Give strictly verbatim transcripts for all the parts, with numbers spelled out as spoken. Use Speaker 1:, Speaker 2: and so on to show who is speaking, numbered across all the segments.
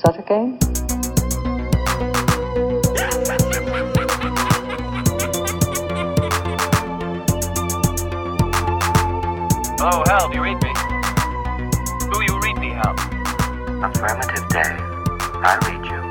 Speaker 1: Such a game?
Speaker 2: Oh, Hal, do you read me? Do you read me, Hal?
Speaker 3: Affirmative, Dave. I read you.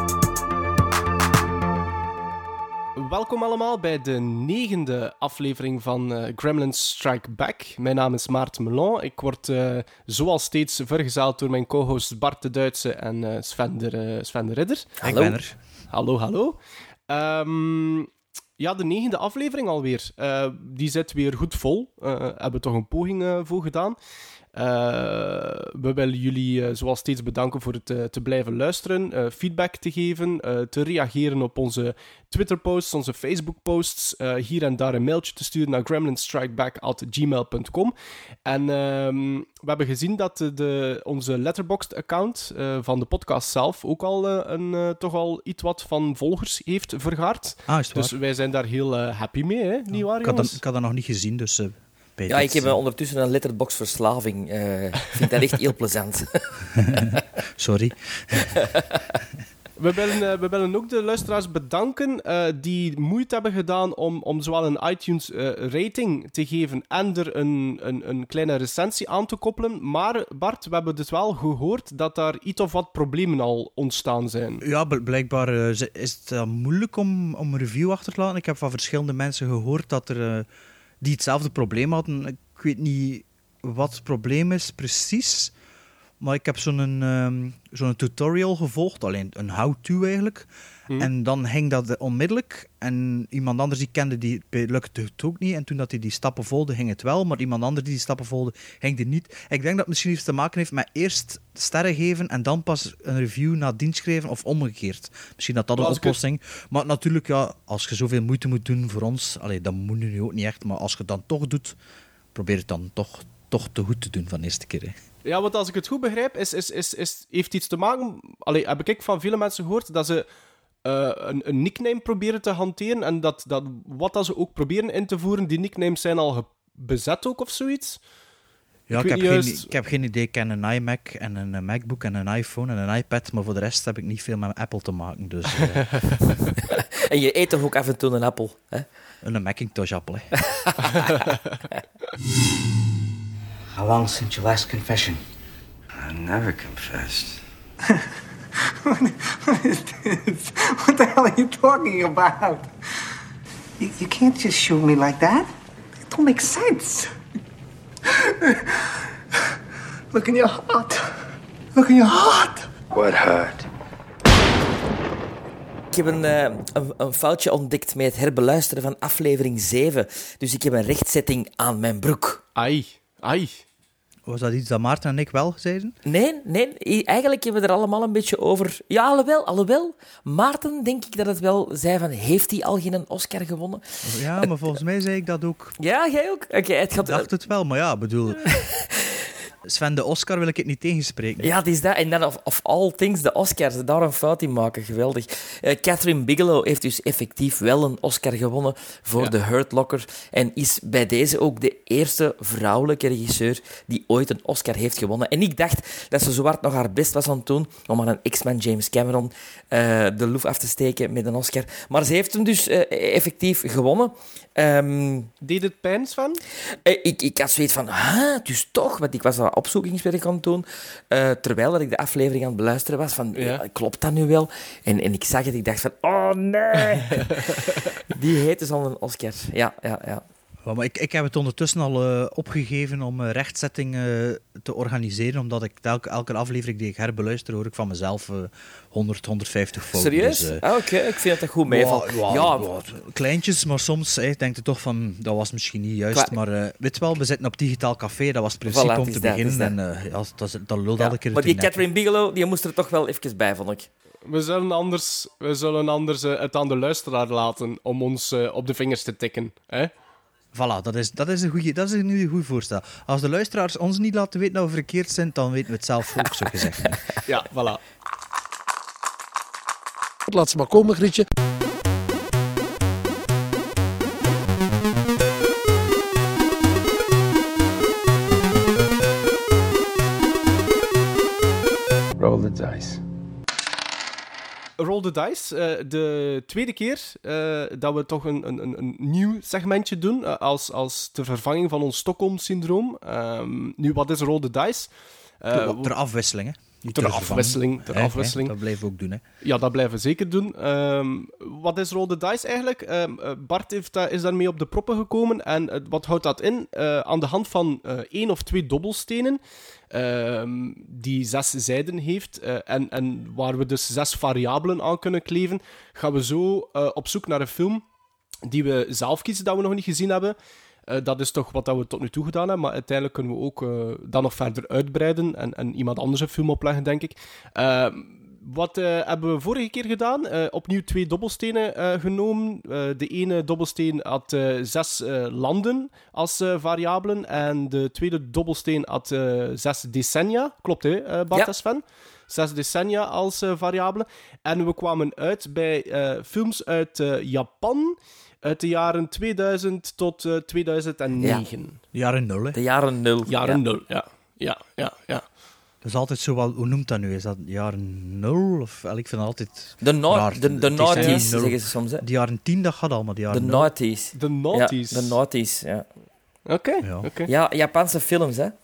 Speaker 4: Welkom allemaal bij de negende aflevering van uh, Gremlins Strike Back. Mijn naam is Maarten Melon. Ik word uh, zoals steeds vergezeld door mijn co-hosts Bart de Duitse en uh, Sven, de, uh, Sven de Ridder.
Speaker 5: Hallo. Ik ben er.
Speaker 4: Hallo, hallo. Um, ja, de negende aflevering alweer. Uh, die zit weer goed vol. Uh, hebben we toch een poging uh, voor gedaan. Uh, we willen jullie uh, zoals steeds bedanken voor het uh, te blijven luisteren, uh, feedback te geven, uh, te reageren op onze Twitter-posts, onze Facebook-posts, uh, hier en daar een mailtje te sturen naar gremlinstrikeback at gmail dot com. En uh, we hebben gezien dat de, de, onze Letterboxd-account uh, van de podcast zelf ook al uh, een, uh, toch al iets wat van volgers heeft vergaard.
Speaker 5: Ah, is het
Speaker 4: dus
Speaker 5: waar?
Speaker 4: wij zijn daar heel uh, happy mee, hè? Niet waar,
Speaker 5: ik, had
Speaker 4: jongens?
Speaker 5: dat, ik had dat nog niet gezien, dus... Uh...
Speaker 6: Ja, ik heb uh, ondertussen een letterbox-verslaving. Ik uh, vind dat echt heel plezant.
Speaker 5: Sorry.
Speaker 4: We willen, uh, we willen ook de luisteraars bedanken uh, die moeite hebben gedaan om, om zowel een iTunes-rating uh, te geven en er een, een, een kleine recensie aan te koppelen. Maar Bart, we hebben dus wel gehoord dat daar iets of wat problemen al ontstaan zijn.
Speaker 5: Ja, blijkbaar uh, is het uh, moeilijk om, om een review achter te laten. Ik heb van verschillende mensen gehoord dat er... Uh, die hetzelfde probleem hadden. Ik weet niet wat het probleem is precies, maar ik heb zo'n, um, zo'n tutorial gevolgd, alleen een how-to eigenlijk. Hmm. En dan ging dat onmiddellijk. En iemand anders die kende, die lukte het ook niet. En toen dat hij die stappen volgde, ging het wel. Maar iemand anders die die stappen volgde, ging het niet. Ik denk dat het misschien iets te maken heeft met eerst sterren geven en dan pas een review nadien schrijven, of omgekeerd. Misschien dat dat een oplossing. Het... Maar natuurlijk, ja, als je zoveel moeite moet doen voor ons, allee, dat moet je nu ook niet echt. Maar als je het dan toch doet, probeer het dan toch, toch te goed te doen van de eerste keer. Hè.
Speaker 4: Ja, want als ik het goed begrijp, is, is, is, is, heeft iets te maken... Allee, heb ik van vele mensen gehoord dat ze... Uh, een, een nickname proberen te hanteren en dat, dat wat dat ze ook proberen in te voeren, die nicknames zijn al ge- bezet ook of zoiets?
Speaker 5: Ja, ik,
Speaker 4: ik,
Speaker 5: heb
Speaker 4: juist...
Speaker 5: geen, ik heb geen idee. Ik ken een iMac en een MacBook en een iPhone en een iPad, maar voor de rest heb ik niet veel met Apple te maken. Dus, uh...
Speaker 6: en je eet toch ook af en toe een appel? Hè?
Speaker 5: Een Macintosh-appel. Hè?
Speaker 3: How long since your last confession?
Speaker 7: I never confessed.
Speaker 8: What, what is this? What the hell are you talking about? You, you can't just shoot me like that. It don't make sense. Look in your heart. Look in your heart.
Speaker 7: What heart?
Speaker 6: Ik heb een, uh, een, een foutje ontdekt met het herbeluisteren van aflevering zeven. Dus ik heb een rechtzetting aan mijn broek.
Speaker 4: Ai, ai.
Speaker 5: Was dat iets dat Maarten en ik wel zeiden?
Speaker 6: Nee, nee, eigenlijk hebben we er allemaal een beetje over... Ja, alhoewel, alhoewel. Maarten, denk ik dat het wel zei van... Heeft hij al geen Oscar gewonnen?
Speaker 5: Ja, maar volgens mij zei ik dat ook.
Speaker 6: Ja, jij ook? Oké, okay, het gaat...
Speaker 5: Ik dacht het wel, maar ja, bedoel... Sven, de Oscar wil ik het niet tegenspreken.
Speaker 6: Ja, het is dat. En dan of, of all things, de Oscars, daar een fout in maken. Geweldig. Uh, Catherine Bigelow heeft dus effectief wel een Oscar gewonnen voor ja. The Hurt Locker. En is bij deze ook de eerste vrouwelijke regisseur die ooit een Oscar heeft gewonnen. En ik dacht dat ze zo hard nog haar best was aan het doen om aan een X-Man James Cameron uh, de loef af te steken met een Oscar. Maar ze heeft hem dus uh, effectief gewonnen. Um,
Speaker 4: Deed het pijn, Sven?
Speaker 6: Uh, ik, ik had zoiets van, huh, dus toch? Want ik was dat opzoekingswerk aan het doen, uh, terwijl dat ik de aflevering aan het beluisteren was, van, ja. klopt dat nu wel? En, en ik zag het, ik dacht van, oh nee! Die heet dus al een Oscar. Ja, ja, ja.
Speaker 5: Ja, maar ik, ik heb het ondertussen al uh, opgegeven om uh, rechtzetting uh, te organiseren, omdat ik elke, elke aflevering die ik herbeluister, hoor ik van mezelf uh, honderd, honderdvijftig fouten.
Speaker 6: Serieus?
Speaker 5: Dus, uh,
Speaker 6: ah, Oké, okay. Ik vind dat goed mee.
Speaker 5: Wow, wow, ja, wow, kleintjes, maar soms hey, denk je toch van, dat was misschien niet juist, Qua... maar uh, weet wel, we zitten op Digitaal Café, dat was het principe voilà, om te dat, beginnen, en uh, ja, dat, dat lulde
Speaker 6: ja,
Speaker 5: elke keer.
Speaker 6: Maar die Catherine Bigelow, die moest er toch wel even bij, vond ik.
Speaker 4: We zullen anders, we zullen anders uh, het aan de luisteraar laten om ons uh, op de vingers te tikken, hè?
Speaker 5: Voilà, dat is, dat is een goeie, dat is nu een goed voorstel. Als de luisteraars ons niet laten weten dat we verkeerd zijn, dan weten we het zelf ook, zo gezegd.
Speaker 4: Ja, voilà.
Speaker 9: Laat ze maar komen, Grietje.
Speaker 7: Roll the dice.
Speaker 4: Roll the Dice. Uh, de tweede keer uh, dat we toch een, een, een nieuw segmentje doen uh, als, als ter vervanging van ons Stockholm-syndroom. Um, nu, wat is Roll the Dice?
Speaker 5: Uh, ter afwisseling, hè?
Speaker 4: Ter afwisseling. Ter
Speaker 5: hey,
Speaker 4: afwisseling.
Speaker 5: Hey, dat blijven we ook doen, hè?
Speaker 4: Ja, dat blijven we zeker doen. Um, wat is Roll the Dice eigenlijk? Um, Bart heeft, da- is daarmee op de proppen gekomen. En uh, wat houdt dat in? Uh, aan de hand van uh, één of twee dobbelstenen, um, die zes zijden heeft, uh, en, en waar we dus zes variabelen aan kunnen kleven, gaan we zo uh, op zoek naar een film die we zelf kiezen, dat we nog niet gezien hebben. Uh, dat is toch wat dat we tot nu toe gedaan hebben, maar uiteindelijk kunnen we ook uh, dat nog verder uitbreiden en, en iemand anders een film opleggen, denk ik. Uh, wat uh, hebben we vorige keer gedaan? Uh, opnieuw twee dobbelstenen uh, genomen. Uh, de ene dobbelsteen had uh, zes uh, landen als uh, variabelen en de tweede dobbelsteen had uh, zes decennia. Klopt, hè, uh, Bart
Speaker 6: Ja.
Speaker 4: en Sven? Zes decennia als uh, variabelen. En we kwamen uit bij uh, films uit uh, Japan uit de jaren tweeduizend tot uh, tweeduizend negen.
Speaker 5: De jaren nul, hè?
Speaker 6: De jaren nul.
Speaker 4: Jaren
Speaker 6: ja.
Speaker 4: nul, ja. Ja, ja, ja.
Speaker 5: Dat is altijd zo wel... Hoe noemt dat nu? Is dat jaren nul? Of, ik vind het altijd...
Speaker 6: De, no-
Speaker 5: raar.
Speaker 6: de, de
Speaker 5: Het is, hè,
Speaker 6: noughties,
Speaker 5: nul.
Speaker 6: zeggen ze soms. Hè.
Speaker 5: De jaren tien, dat gaat allemaal. De
Speaker 6: De
Speaker 5: jaren nul.
Speaker 6: noughties.
Speaker 4: De
Speaker 6: Ja,
Speaker 4: noughties.
Speaker 6: de noughties, ja.
Speaker 4: Oké, okay,
Speaker 5: Ja.
Speaker 4: oké. Okay.
Speaker 6: Ja, Japanse films, hè.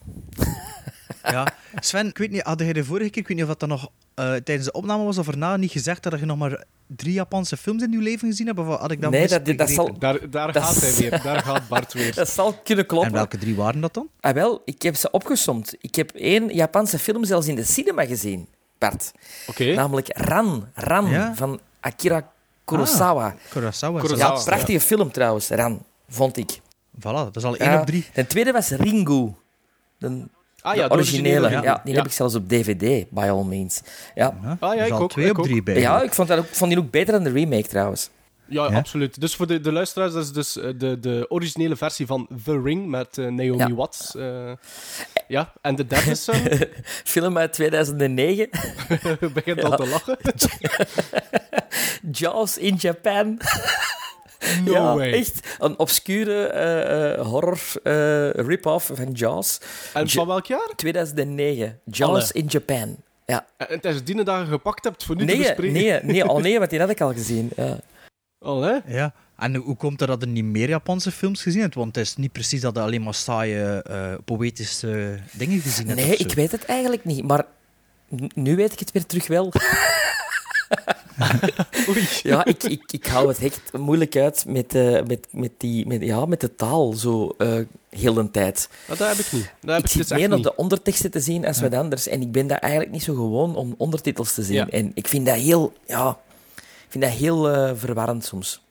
Speaker 5: Ja. Sven, ik weet niet, had jij de vorige keer, ik weet niet of dat nog uh, tijdens de opname was of erna, niet gezegd dat je nog maar drie Japanse films in je leven gezien hebt? Of had ik dat
Speaker 6: Nee, dat, dat
Speaker 5: misbegrepen?
Speaker 6: zal...
Speaker 4: Daar, daar
Speaker 6: Dat
Speaker 4: gaat
Speaker 6: is-
Speaker 4: hij weer. Daar gaat Bart weer.
Speaker 6: Dat zal kunnen
Speaker 5: En
Speaker 6: kloppen.
Speaker 5: welke drie waren dat dan?
Speaker 6: Ah, wel, ik heb ze opgesomd. Ik heb één Japanse film zelfs in de cinema gezien, Bart.
Speaker 4: Oké. Okay.
Speaker 6: Namelijk Ran. Ran
Speaker 5: Ja?
Speaker 6: van Akira Kurosawa.
Speaker 5: Ah, Kurosawa.
Speaker 4: Kurosawa.
Speaker 6: Ja, prachtige film trouwens, Ran, vond ik.
Speaker 5: Voilà, dat is al één
Speaker 6: Ja,
Speaker 5: op drie.
Speaker 6: de tweede was Ringu. De,
Speaker 4: Ah
Speaker 6: de
Speaker 4: ja, de
Speaker 6: originele. Ja,
Speaker 4: ja.
Speaker 6: die
Speaker 4: Ja.
Speaker 6: heb ik zelfs op D V D, by all means. Ja,
Speaker 5: Ja,
Speaker 4: Ah, ja,
Speaker 5: dat is
Speaker 4: ik
Speaker 5: al
Speaker 4: ook,
Speaker 5: twee
Speaker 4: ik
Speaker 5: op drie
Speaker 4: ook.
Speaker 5: bij.
Speaker 6: ja ik vond, dat ook, vond die ook beter dan de remake trouwens.
Speaker 4: Ja,
Speaker 5: Ja?
Speaker 4: absoluut. Dus voor de, de luisteraars, dat is dus uh, de, de originele versie van The Ring met uh, Naomi
Speaker 6: Ja.
Speaker 4: Watts. Uh, ja, en de derde is... Uh,
Speaker 6: Film uit tweeduizend negen.
Speaker 4: begint
Speaker 6: Ja.
Speaker 4: al te lachen.
Speaker 6: Jaws in Japan.
Speaker 4: No
Speaker 6: ja,
Speaker 4: way.
Speaker 6: echt een obscure uh, uh, horror uh, rip-off van Jaws.
Speaker 4: En van welk jaar?
Speaker 6: tweeduizend negen. Jaws
Speaker 4: Alle.
Speaker 6: in Japan. Ja.
Speaker 4: En het is die dat je gepakt hebt voor nu te
Speaker 6: Nee,
Speaker 4: bespreken.
Speaker 6: nee, nee, al nee, want die had ik al gezien. Ja.
Speaker 4: Al, hè?
Speaker 5: Ja. En hoe komt het dat je niet meer Japanse films gezien hebt? Want het is niet precies dat je alleen maar saaie, uh, poëtische dingen gezien hebt.
Speaker 6: Nee,
Speaker 5: of zo.
Speaker 6: ik weet het eigenlijk niet, maar n- nu weet ik het weer terug wel.
Speaker 4: Oei.
Speaker 6: Ja, ik, ik, ik hou het echt moeilijk uit met, uh, met, met, die, met, ja, met de taal zo uh, heel de tijd.
Speaker 4: Maar dat heb ik niet. Dat heb
Speaker 6: Ik
Speaker 4: ik dus
Speaker 6: zit
Speaker 4: echt
Speaker 6: meer op
Speaker 4: niet.
Speaker 6: de onderteksten te zien als wat anders. En ik ben dat eigenlijk niet zo gewoon om ondertitels te zien.
Speaker 4: Ja.
Speaker 6: En ik vind dat heel, ja, ik vind dat heel uh, verwarrend soms.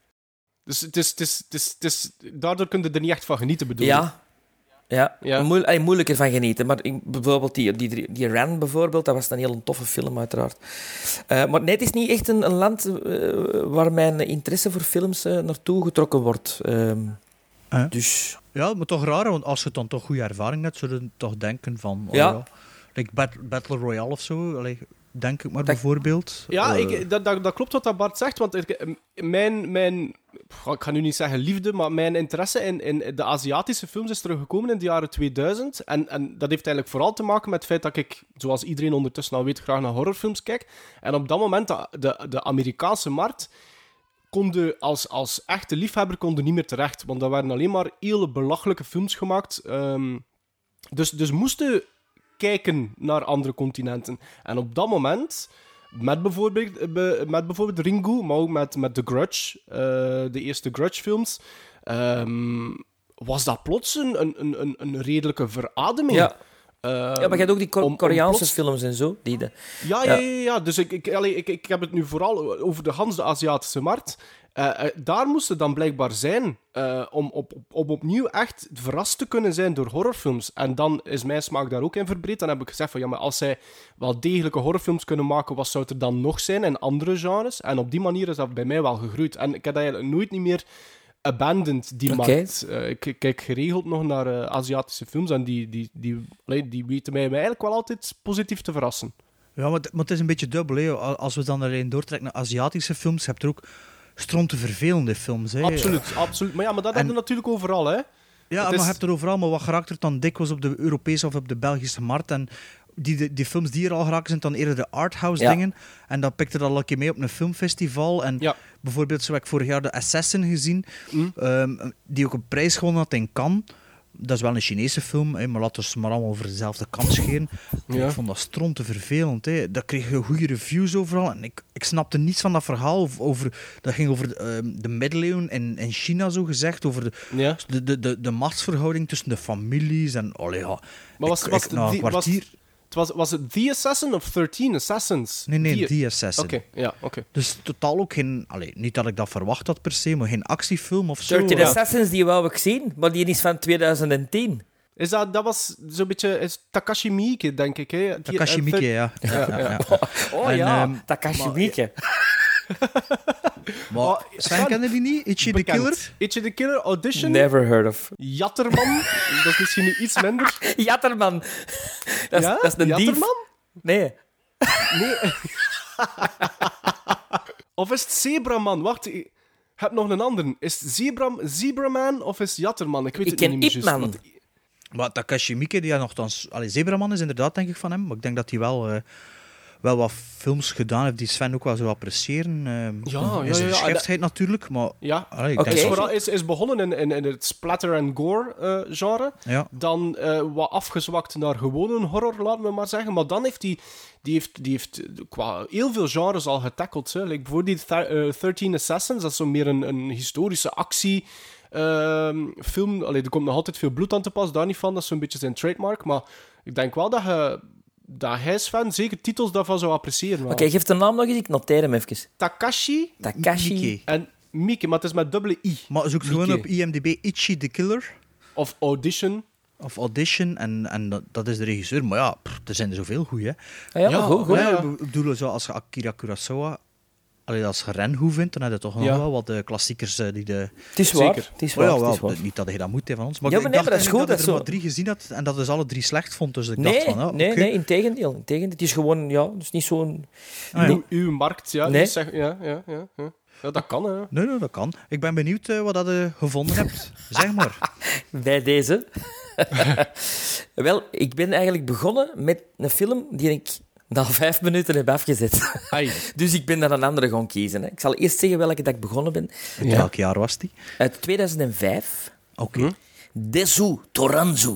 Speaker 4: Dus het is, het is, het is, het is, daardoor kun je er niet echt van genieten, bedoel je?
Speaker 6: Ja. Ja,
Speaker 4: Ja.
Speaker 6: Moe- allee, moeilijker van genieten. Maar ik, bijvoorbeeld die, die, die Ran, bijvoorbeeld, dat was een heel toffe film, uiteraard. Uh, maar nee, het is niet echt een, een land uh, waar mijn interesse voor films uh, naartoe getrokken wordt. Um,
Speaker 5: Uh.
Speaker 6: Dus...
Speaker 5: Ja, maar toch raar, want als je dan toch goede ervaring hebt, zou je toch denken van... Oh
Speaker 6: Ja.
Speaker 5: ja. Like Bat- Battle Royale of zo, allee, denk ik maar
Speaker 6: Dat-
Speaker 5: bijvoorbeeld.
Speaker 4: Ja,
Speaker 5: Uh,
Speaker 4: ik, dat, dat, dat klopt wat dat Bart zegt, want ik, mijn, mijn, ik ga nu niet zeggen liefde, maar mijn interesse in, in de Aziatische films is teruggekomen in de jaren tweeduizend. En, en dat heeft eigenlijk vooral te maken met het feit dat ik, zoals iedereen ondertussen al weet, graag naar horrorfilms kijk. En op dat moment, de, de, de Amerikaanse markt, konden als, als echte liefhebber konden niet meer terecht, want er werden alleen maar hele belachelijke films gemaakt. Um, dus, dus moesten kijken naar andere continenten. En op dat moment, met bijvoorbeeld, met bijvoorbeeld Ringu, maar ook met, met The Grudge, uh, de eerste Grudge-films, um, was dat plots een, een, een, een redelijke verademing.
Speaker 6: Ja.
Speaker 4: Um,
Speaker 6: ja, maar je hebt ook die Ko-
Speaker 4: om- om
Speaker 6: Koreaanse
Speaker 4: plots-
Speaker 6: films en zo. Die de...
Speaker 4: Ja, ja, ja, ja. Dus ik, ik, allee, ik, ik heb het nu vooral over de gans de Aziatische markt. Uh, uh, daar moesten dan blijkbaar zijn uh, om, op, op, om opnieuw echt verrast te kunnen zijn door horrorfilms. En dan is mijn smaak daar ook in verbreed. Dan heb ik gezegd van, ja, maar als zij wel degelijke horrorfilms kunnen maken, wat zou er dan nog zijn in andere genres? En op die manier is dat bij mij wel gegroeid. En ik heb dat eigenlijk nooit niet meer abandoned, die
Speaker 6: Oké.
Speaker 4: markt. Uh, ik, ik kijk geregeld nog naar uh, Aziatische films en die, die, die, die, die weten mij eigenlijk wel altijd positief te verrassen.
Speaker 5: Ja, maar, het- maar het is een beetje dubbel. Hè. Als we dan alleen doortrekken naar Aziatische films, heb je er ook stronte vervelende films. Hè.
Speaker 4: Absoluut, absoluut. Maar ja, maar dat
Speaker 5: En-
Speaker 4: hebben we natuurlijk overal, hè.
Speaker 5: Ja,
Speaker 4: Het
Speaker 5: maar
Speaker 4: is-
Speaker 5: je hebt er overal, maar wat geraakt er dan dikwijls op de Europese of op de Belgische markt? En die, die, die films die er al geraken zijn dan eerder de arthouse
Speaker 6: Ja.
Speaker 5: dingen. En dat pikte dat al een keer mee op een filmfestival. En
Speaker 4: Ja.
Speaker 5: bijvoorbeeld zo heb ik vorig jaar de Assassin gezien,
Speaker 4: Mm.
Speaker 5: ehm, die ook een prijs gewonnen had in Cannes. Dat is wel een Chinese film, hè, maar laten we ze maar allemaal over dezelfde kant scheren.
Speaker 4: Ja.
Speaker 5: Ik vond dat stront te vervelend. Hè. Dat kreeg goede reviews overal. En ik, ik snapte niets van dat verhaal. Over, over, dat ging over de, ehm, de middeleeuwen in, in China, zo gezegd. Over de,
Speaker 4: Ja.
Speaker 5: de, de, de, de machtsverhouding tussen de families. En, allee, ja.
Speaker 4: Maar was,
Speaker 5: Ik-
Speaker 4: was,
Speaker 5: ik-
Speaker 4: het
Speaker 5: na een
Speaker 4: die- was,
Speaker 5: kwartier...
Speaker 4: het was, was het The Assassin of thirteen Assassins?
Speaker 5: Nee, nee,
Speaker 4: Die-
Speaker 5: The Assassin.
Speaker 4: Oké, ja, oké.
Speaker 5: Dus totaal ook geen... Allee, niet dat ik dat verwacht had per se, maar geen actiefilm of zo.
Speaker 6: dertien
Speaker 5: Ja.
Speaker 6: Assassins, die wou ik zien, maar die is van twintig tien.
Speaker 4: Is dat, dat was zo'n beetje is Takashi Miike, denk ik. Hè? Die-
Speaker 5: Takashi
Speaker 4: eh,
Speaker 5: Miike,
Speaker 4: thir-
Speaker 5: ja. Ja, ja, ja.
Speaker 6: Oh
Speaker 5: En,
Speaker 6: ja,
Speaker 5: ehm,
Speaker 6: Takashi
Speaker 5: maar-
Speaker 6: Miike.
Speaker 5: Maar
Speaker 4: Oh,
Speaker 5: Sven,
Speaker 4: Sven,
Speaker 5: kennen die niet? Itchy the
Speaker 4: bekend.
Speaker 5: Killer?
Speaker 4: Itchy the Killer, Audition,
Speaker 6: Never heard of.
Speaker 4: Jatterman, dat is misschien nu iets minder.
Speaker 6: Jatterman. Dat is,
Speaker 4: Ja?
Speaker 6: dat is een dief.
Speaker 4: Jatterman?
Speaker 6: Nee.
Speaker 4: Nee. Of is het Zebraman? Wacht, ik heb nog een andere. Is het Zebra, Zebraman of is het Jatterman? Ik weet
Speaker 6: Ik
Speaker 4: het
Speaker 6: ken
Speaker 4: niet meer
Speaker 6: Ip
Speaker 4: juist,
Speaker 6: Man.
Speaker 4: want-
Speaker 5: Maar Takashi Miike, die ja nogthans... Allee, Zebraman is inderdaad, denk ik, van hem. Maar ik denk dat hij wel, eh, wel wat films gedaan heeft die Sven ook wel zou appreciëren. eh,
Speaker 4: Ja,
Speaker 5: in
Speaker 4: ja,
Speaker 5: zijn
Speaker 4: ja, ja.
Speaker 5: geschiktheid natuurlijk, maar...
Speaker 4: Ja.
Speaker 5: Allee, ik
Speaker 6: Oké.
Speaker 5: denk
Speaker 4: Is,
Speaker 5: zo-
Speaker 4: vooral, is, is begonnen in, in, in het splatter en gore eh, genre.
Speaker 5: Ja.
Speaker 4: Dan eh, wat afgezwakt naar gewoon een horror, laten we maar zeggen. Maar dan heeft hij die heeft, die heeft qua heel veel genres al getackled. Hè. Like bijvoorbeeld die uh, thirteen Assassins, dat is zo meer een, een historische actie. ehm, film. Allee, er komt nog altijd veel bloed aan te pas, daar niet van. Dat is zo'n beetje zijn trademark. Maar ik denk wel dat je dat hij Sven zeker titels daarvan zou appreciëren. wel.
Speaker 6: Oké, geef de naam nog eens, ik noteer hem even.
Speaker 4: Takashi
Speaker 6: Takashi.
Speaker 5: Miike.
Speaker 4: en Miike, maar het is met dubbele I.
Speaker 5: Maar zoek gewoon
Speaker 4: Miike.
Speaker 5: op I M D B Itchy the Killer
Speaker 4: Of Audition.
Speaker 5: of Audition en, en dat, dat is de regisseur. Maar ja, pff, er zijn er zoveel goeie, hè.
Speaker 6: Ah, ja,
Speaker 4: Ja,
Speaker 6: goed, goed.
Speaker 5: Ja,
Speaker 4: ja.
Speaker 5: ik bedoel, zo als je Akira Kurosawa... Allee, als je Renhu vindt, dan heb je toch nog
Speaker 4: Ja.
Speaker 5: wel wat de klassiekers eh, die de...
Speaker 6: Het is waar.
Speaker 4: Zeker.
Speaker 6: Het is
Speaker 5: Oh
Speaker 6: waar,
Speaker 5: ja,
Speaker 6: het
Speaker 5: wel,
Speaker 6: is waar.
Speaker 5: niet dat je dat moet hè, van ons. Maar
Speaker 6: Ja,
Speaker 5: ik
Speaker 6: maar nee,
Speaker 5: dacht
Speaker 6: maar dat is
Speaker 5: eigenlijk
Speaker 6: goed,
Speaker 5: dat
Speaker 6: dat
Speaker 5: ik er
Speaker 6: is
Speaker 5: maar
Speaker 6: zo-
Speaker 5: drie gezien had en dat dus alle drie slecht vond. Dus ik
Speaker 6: Nee,
Speaker 5: dacht van, ja,
Speaker 6: nee,
Speaker 5: oké.
Speaker 6: nee, integendeel, integendeel. Het is gewoon, ja, het is niet zo'n...
Speaker 5: Ah, ja.
Speaker 4: Uw, uw markt, ja.
Speaker 6: Nee.
Speaker 4: Dus zeg, ja, ja, ja, ja. Ja, dat kan, hè.
Speaker 5: Nee, nee, dat kan. Ik ben benieuwd eh, wat dat je gevonden hebt. Zeg maar.
Speaker 6: Bij deze. Wel, ik ben eigenlijk begonnen met een film die ik na vijf minuten heb afgezet.
Speaker 4: Ai.
Speaker 6: Dus ik ben naar een andere gaan kiezen. Hè. Ik zal eerst zeggen welke dat ik begonnen ben.
Speaker 5: In welk jaar was die?
Speaker 6: Uit tweeduizend vijf.
Speaker 5: Oké.
Speaker 4: Hm?
Speaker 6: Desu Toranzu.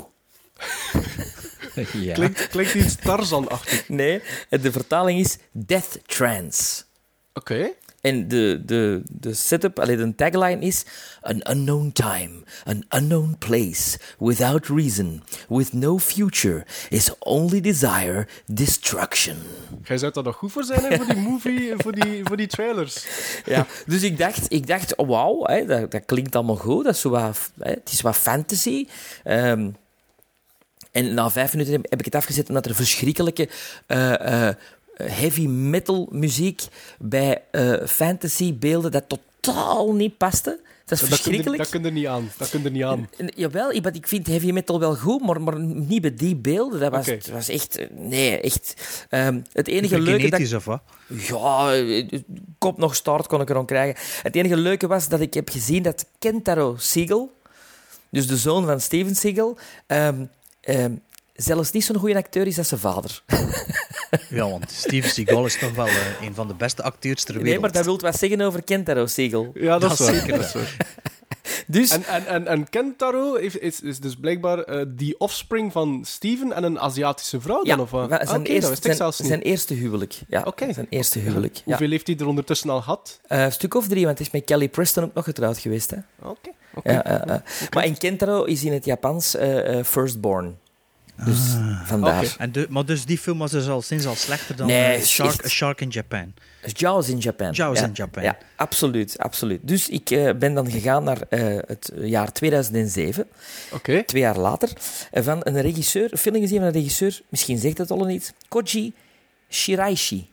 Speaker 5: Ja.
Speaker 4: Klinkt, klinkt iets Tarzan-achtig.
Speaker 6: Nee, de vertaling is Death Trance.
Speaker 4: Oké.
Speaker 6: En de, de, de setup, allee, de tagline is... An unknown time, an unknown place, without reason, with no future, is only desire, destruction.
Speaker 4: Jij zou daar nog goed voor zijn, hè, voor die movie, voor die, voor die trailers.
Speaker 6: Ja, dus ik dacht, ik dacht oh, wauw, hè, dat, dat klinkt allemaal goed. Dat is zo wat, hè, het is wat fantasy. Ehm, en na vijf minuten heb, heb ik het afgezet omdat er verschrikkelijke eh, eh, heavy metal muziek bij eh, fantasy beelden dat totaal niet paste. Dat is
Speaker 4: Dat kun, je,
Speaker 6: verschrikkelijk.
Speaker 4: dat kun je er niet aan. Dat kun je er niet aan.
Speaker 6: En, jawel, ik, ik vind heavy metal wel goed, maar, maar niet bij die beelden. Dat was,
Speaker 4: Oké.
Speaker 6: het was echt... eh, Nee, echt... Ehm, het enige leuke... Dat,
Speaker 5: Kinetisch of wat?
Speaker 6: ja, eh, kop nog start kon ik er aan krijgen. Het enige leuke was dat ik heb gezien dat Kentaro Siegel, dus de zoon van Steven Seagal, ehm, ehm, zelfs niet zo'n goede acteur is als zijn vader.
Speaker 5: Ja, want Steven Seagal is toch wel eh, een van de beste acteurs ter wereld.
Speaker 6: Nee, maar dat wil wat zeggen over Kentaro Siegel.
Speaker 4: Ja, dat,
Speaker 5: Dat
Speaker 4: is waar.
Speaker 5: zeker,
Speaker 4: Dat is waar.
Speaker 6: Dus...
Speaker 4: En, en, en, en Kentaro is, is, is dus blijkbaar eh, die offspring van Steven en een Aziatische vrouw dan?
Speaker 6: ja,
Speaker 4: Of wat?
Speaker 6: wa-
Speaker 4: Ah,
Speaker 6: zijn,
Speaker 4: oké,
Speaker 6: eerste,
Speaker 4: dat wist ik
Speaker 6: zijn,
Speaker 4: zelfs niet.
Speaker 6: zijn eerste huwelijk. Ja,
Speaker 4: Oké.
Speaker 6: zijn eerste huwelijk. Ja.
Speaker 4: Hoeveel heeft hij er ondertussen al gehad?
Speaker 6: Eh, een stuk of drie, want hij is met Kelly Preston ook nog getrouwd geweest. Hè?
Speaker 4: Oké. oké.
Speaker 6: Ja, eh, eh. Maar in Kentaro is in het Japans eh, eh, firstborn. Dus vandaar.
Speaker 4: Oké.
Speaker 5: En de, maar dus die film was dus al sinds al slechter dan
Speaker 6: Nee,
Speaker 5: eh, Shark,
Speaker 6: echt.
Speaker 5: A Shark in Japan.
Speaker 6: Jaws in Japan.
Speaker 5: Jaws
Speaker 6: ja.
Speaker 5: in Japan.
Speaker 6: Ja, absoluut, absoluut. Dus ik eh, ben dan gegaan naar eh, het jaar tweeduizend zeven,
Speaker 4: Oké.
Speaker 6: twee jaar later, eh, van een regisseur, een film gezien van een regisseur, misschien zegt het al iets, Koji Shiraishi.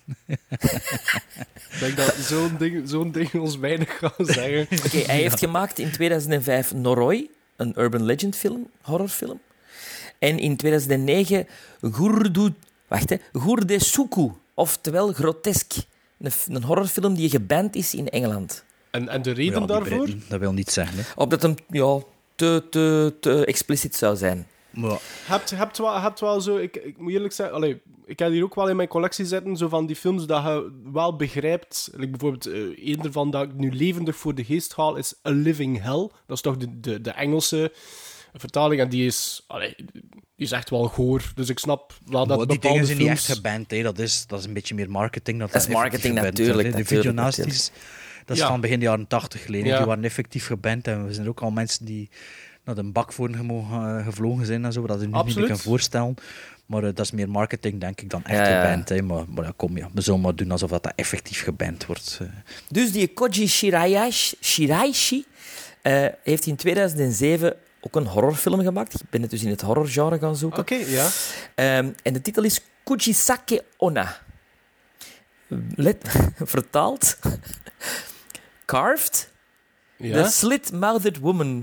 Speaker 4: Ik denk dat zo'n ding, zo'n ding ons weinig gaan zeggen.
Speaker 6: Oké, hij heeft gemaakt in tweeduizend vijf Noroi, een urban legend film, horrorfilm. En in tweeduizend negen Gurdu, wacht, hè, Gurdesuku, oftewel Grotesk, een, f- een horrorfilm die geband is in Engeland.
Speaker 4: En, en de
Speaker 5: Ja,
Speaker 4: reden
Speaker 5: die
Speaker 4: daarvoor?
Speaker 5: Britten, dat wil niet zeggen. Hè.
Speaker 6: Omdat hem ja, te, te, te expliciet zou zijn.
Speaker 5: Maar,
Speaker 4: Hebt, hebt, wel, hebt wel zo... Ik, ik moet eerlijk zeggen... Allee, ik heb hier ook wel in mijn collectie zitten, zo van die films dat je wel begrijpt. Like bijvoorbeeld, uh, een ervan dat ik nu levendig voor de geest haal, is A Living Hell. Dat is toch de, de, de Engelse vertaling. En die is... Allee, die is echt wel goor. Dus ik snap wel dat
Speaker 5: maar die
Speaker 4: bepaalde
Speaker 5: dingen zijn niet
Speaker 4: films...
Speaker 5: echt geband. Hè. Dat, is, dat is een beetje meer marketing. Dat,
Speaker 6: Dat is
Speaker 5: effectief
Speaker 6: marketing,
Speaker 5: geband
Speaker 6: natuurlijk,
Speaker 5: wordt, hè. De
Speaker 6: natuurlijk,
Speaker 5: videonasties, dat is
Speaker 4: Ja.
Speaker 5: van begin jaren tachtig geleden.
Speaker 4: Ja.
Speaker 5: Die waren effectief geband. En we zijn er ook al mensen die naar de bak voor uh, gevlogen zijn en zo. Dat je nu niet
Speaker 4: Absoluut.
Speaker 5: meer kan voorstellen. Maar uh, dat is meer marketing, denk ik, dan echt
Speaker 6: Ja, ja.
Speaker 5: geband. Hè. Maar, maar ja, kom, ja, we zullen maar doen alsof dat effectief geband wordt. Uh.
Speaker 6: Dus die Koji Shiraishi, Shiraishi uh, heeft in tweeduizend zeven ook een horrorfilm gemaakt. Ik ben het dus in het horrorgenre gaan zoeken.
Speaker 4: Oké, okay, ja.
Speaker 6: Um, en de titel is Kujisake Onna. Let, vertaald. Carved.
Speaker 4: Ja.
Speaker 6: The Slit-Mouthed Woman.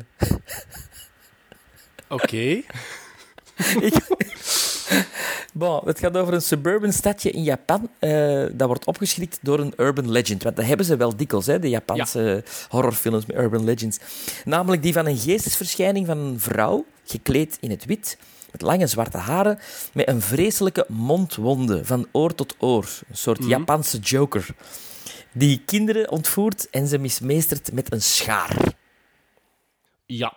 Speaker 4: Oké. Okay.
Speaker 6: Bon, het gaat over een suburban stadje in Japan. Uh, dat wordt opgeschrikt door een urban legend. Want dat hebben ze wel dikwijls, hè, de Japanse ja. horrorfilms met urban legends. Namelijk die van een geestesverschijning van een vrouw, gekleed in het wit, met lange zwarte haren, met een vreselijke mondwonde van oor tot oor. Een soort mm-hmm. Japanse Joker. Die kinderen ontvoert en ze mismeestert met een schaar.
Speaker 4: Ja.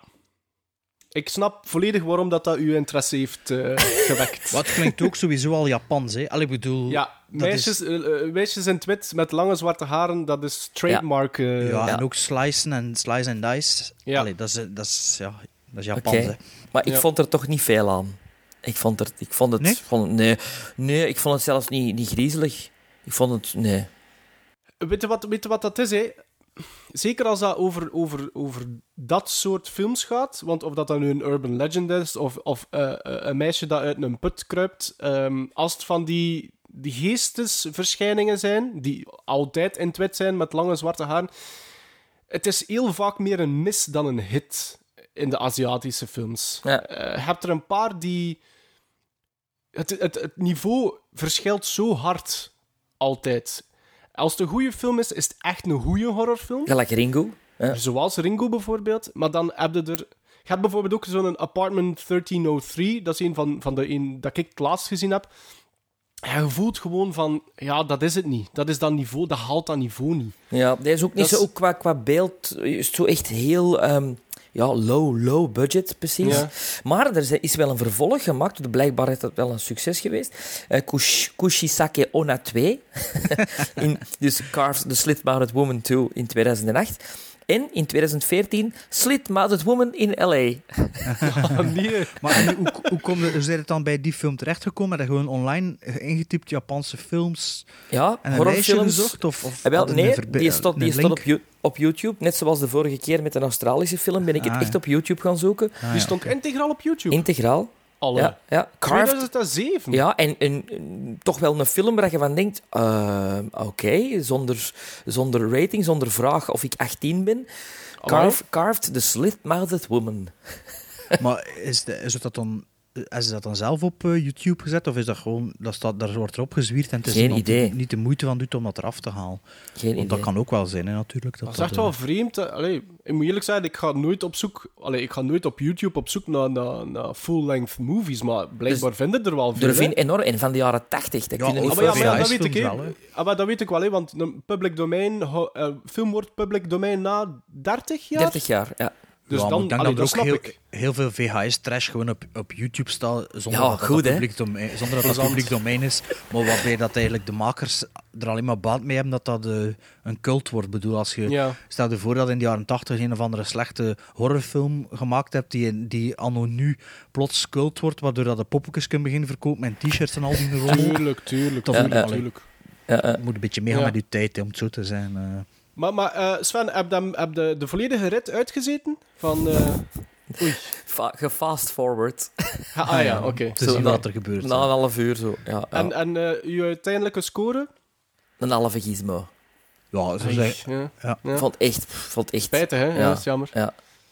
Speaker 4: Ik snap volledig waarom dat, dat uw interesse heeft uh, gewekt.
Speaker 5: Wat klinkt ook sowieso al Japans, hè? Allee, ik bedoel...
Speaker 4: Ja, meisjes, is... uh, meisjes in het wit met lange zwarte haren, dat is trademark. Ja, uh,
Speaker 5: ja,
Speaker 6: ja.
Speaker 5: en ook slicen en slice and dice.
Speaker 4: Ja.
Speaker 5: Allee, dat is, dat is, ja, dat is Japans,
Speaker 6: okay.
Speaker 5: hè.
Speaker 6: Maar ik
Speaker 4: ja.
Speaker 6: vond er toch niet veel aan. Ik vond, er, ik vond het...
Speaker 5: Nee?
Speaker 6: Vond, nee, nee, ik vond het zelfs niet, niet griezelig. Ik vond het... Nee.
Speaker 4: Weet je wat, weet je wat dat is, hè? Zeker als dat over, over, over dat soort films gaat, want of dat dan nu een urban legend is, of, of uh, een meisje dat uit een put kruipt, um, als het van die, die geestesverschijningen zijn, die altijd in het wit zijn, met lange zwarte haren, het is heel vaak meer een mis dan een hit in de Aziatische films.
Speaker 6: Ja.
Speaker 4: Uh, je hebt er een paar die... Het, het, het niveau verschilt zo hard, altijd. Als het een goede film is, is het echt een goede horrorfilm.
Speaker 6: Gelijk Ringo. Ja.
Speaker 4: Zoals Ringo bijvoorbeeld. Maar dan heb je er... Je hebt bijvoorbeeld ook zo'n Apartment dertien-oh-drie. Dat is een van, van de een dat ik het laatst gezien heb. En je voelt gewoon van... Ja, dat is het niet. Dat is dat niveau. Dat haalt dat niveau niet.
Speaker 6: Ja, dat is ook niet
Speaker 4: dat
Speaker 6: zo...
Speaker 4: Is...
Speaker 6: Ook qua, qua beeld is het zo echt heel... Um... Ja, low, low budget, precies.
Speaker 4: Ja.
Speaker 6: Maar er is wel een vervolg gemaakt. Blijkbaar is dat wel een succes geweest. Uh, Kush, Kushisake Onna twee. in, dus Carved the Slit-Mouthed Woman twee in tweeduizend acht. En in tweeduizend veertien Slit-Mouthed Woman in L A.
Speaker 4: Ja, nee.
Speaker 5: Maar en hoe, hoe, kom je, hoe zijn het dan bij die film terechtgekomen? Heb je gewoon online ingetypt Japanse films
Speaker 6: ja,
Speaker 5: en een lijstje
Speaker 6: horrorfilms
Speaker 5: gezocht? Of, of
Speaker 6: eh, wel, nee,
Speaker 5: verbe-
Speaker 6: die stond, die stond op, you, op YouTube. Net zoals de vorige keer met een Australische film ben ik het
Speaker 5: ah,
Speaker 6: echt
Speaker 5: ja.
Speaker 6: op YouTube gaan zoeken.
Speaker 5: Ah,
Speaker 4: Die
Speaker 5: ja,
Speaker 4: stond
Speaker 5: okay.
Speaker 4: integraal op YouTube.
Speaker 6: Integraal.
Speaker 4: Alle.
Speaker 6: Ja, ja. Carved.
Speaker 4: tweeduizend zeven.
Speaker 6: Ja, en, en, en toch wel een film waar je van denkt... Uh, Oké, okay, zonder, zonder rating, zonder vraag of ik achttien ben. Carve, carved the Slit-Mouthed Woman.
Speaker 5: Maar is, de, is dat dan... Is dat dan zelf op uh, YouTube gezet? Of is dat gewoon... Dat staat, daar wordt erop gezwierd en het is
Speaker 6: Geen
Speaker 5: iemand
Speaker 6: idee.
Speaker 5: die niet de moeite van doet om dat eraf te halen.
Speaker 6: Geen
Speaker 5: Want
Speaker 6: idee.
Speaker 5: dat kan ook wel zijn, hè, natuurlijk. Dat,
Speaker 4: Dat is echt
Speaker 5: dat,
Speaker 4: wel vreemd. Hè. Allee, ik moet eerlijk zijn, ik ga nooit op zoek... Allee, ik ga nooit op YouTube op zoek naar, naar, naar full-length movies, maar blijkbaar
Speaker 6: Dus
Speaker 4: vinden er wel veel.
Speaker 6: Er vind
Speaker 4: hè.
Speaker 6: enorm. En van de jaren tachtig, dat
Speaker 5: Ja,
Speaker 6: kunnen niet
Speaker 4: Ah, maar ja,
Speaker 6: veel
Speaker 4: maar ja,
Speaker 5: V H S
Speaker 4: dat weet ik,
Speaker 5: films
Speaker 4: hè.
Speaker 5: wel, hè.
Speaker 4: Ah, maar dat weet ik wel, hè, want een public domein, uh, film wordt public domein na dertig jaar.
Speaker 6: dertig jaar, ja.
Speaker 4: Dus
Speaker 5: ja,
Speaker 4: dan,
Speaker 5: ik denk
Speaker 4: allee,
Speaker 5: dat
Speaker 4: dat
Speaker 5: er ook
Speaker 4: snap
Speaker 5: heel,
Speaker 4: ik.
Speaker 5: heel veel V H S-trash gewoon op, op YouTube staat, zonder
Speaker 6: Ja,
Speaker 5: dat
Speaker 6: goed,
Speaker 5: dat,
Speaker 6: hè?
Speaker 5: publiek domein, zonder dat, dat publiek domein is. Maar waarbij dat eigenlijk de makers er alleen maar baat mee hebben dat dat uh, een cult wordt. Ik bedoel, als je...
Speaker 4: Ja.
Speaker 5: Stel je voor dat in de jaren tachtig een of andere slechte horrorfilm gemaakt hebt die, die anno nu plots cult wordt, waardoor dat de poppetjes kunnen beginnen verkopen met t-shirts en al die rollen.
Speaker 4: Tuurlijk, tuurlijk,
Speaker 5: Dat
Speaker 4: tuurlijk,
Speaker 6: moet-
Speaker 4: tuurlijk.
Speaker 6: Ja, uh,
Speaker 5: Je moet een beetje meegaan
Speaker 4: Ja.
Speaker 5: met je tijd, hè, om het zo te zijn. Uh.
Speaker 4: Maar, maar uh, Sven, heb je heb de, de volledige rit uitgezeten? Van... Uh... Oei.
Speaker 6: fa- gefast forward.
Speaker 4: Ha, ah ja, oké.
Speaker 5: Te
Speaker 6: Zo,
Speaker 5: zien
Speaker 6: na-
Speaker 5: wat er gebeurt.
Speaker 6: Na een half uur zo. Ja, ja.
Speaker 4: En, en uh, uw uiteindelijke score?
Speaker 6: Een halve gizmo.
Speaker 5: Ja, zo
Speaker 4: Ai,
Speaker 5: zeg,
Speaker 4: ja.
Speaker 5: ja.
Speaker 4: Ja.
Speaker 6: Vond echt, vond echt.
Speaker 4: Spijtig, hè? Ja,
Speaker 6: Ja.
Speaker 4: dat is jammer.
Speaker 6: Ja.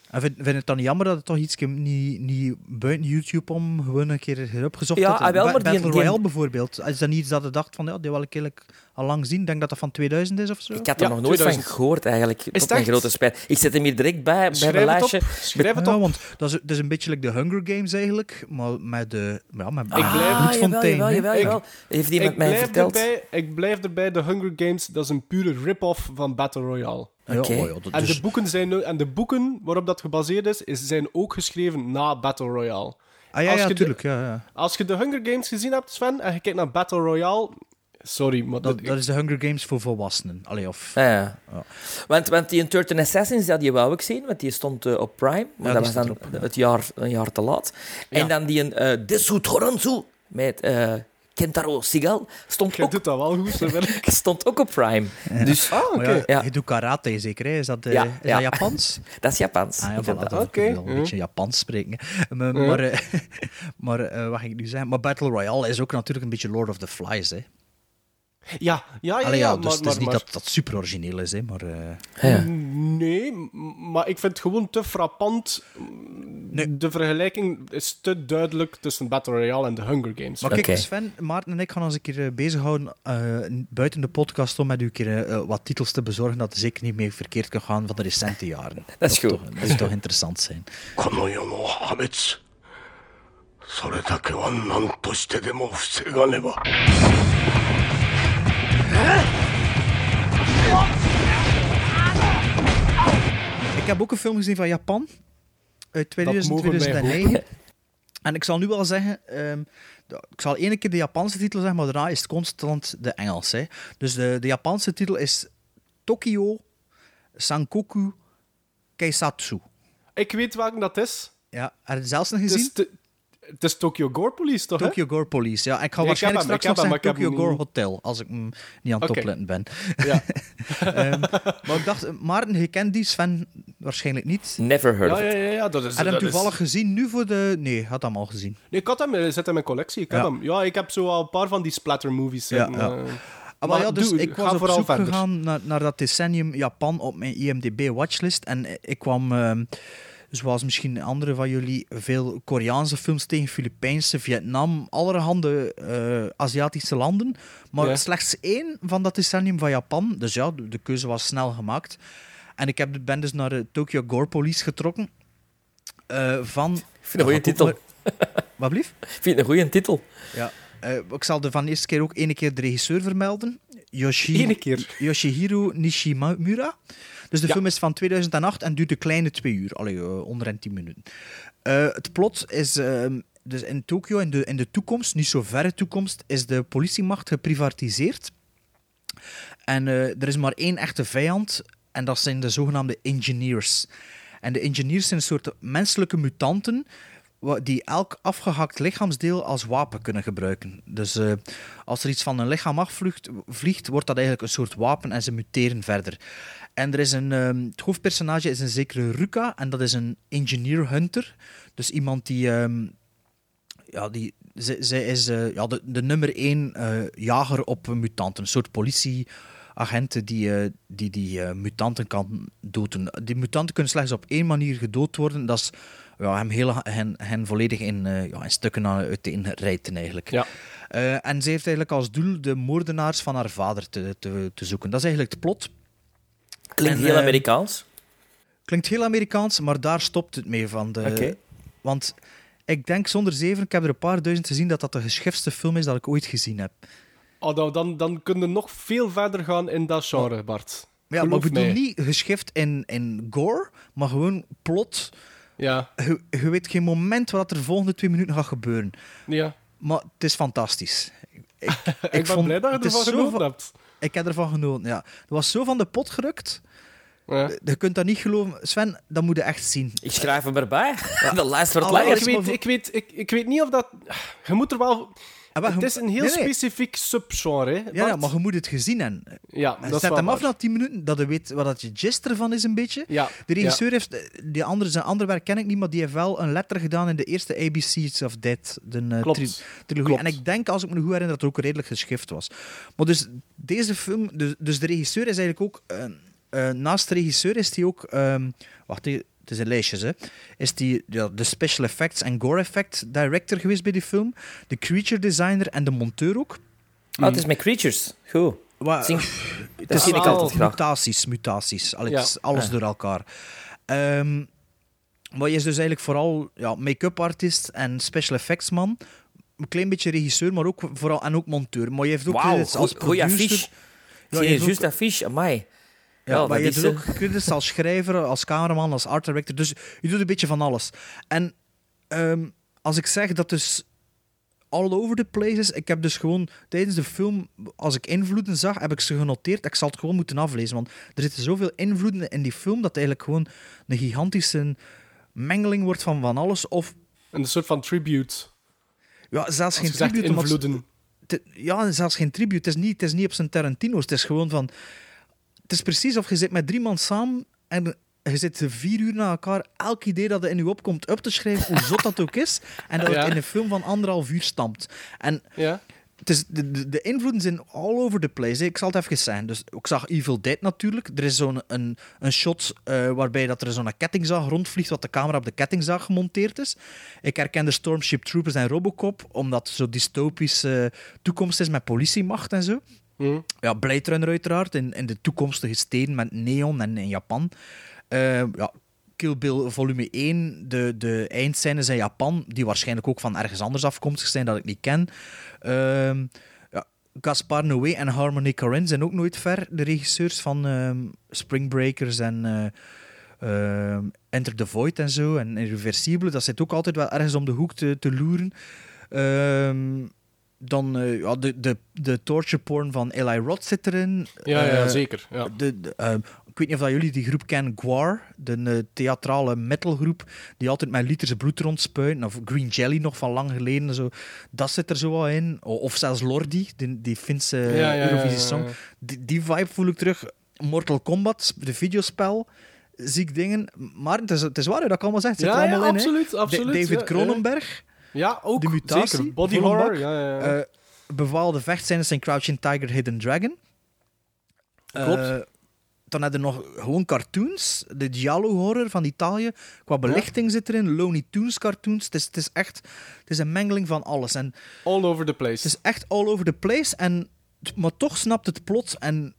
Speaker 5: En vind, vind je het dan jammer dat het toch iets niet, niet buiten YouTube om gewoon een keer is opgezocht?
Speaker 6: Ja,
Speaker 5: dat,
Speaker 6: ah, wel,
Speaker 5: Ba-
Speaker 6: maar die-
Speaker 5: Battle
Speaker 6: die-
Speaker 5: Royale bijvoorbeeld. Is dat niet iets dat je dacht van, ja, die wil ik eigenlijk al lang zien? Ik denk dat dat van tweeduizend is of zo.
Speaker 6: Ik had er
Speaker 4: Ja,
Speaker 6: nog nooit
Speaker 4: tweeduizend.
Speaker 6: van gehoord, eigenlijk.
Speaker 4: het
Speaker 6: Tot mijn
Speaker 4: echt?
Speaker 6: grote spijt. Ik zet hem hier direct bij, bij
Speaker 4: Schrijf
Speaker 6: mijn
Speaker 4: het
Speaker 6: lijstje.
Speaker 4: op. Schrijf het
Speaker 5: Ja,
Speaker 4: op.
Speaker 5: want dat is, dat is een beetje like de Hunger Games eigenlijk, maar met de... Ja, met
Speaker 4: Ik blijf-
Speaker 6: Ah, jawel,
Speaker 5: Bloedfontein,
Speaker 6: jawel,
Speaker 5: hè.
Speaker 6: jawel,
Speaker 4: Ik-
Speaker 6: jawel. Heeft iemand
Speaker 4: Ik
Speaker 6: mij
Speaker 4: blijf,
Speaker 6: verteld?
Speaker 4: erbij, ik blijf erbij, de Hunger Games, dat is een pure rip-off van Battle Royale.
Speaker 5: Ja,
Speaker 6: Oké.
Speaker 5: oh ja, dat
Speaker 4: En,
Speaker 5: dus-
Speaker 4: de boeken zijn, nu- en de boeken waarop dat gebaseerd is, is zijn ook geschreven na Battle Royale.
Speaker 5: Ah ja,
Speaker 4: als
Speaker 5: ja,
Speaker 4: je de-
Speaker 5: tuurlijk. Ja, ja.
Speaker 4: Als je de Hunger Games gezien hebt, Sven, en je kijkt naar Battle Royale... Sorry, maar...
Speaker 5: Dat,
Speaker 4: dat-
Speaker 5: dat is de Hunger Games voor volwassenen. Allee, of...
Speaker 6: Ja, ja.
Speaker 5: Ja.
Speaker 6: Want, want die dertien Assassins, ja, die wou ik zien, want die stond eh, op Prime. Maar
Speaker 5: Ja,
Speaker 6: dat
Speaker 5: die
Speaker 6: was dan
Speaker 5: stond erop, ja.
Speaker 6: het jaar, een jaar te laat.
Speaker 4: Ja.
Speaker 6: En dan die een uh, Desu Toranzu met eh, Kentaro Seagal stond
Speaker 4: Jij
Speaker 6: ook,
Speaker 4: doet dat wel goed, zo wil ik.
Speaker 6: stond ook op Prime. Dus
Speaker 4: Ah, oké.
Speaker 5: Maar ja,
Speaker 6: Ja.
Speaker 5: je doet karate zeker, hè? Is dat, eh,
Speaker 6: Ja,
Speaker 5: is
Speaker 6: ja.
Speaker 5: dat Japans?
Speaker 6: dat is Japans.
Speaker 5: Ah ja, voilà,
Speaker 6: inderdaad.
Speaker 5: dat
Speaker 4: Oké.
Speaker 5: okay. wel een
Speaker 4: Ja.
Speaker 5: beetje Japans spreken. hè. Maar, maar, eh, maar eh, wat ging ik nu zeggen? Maar Battle Royale is ook natuurlijk een beetje Lord of the Flies, hè?
Speaker 4: Ja, ja, ja.
Speaker 5: Allee, ja,
Speaker 4: ja,
Speaker 5: dus
Speaker 4: maar,
Speaker 5: het is
Speaker 4: maar-
Speaker 5: niet
Speaker 4: maar-
Speaker 5: dat dat super origineel is, hè? Maar eh,
Speaker 6: Ja.
Speaker 4: Nee, m- maar ik vind het gewoon te frappant.
Speaker 5: Nee.
Speaker 4: De vergelijking is te duidelijk tussen Battle Royale en de Hunger Games.
Speaker 5: Maar kijk,
Speaker 6: Oké.
Speaker 5: Sven, Maarten en ik gaan ons een keer eh, bezighouden uh, buiten de podcast om met u een keer eh, wat titels te bezorgen dat het zeker niet meer verkeerd kan gaan van de recente jaren.
Speaker 6: Dat is
Speaker 5: zou
Speaker 6: goed.
Speaker 5: Toch, dat zou toch interessant zijn.
Speaker 9: この世の破滅それだけは何としてでも防がねば
Speaker 5: Ik heb ook een film gezien van Japan uit tweeduizend,
Speaker 4: mogen wij
Speaker 5: tweeduizend negen. En ik zal nu wel zeggen, ehm, de- ik zal één keer de Japanse titel zeggen, maar daarna is het constant de Engels. Hè. Dus de, de Japanse titel is Tokyo Sankoku Keisatsu.
Speaker 4: Ik weet welke dat is.
Speaker 5: Ja, heb je het zelfs nog
Speaker 4: Het
Speaker 5: gezien?
Speaker 4: is, te- het is Tokyo Gore Police, toch? hè?
Speaker 5: Tokyo Gore Police, ja. Ik ga
Speaker 4: Ja,
Speaker 5: waarschijnlijk
Speaker 4: ik heb hem,
Speaker 5: straks
Speaker 4: ik
Speaker 5: nog
Speaker 4: heb hem,
Speaker 5: zeggen
Speaker 4: maar ik heb
Speaker 5: Tokyo
Speaker 4: hem
Speaker 5: Gore
Speaker 4: niet.
Speaker 5: Hotel, als ik mm, niet aan het
Speaker 4: Oké.
Speaker 5: opletten ben.
Speaker 4: Ja.
Speaker 5: Ehm, maar ik dacht, Maarten, je kent die, Sven waarschijnlijk niet.
Speaker 6: Never heard
Speaker 4: Ja,
Speaker 6: of
Speaker 4: ja,
Speaker 6: it.
Speaker 4: ja, ja, dat is...
Speaker 5: Heb je hem
Speaker 4: dat is-
Speaker 5: toevallig gezien nu voor de... Nee, had hem al gezien.
Speaker 4: Nee, ik had hem, hij zit in mijn collectie. Ik heb
Speaker 5: Ja.
Speaker 4: hem. Ja, ik heb zo al een paar van die splatter movies.
Speaker 5: Ja,
Speaker 4: zitten,
Speaker 5: ja.
Speaker 4: eh.
Speaker 5: Ah, maar
Speaker 4: Maar
Speaker 5: ja, dus
Speaker 4: doe,
Speaker 5: ik
Speaker 4: ga
Speaker 5: was op
Speaker 4: vooral
Speaker 5: zoek
Speaker 4: verder.
Speaker 5: gegaan naar, naar dat decennium Japan op mijn I M D B watchlist. En ik kwam, ehm, zoals misschien anderen van jullie, veel Koreaanse films tegen, Filipijnse, Vietnam, allerhande eh, Aziatische landen. Maar
Speaker 4: Ja.
Speaker 5: slechts één van dat decennium van Japan. Dus ja, de, de keuze was snel gemaakt. En ik heb, ben dus naar de Tokyo Gore Police getrokken. eh, van...
Speaker 6: Ik vind het een goede titel.
Speaker 5: Wat blieft?
Speaker 6: Ik vind het een goede titel.
Speaker 5: Ja. Eh, ik zal er van de eerste keer ook ene keer de regisseur vermelden. Yoshi...
Speaker 4: Ene keer.
Speaker 5: Yoshihiro Nishimura. Dus de
Speaker 4: Ja.
Speaker 5: film is van tweeduizend acht en duurt een kleine twee uur. Allee, uh, onder en tien minuten. Uh, het plot is... Uh, dus in Tokio, in de, in de toekomst, niet zo verre toekomst, is de politiemacht geprivatiseerd. En uh, er is maar één echte vijand. En dat zijn de zogenaamde engineers. En de engineers zijn een soort menselijke mutanten die elk afgehakt lichaamsdeel als wapen kunnen gebruiken. Dus uh, als er iets van een lichaam afvliegt, vliegt, wordt dat eigenlijk een soort wapen en ze muteren verder. En er is een, um, het hoofdpersonage is een zekere Ruka en dat is een engineer hunter. Dus iemand die... Um, ja, die zij, zij is uh, ja, de, de nummer één uh, jager op mutanten. Een soort politieagent die uh, die, die uh, mutanten kan doden. Die mutanten kunnen slechts op één manier gedood worden. Dat is ja, hem, heel, hen, hen volledig in, uh, ja, in stukken uiteenrijten eigenlijk.
Speaker 4: Ja.
Speaker 5: Uh, en ze heeft eigenlijk als doel de moordenaars van haar vader te, te, te zoeken. Dat is eigenlijk het plot.
Speaker 6: Klinkt
Speaker 5: En,
Speaker 6: heel
Speaker 5: uh,
Speaker 6: Amerikaans.
Speaker 5: Klinkt heel Amerikaans, maar daar stopt het mee. Van de,
Speaker 6: Oké.
Speaker 5: Want ik denk zonder zeven, ik heb er een paar duizend gezien, dat dat de geschifste film is dat ik ooit gezien heb.
Speaker 4: Oh, dan, dan, dan kun je nog veel verder gaan in dat genre, Bart.
Speaker 5: Ja, maar ik
Speaker 4: Geloof
Speaker 5: bedoel
Speaker 4: mij.
Speaker 5: niet geschift in, in gore, maar gewoon plot.
Speaker 4: Ja,
Speaker 5: Je, je weet geen moment wat er de volgende twee minuten gaat gebeuren.
Speaker 4: ja.
Speaker 5: Maar het is fantastisch. Ik, ik,
Speaker 4: Ik, ben
Speaker 5: vond-
Speaker 4: blij dat je
Speaker 5: het is
Speaker 4: ervan
Speaker 5: zo
Speaker 4: genoten
Speaker 5: van-
Speaker 4: hebt.
Speaker 5: Ik heb ervan genoten, ja. Het was zo van de pot gerukt.
Speaker 4: Ja.
Speaker 5: Je kunt dat niet geloven. Sven, dat moet je echt zien.
Speaker 6: Ik schrijf hem erbij. De lijst wordt
Speaker 5: Allee,
Speaker 6: langer.
Speaker 4: Ik weet, ik, weet, ik, ik weet niet of dat... Je moet er wel...
Speaker 5: Ah, maar
Speaker 4: Het
Speaker 5: je-
Speaker 4: is een heel
Speaker 5: nee, nee.
Speaker 4: specifiek subgenre, hè,
Speaker 5: Ja, ja,
Speaker 4: Bart?
Speaker 5: maar je moet het gezien hebben.
Speaker 4: Ja, dat is
Speaker 5: Zet
Speaker 4: wel
Speaker 5: hem af
Speaker 4: waar.
Speaker 5: na tien minuten, dat je weet wat dat je gist ervan is een beetje.
Speaker 4: Ja,
Speaker 5: De regisseur heeft, die andere, zijn andere werk ken ik niet, maar die heeft wel een letter gedaan in de eerste A B C's of Death, de uh,
Speaker 4: Klopt.
Speaker 5: tri- trilogie.
Speaker 4: Klopt.
Speaker 5: En ik denk, als ik me goed herinner, dat het ook redelijk geschift was. Maar dus deze film, dus, dus de regisseur is eigenlijk ook, uh, uh, naast de regisseur is hij ook, um, wacht, het het is een lijstje, hè, is die ja, de special effects en gore effect director geweest bij die film, de creature designer en de monteur ook.
Speaker 6: Ah, het is met Creatures. Goed.
Speaker 5: Wa-
Speaker 6: Zing-
Speaker 5: Het
Speaker 6: Dat
Speaker 5: is
Speaker 6: zie ik altijd graag.
Speaker 5: mutaties, mutaties. Allee,
Speaker 4: Ja.
Speaker 5: het is alles
Speaker 6: Ja.
Speaker 5: door elkaar. Ehm, maar je is dus eigenlijk vooral ja, make-up artist en special effects man. Een klein beetje regisseur, maar ook vooral en ook monteur. Maar je heeft ook
Speaker 6: Wauw,
Speaker 5: credits als
Speaker 6: goeie
Speaker 5: producer.
Speaker 6: affiche.
Speaker 5: Ja,
Speaker 6: Zie
Speaker 5: je
Speaker 6: je
Speaker 5: hebt
Speaker 6: juist
Speaker 5: ook-
Speaker 6: affiche? Amai.
Speaker 5: Ja,
Speaker 6: Ja,
Speaker 5: maar
Speaker 6: dat
Speaker 5: je
Speaker 6: is,
Speaker 5: doet
Speaker 6: eh,
Speaker 5: ook credits als schrijver, als cameraman, als art director. Dus je doet een beetje van alles. En ehm, als ik zeg dat dus all over the place is, ik heb dus gewoon tijdens de film, als ik invloeden zag, heb ik ze genoteerd. Ik zal het gewoon moeten aflezen, want er zitten zoveel invloeden in die film dat het eigenlijk gewoon een gigantische mengeling wordt van van alles. Of
Speaker 4: Een soort van tribute.
Speaker 5: ja, zelfs
Speaker 4: Als
Speaker 5: geen
Speaker 4: je zegt
Speaker 5: tribute. maar-
Speaker 4: invloeden.
Speaker 5: te- ja, zelfs geen tribute. Het is niet, het is niet op zijn Tarantino's. Het is gewoon van... Het is precies of je zit met drie man samen en je zit vier uur na elkaar elk idee dat er in je opkomt op te schrijven, hoe zot dat ook is, en dat
Speaker 4: Ja.
Speaker 5: het in een film van anderhalf uur stampt. En
Speaker 4: Ja.
Speaker 5: het is, de, de, de invloeden zijn all over the place. hè. Ik zal het even zeggen. Dus, ik zag Evil Dead natuurlijk. Er is zo'n een, een shot eh, waarbij dat er zo'n kettingzaag rondvliegt, wat de camera op de kettingzaag gemonteerd is. Ik herkende Stormship Troopers en Robocop, omdat het zo dystopische toekomst is met politiemacht en zo.
Speaker 4: Hm.
Speaker 5: Ja, Blade Runner uiteraard, in, in de toekomstige steden met neon en in Japan. Eh, ja, Kill Bill volume één, de, de eindscènes in Japan, die waarschijnlijk ook van ergens anders afkomstig zijn dat ik niet ken. Ehm, ja, Gaspar Noé en Harmony Korine zijn ook nooit ver, de regisseurs van ehm, Spring Breakers en eh, ehm, Enter the Void en zo, en Irreversible. Dat zit ook altijd wel ergens om de hoek te, te loeren. Ehm, dan eh, ja, de, de, de torture porn van Eli Roth zit erin.
Speaker 4: Ja, ja,
Speaker 5: Eh,
Speaker 4: zeker. Ja.
Speaker 5: de, de, eh, ik weet niet of dat jullie die groep kennen, Gwar, de uh, theatrale metalgroep, die altijd met liters bloed rondspuiten, of Green Jelly nog van lang geleden. Zo. Dat zit er zo wel in. O- Of zelfs Lordi, die, die Finse
Speaker 4: Ja, ja, ja,
Speaker 5: Eurovisie-song.
Speaker 4: ja, ja.
Speaker 5: Die, die vibe voel ik terug. Mortal Kombat, de videospel, zie ik dingen. Maar het is, het is waar dat ik allemaal zeg. Het zit
Speaker 4: Ja,
Speaker 5: er
Speaker 4: ja,
Speaker 5: allemaal in. hè.
Speaker 4: absoluut,
Speaker 5: Da-
Speaker 4: absoluut.
Speaker 5: David
Speaker 4: ja,
Speaker 5: Cronenberg,
Speaker 4: Ja, ook.
Speaker 5: de mutatie,
Speaker 4: Zeker. Body
Speaker 5: volle
Speaker 4: horror.
Speaker 5: bak.
Speaker 4: Ja, ja, ja.
Speaker 5: eh bepaalde vechtscènes in Crouching Tiger, Hidden Dragon.
Speaker 4: Klopt.
Speaker 5: Eh, dan hebben we nog gewoon cartoons. De Giallo horror van Italië. Qua belichting zit erin. Looney Tunes cartoons. Het is, het is echt het is een mengeling van alles. En
Speaker 4: All over the place.
Speaker 5: het is echt all over the place. En, maar toch snapt het plot. En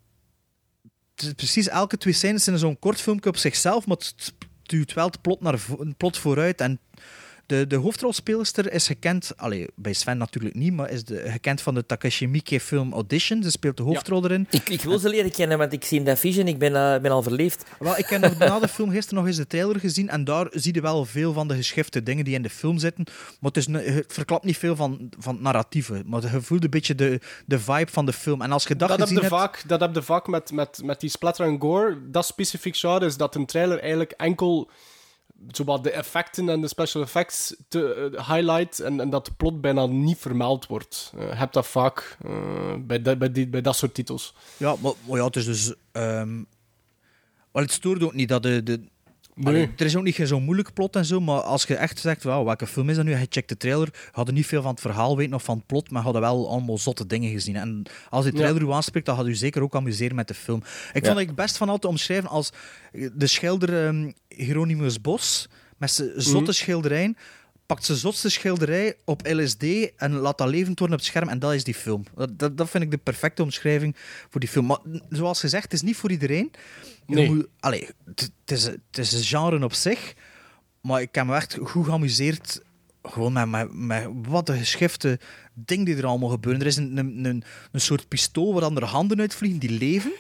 Speaker 5: het is precies elke twee scènes zijn zo'n kort filmpje op zichzelf. Maar het duwt wel het plot, naar, vo- het plot vooruit. En de, de hoofdrolspeelster is gekend, allee, bij Sven natuurlijk niet, maar is de, gekend van de Takashi Miike film Audition. Ze speelt de hoofdrol erin.
Speaker 6: Ik, ik wil ze leren kennen, want ik zie dat vision, ik ben, uh, ben al verleefd.
Speaker 5: Wel, ik heb nog na de film gisteren nog eens de trailer gezien en daar zie je wel veel van de geschifte dingen die in de film zitten. Maar het, is, ne- het verklapt niet veel van, van het narratieve. Maar je voelt een beetje de, de vibe van de film. En als je dat,
Speaker 4: Dat heb
Speaker 5: gezien
Speaker 4: je
Speaker 5: hebt...
Speaker 4: vaak, dat heb je vaak met, met, met die splatter en gore. Dat specifiek genre is dat een trailer eigenlijk enkel zowat de effecten en de special effects te uh, highlight en, en dat de plot bijna niet vermeld wordt. Uh, je hebt dat vaak uh, bij, de, bij, die, bij dat soort titels.
Speaker 5: Ja, maar, maar ja, het is dus... ehm wel, het stoort ook niet dat de... de
Speaker 4: Nee.
Speaker 5: Allee, er is ook niet geen zo'n moeilijk plot en zo, maar als je echt zegt, wauw, welke film is dat nu? Je checkt de trailer, je had er niet veel van het verhaal weten of van het plot, maar je had wel allemaal zotte dingen gezien. En als die trailer
Speaker 4: Ja.
Speaker 5: u aanspreekt, dan gaat u zeker ook amuseren met de film. Ik
Speaker 6: Ja.
Speaker 5: vond het best van al te omschrijven als de schilder ehm, Hieronymus Bos, met zijn zotte
Speaker 4: Mhm.
Speaker 5: schilderijen, pakt zijn zotste schilderij op L S D en laat dat levend worden op het scherm, en dat is die film. Dat, dat, dat vind ik de perfecte omschrijving voor die film. Maar zoals gezegd, het is niet voor iedereen. Je
Speaker 4: Nee.
Speaker 5: moet- allee, het, het, is, het is een genre op zich, maar ik heb me echt goed geamuseerd. Gewoon met, met, met wat een geschifte ding die er allemaal gebeuren. Er is een, een, een, een soort pistool waar dan er handen uitvliegen die leven.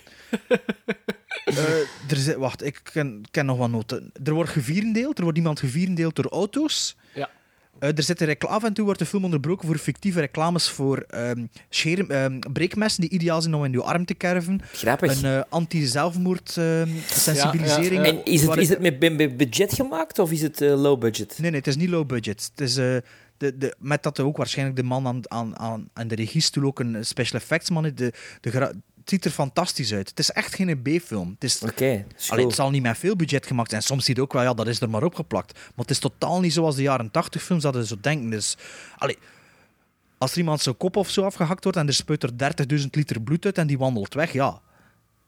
Speaker 5: Eh, er zit, wacht, ik ken, ken nog wat noten. Er wordt gevierendeeld, er wordt iemand gevierendeeld door auto's.
Speaker 4: Ja.
Speaker 5: Eh, er zit een reclame, af en toe wordt de film onderbroken voor fictieve reclames voor ehm scheren, ehm, breekmessen die ideaal zijn om in je arm te kerven.
Speaker 6: Grappig.
Speaker 5: Een eh, anti-zelfmoord ehm, sensibilisering.
Speaker 4: Ja, ja.
Speaker 6: En is het,
Speaker 5: waar
Speaker 6: is
Speaker 5: ik-
Speaker 6: het met, met- met budget gemaakt of is het uh, low budget?
Speaker 5: Nee, nee, het is niet low budget. Het is, eh, de, de, met dat er ook waarschijnlijk de man aan, aan, aan, aan de regiestoel ook een special effects man is. De, de, gra- het ziet er fantastisch uit. Het is echt geen B-film. Het is...
Speaker 6: Oké, okay,
Speaker 5: Allee, het zal niet met veel budget gemaakt zijn. Soms zie je ook wel, ja, dat is er maar opgeplakt. Maar het is totaal niet zoals de jaren tachtig films dat je zo denken. Dus, allee, als er iemand zijn kop of zo afgehakt wordt en er spuit er dertigduizend liter bloed uit en die wandelt weg, ja,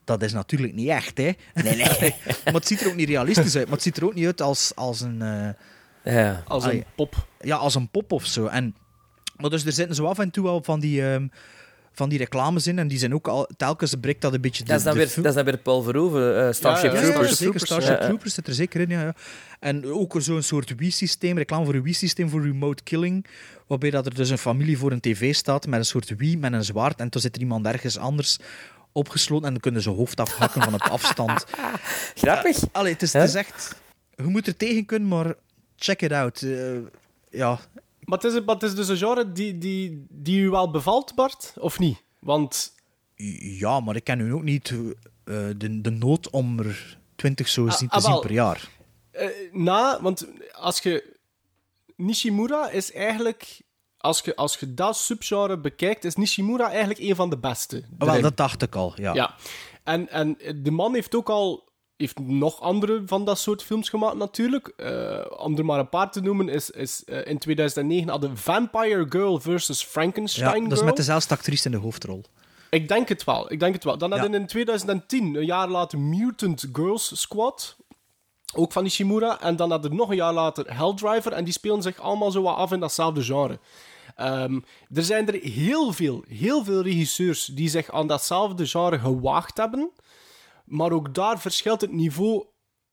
Speaker 5: dat is natuurlijk niet echt, hè.
Speaker 6: Nee, nee.
Speaker 5: Maar het ziet er ook niet realistisch uit. Maar het ziet er ook niet uit als, als een... Uh,
Speaker 6: ja.
Speaker 4: Als
Speaker 5: allee,
Speaker 4: een pop.
Speaker 5: Ja, als een pop of zo. En, maar dus er zitten zo af en toe al van die... Um, van die reclames in, en die zijn ook al... Telkens breekt dat een beetje... De,
Speaker 6: dat, is dan
Speaker 5: de
Speaker 6: weer,
Speaker 5: film.
Speaker 6: dat is dan weer Paul Verhoeven, uh, Starship
Speaker 5: ja, ja,
Speaker 6: Troopers.
Speaker 5: Ja, zeker, Starship
Speaker 6: ja, ja.
Speaker 5: Troopers zit er zeker in, ja, ja. En ook zo'n soort Wii-systeem, reclame voor een Wii-systeem voor remote killing, waarbij dat er dus een familie voor een tv staat met een soort Wii, met een zwaard, en toen zit er iemand ergens anders opgesloten en dan kunnen ze hoofd afhakken van op afstand.
Speaker 6: Grappig.
Speaker 5: Uh, allee, het is, het is echt... Je moet er tegen kunnen, maar check it out. Uh, ja...
Speaker 4: Maar het, is, maar het is dus een genre die, die, die u wel bevalt, Bart, of niet? Want...
Speaker 5: Ja, maar ik ken nu ook niet uh, de, de nood om er twintig zo
Speaker 4: Ah,
Speaker 5: zien te
Speaker 4: ah,
Speaker 5: zien
Speaker 4: wel.
Speaker 5: per jaar.
Speaker 4: Uh, na, want als je... Nishimura is eigenlijk... Als je, als je dat subgenre bekijkt, is Nishimura eigenlijk een van de beste.
Speaker 5: Oh, wel, dat dacht ik al, ja.
Speaker 4: ja. En, en de man heeft ook al... heeft nog andere van dat soort films gemaakt, natuurlijk. Uh, om er maar een paar te noemen, is, is uh, in tweeduizend negen hadden Vampire Girl versus Frankenstein
Speaker 5: Ja,
Speaker 4: Girl.
Speaker 5: dat is met dezelfde actrice in de hoofdrol.
Speaker 4: Ik denk het wel, ik denk het wel. Dan
Speaker 5: Ja.
Speaker 4: hadden in tweeduizend tien, een jaar later, Mutant Girls Squad. Ook van Nishimura. En dan hadden we nog een jaar later Helldriver. En die spelen zich allemaal zo wat af in datzelfde genre. Um, er zijn er heel veel, heel veel regisseurs die zich aan datzelfde genre gewaagd hebben. Maar ook daar verschilt het niveau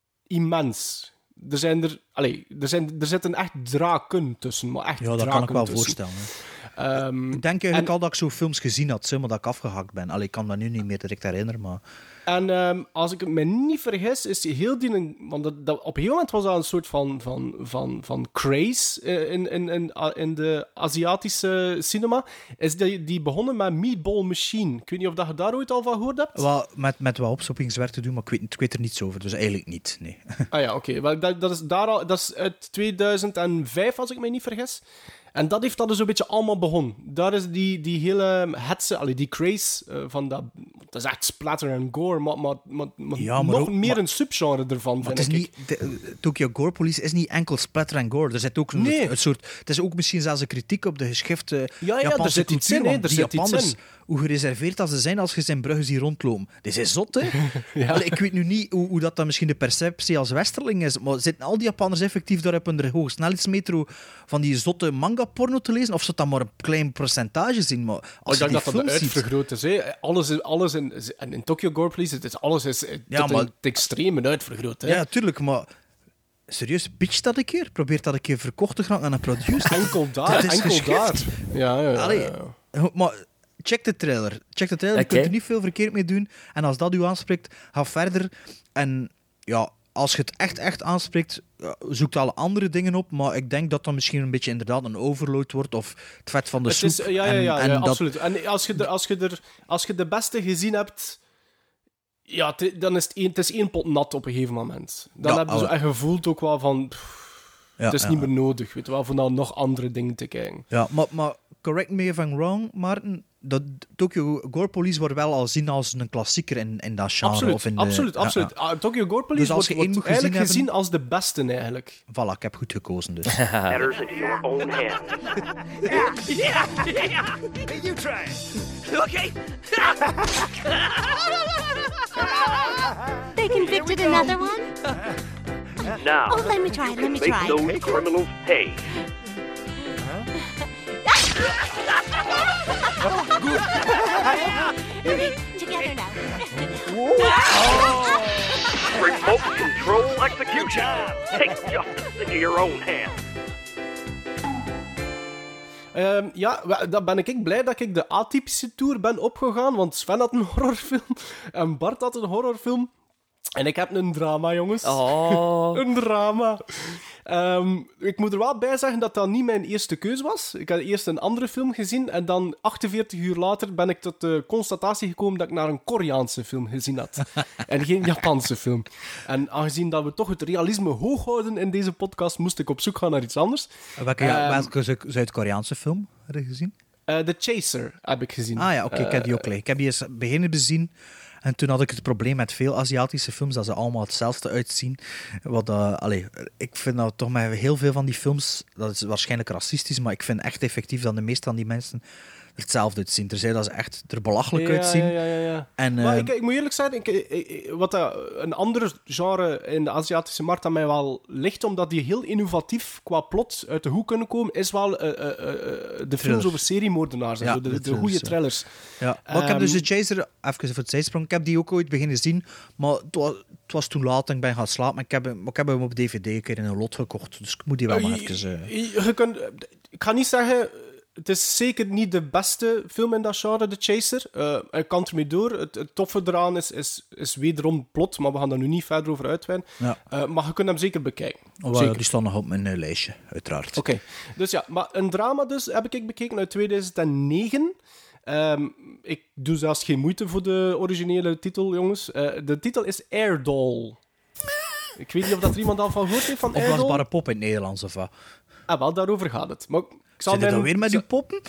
Speaker 4: immens. Er zijn er... Allez, er, zijn, er zitten echt draken tussen. Maar echt
Speaker 5: Ja, dat
Speaker 4: draken
Speaker 5: kan ik wel
Speaker 4: tussen.
Speaker 5: voorstellen. Hè.
Speaker 4: Um,
Speaker 5: Ik denk eigenlijk
Speaker 4: en,
Speaker 5: al dat ik zo films gezien had, zeg, maar dat ik afgehakt ben. Allee, ik kan me nu niet meer direct herinneren, maar...
Speaker 4: En um, als ik me niet vergis, is die heel die... Want dat, dat, op een gegeven moment was dat een soort van, van, van, van craze uh, in, in, in, in de Aziatische cinema. Is die, die begonnen met Meatball Machine. Ik weet niet of dat je daar ooit al van gehoord hebt.
Speaker 5: Wel, met, met wat opstoppingswerk te doen, maar ik weet, ik weet er niets over. Dus eigenlijk niet, nee.
Speaker 4: Ah ja, oké. Okay. Dat, dat, is daar al, dat is uit tweeduizend vijf, als ik me niet vergis. En dat heeft dat dus een beetje allemaal begonnen. Daar is die, die hele hetze, allee, die craze uh, van dat... Dat is echt splatter en gore, maar, maar, maar, maar,
Speaker 5: Ja, maar
Speaker 4: nog
Speaker 5: ook-
Speaker 4: meer
Speaker 5: maar-
Speaker 4: een subgenre ervan,
Speaker 5: Maar
Speaker 4: vind
Speaker 5: het is
Speaker 4: ik.
Speaker 5: niet... de- Tokyo Gore Police is niet enkel splatter en gore. Er zit ook een,
Speaker 4: Nee.
Speaker 5: een soort... Het is ook misschien zelfs een kritiek op de geschifte
Speaker 4: Ja, ja,
Speaker 5: Japanse
Speaker 4: er zit iets
Speaker 5: cultuur,
Speaker 4: in, hè,
Speaker 5: want
Speaker 4: er
Speaker 5: die
Speaker 4: zit iets
Speaker 5: Japanners,
Speaker 4: in.
Speaker 5: hoe gereserveerd als ze zijn als je ze in Brugge ziet rondlopen. Dit is zot, hè?
Speaker 4: Ja.
Speaker 5: Allee, ik weet nu niet hoe, hoe dat dan misschien de perceptie als westerling is, maar zitten al die Japanners effectief daar op een hogesnelheidsmetro van die zotte manga-porno te lezen? Of ze dat maar een klein percentage zien? Maar
Speaker 4: Oh,
Speaker 5: als
Speaker 4: ik
Speaker 5: je
Speaker 4: dacht
Speaker 5: die
Speaker 4: dat dat
Speaker 5: film
Speaker 4: de
Speaker 5: ziet...
Speaker 4: uitvergroot is. Hè. Alles, is, alles in, en in Tokyo Gore Police, het is, alles is eh,
Speaker 5: Ja,
Speaker 4: tot
Speaker 5: maar-
Speaker 4: in het extreme uitvergroot. Hè.
Speaker 5: Ja, tuurlijk, maar... Serieus, pitch dat een keer? Probeer dat een keer verkocht te gaan aan een producer.
Speaker 4: Enkel daar,
Speaker 5: Dat is
Speaker 4: enkel
Speaker 5: geschift.
Speaker 4: daar. Ja, ja, ja,
Speaker 5: Allee,
Speaker 4: ja.
Speaker 5: maar check de trailer. Check de trailer,
Speaker 6: Oké.
Speaker 5: je kunt er niet veel verkeerd mee doen. En als dat u aanspreekt, ga verder. En ja, als je het echt, echt aanspreekt, ja, zoek alle andere dingen op. Maar ik denk dat dat misschien een beetje inderdaad een overload wordt. Of het vet van de
Speaker 4: Het
Speaker 5: soep.
Speaker 4: is, ja, ja,
Speaker 5: en,
Speaker 4: ja,
Speaker 5: en
Speaker 4: ja
Speaker 5: dat,
Speaker 4: absoluut. En als je, de, als, je er, als je de beste gezien hebt, ja, het- dan is het, één, het is één pot nat op een gegeven moment. Dan
Speaker 5: Ja,
Speaker 4: heb je zo
Speaker 5: oh.
Speaker 4: echt gevoeld ook wel van, pff,
Speaker 5: ja,
Speaker 4: het is
Speaker 5: ja,
Speaker 4: niet meer nodig, weet je wel, voor nou nog andere dingen te kijken.
Speaker 5: Ja, maar, maar correct me if I'm wrong, Maarten. Dat Tokyo Gore Police wordt wel al zien als een klassieker in, in dat genre.
Speaker 4: Absoluut,
Speaker 5: of in de,
Speaker 4: absoluut,
Speaker 5: ja,
Speaker 4: absoluut.
Speaker 5: ja.
Speaker 4: Ah, Tokyo Gore Police
Speaker 5: Dus als
Speaker 4: wordt,
Speaker 5: je één
Speaker 4: wordt
Speaker 5: moet gezien
Speaker 4: eigenlijk gezien
Speaker 5: hebben-
Speaker 4: als de beste, eigenlijk.
Speaker 5: Voilà, ik heb goed gekozen dus.
Speaker 2: Matters in your own hand.
Speaker 1: They convicted another one?
Speaker 2: Now,
Speaker 1: Oh, let me try, let me
Speaker 2: make
Speaker 1: try.
Speaker 2: those criminals pay.
Speaker 1: Together now.
Speaker 2: Remote control execution. Take justice into your own hands.
Speaker 4: Ehm, ja, wa- dan ben ik blij dat ik de atypische tour ben opgegaan, want Sven had een horrorfilm en Bart had een horrorfilm. En ik heb een drama, jongens.
Speaker 6: Oh.
Speaker 4: Een drama. Ehm, ik moet er wel bij zeggen dat dat niet mijn eerste keus was. Ik had eerst een andere film gezien en dan achtenveertig uur later ben ik tot de constatatie gekomen dat ik naar een Koreaanse film gezien had. En geen Japanse film. En aangezien dat we toch het realisme hoog houden in deze podcast, moest ik op zoek gaan naar iets anders.
Speaker 5: Welke, ja,
Speaker 4: Ehm,
Speaker 5: welke Zu- Zuid-Koreaanse film heb je gezien?
Speaker 4: Eh, The Chaser heb ik gezien.
Speaker 5: Ah ja, oké, ik heb die ook
Speaker 4: Eh,
Speaker 5: gelijk. Ik heb die eens beginnen bezien En toen had ik het probleem met veel Aziatische films dat ze allemaal hetzelfde uitzien. Wat, uh, allee, ik vind dat toch met heel veel van die films, dat is waarschijnlijk racistisch, maar ik vind echt effectief dat de meeste van die mensen er hetzelfde uitzien. Terzij dat ze echt er belachelijk
Speaker 4: ja,
Speaker 5: uitzien.
Speaker 4: Ja, ja, ja, ja.
Speaker 5: En,
Speaker 4: maar
Speaker 5: uh,
Speaker 4: ik, ik moet eerlijk zijn, ik, ik, ik, wat uh, een ander genre in de Aziatische markt aan mij wel ligt, omdat die heel innovatief qua plot uit de hoek kunnen komen, is wel uh, uh, uh, de films over seriemoordenaars en
Speaker 5: ja,
Speaker 4: zo, de, de, de
Speaker 5: goede
Speaker 4: goede thrillers.
Speaker 5: Ja. Maar um, ik heb dus de Chaser, even voor het zijsprong, ik heb die ook ooit beginnen zien, maar het was, het was toen laat en ik ben gaan slapen, maar ik heb, maar ik heb hem op D V D een keer in een lot gekocht, dus ik moet die wel uh, maar even... Uh...
Speaker 4: Je, je kunt, ik ga niet zeggen... Het is zeker niet de beste film in dat genre, The Chaser. Uh, ik kan ermee door. Het, het toffe eraan is, is, is wederom plot, maar we gaan daar nu niet verder over uitweiden.
Speaker 5: Ja.
Speaker 4: Uh, maar je kunt hem zeker bekijken.
Speaker 5: Oh,
Speaker 4: zeker.
Speaker 5: Die staan nog op mijn uh, lijstje, uiteraard.
Speaker 4: Oké. Okay. Dus ja, maar een drama dus heb ik bekeken uit tweeduizend negen. Um, ik doe zelfs geen moeite voor de originele titel, jongens. Uh, de titel is Airdoll. Ik weet niet of dat er iemand al van gehoord heeft van Airdoll.
Speaker 5: Opblaasbare pop in het Nederlands, of wat?
Speaker 4: Ah, wel, daarover gaat het. Maar ik zal
Speaker 5: Zit je dan weer met die poppen?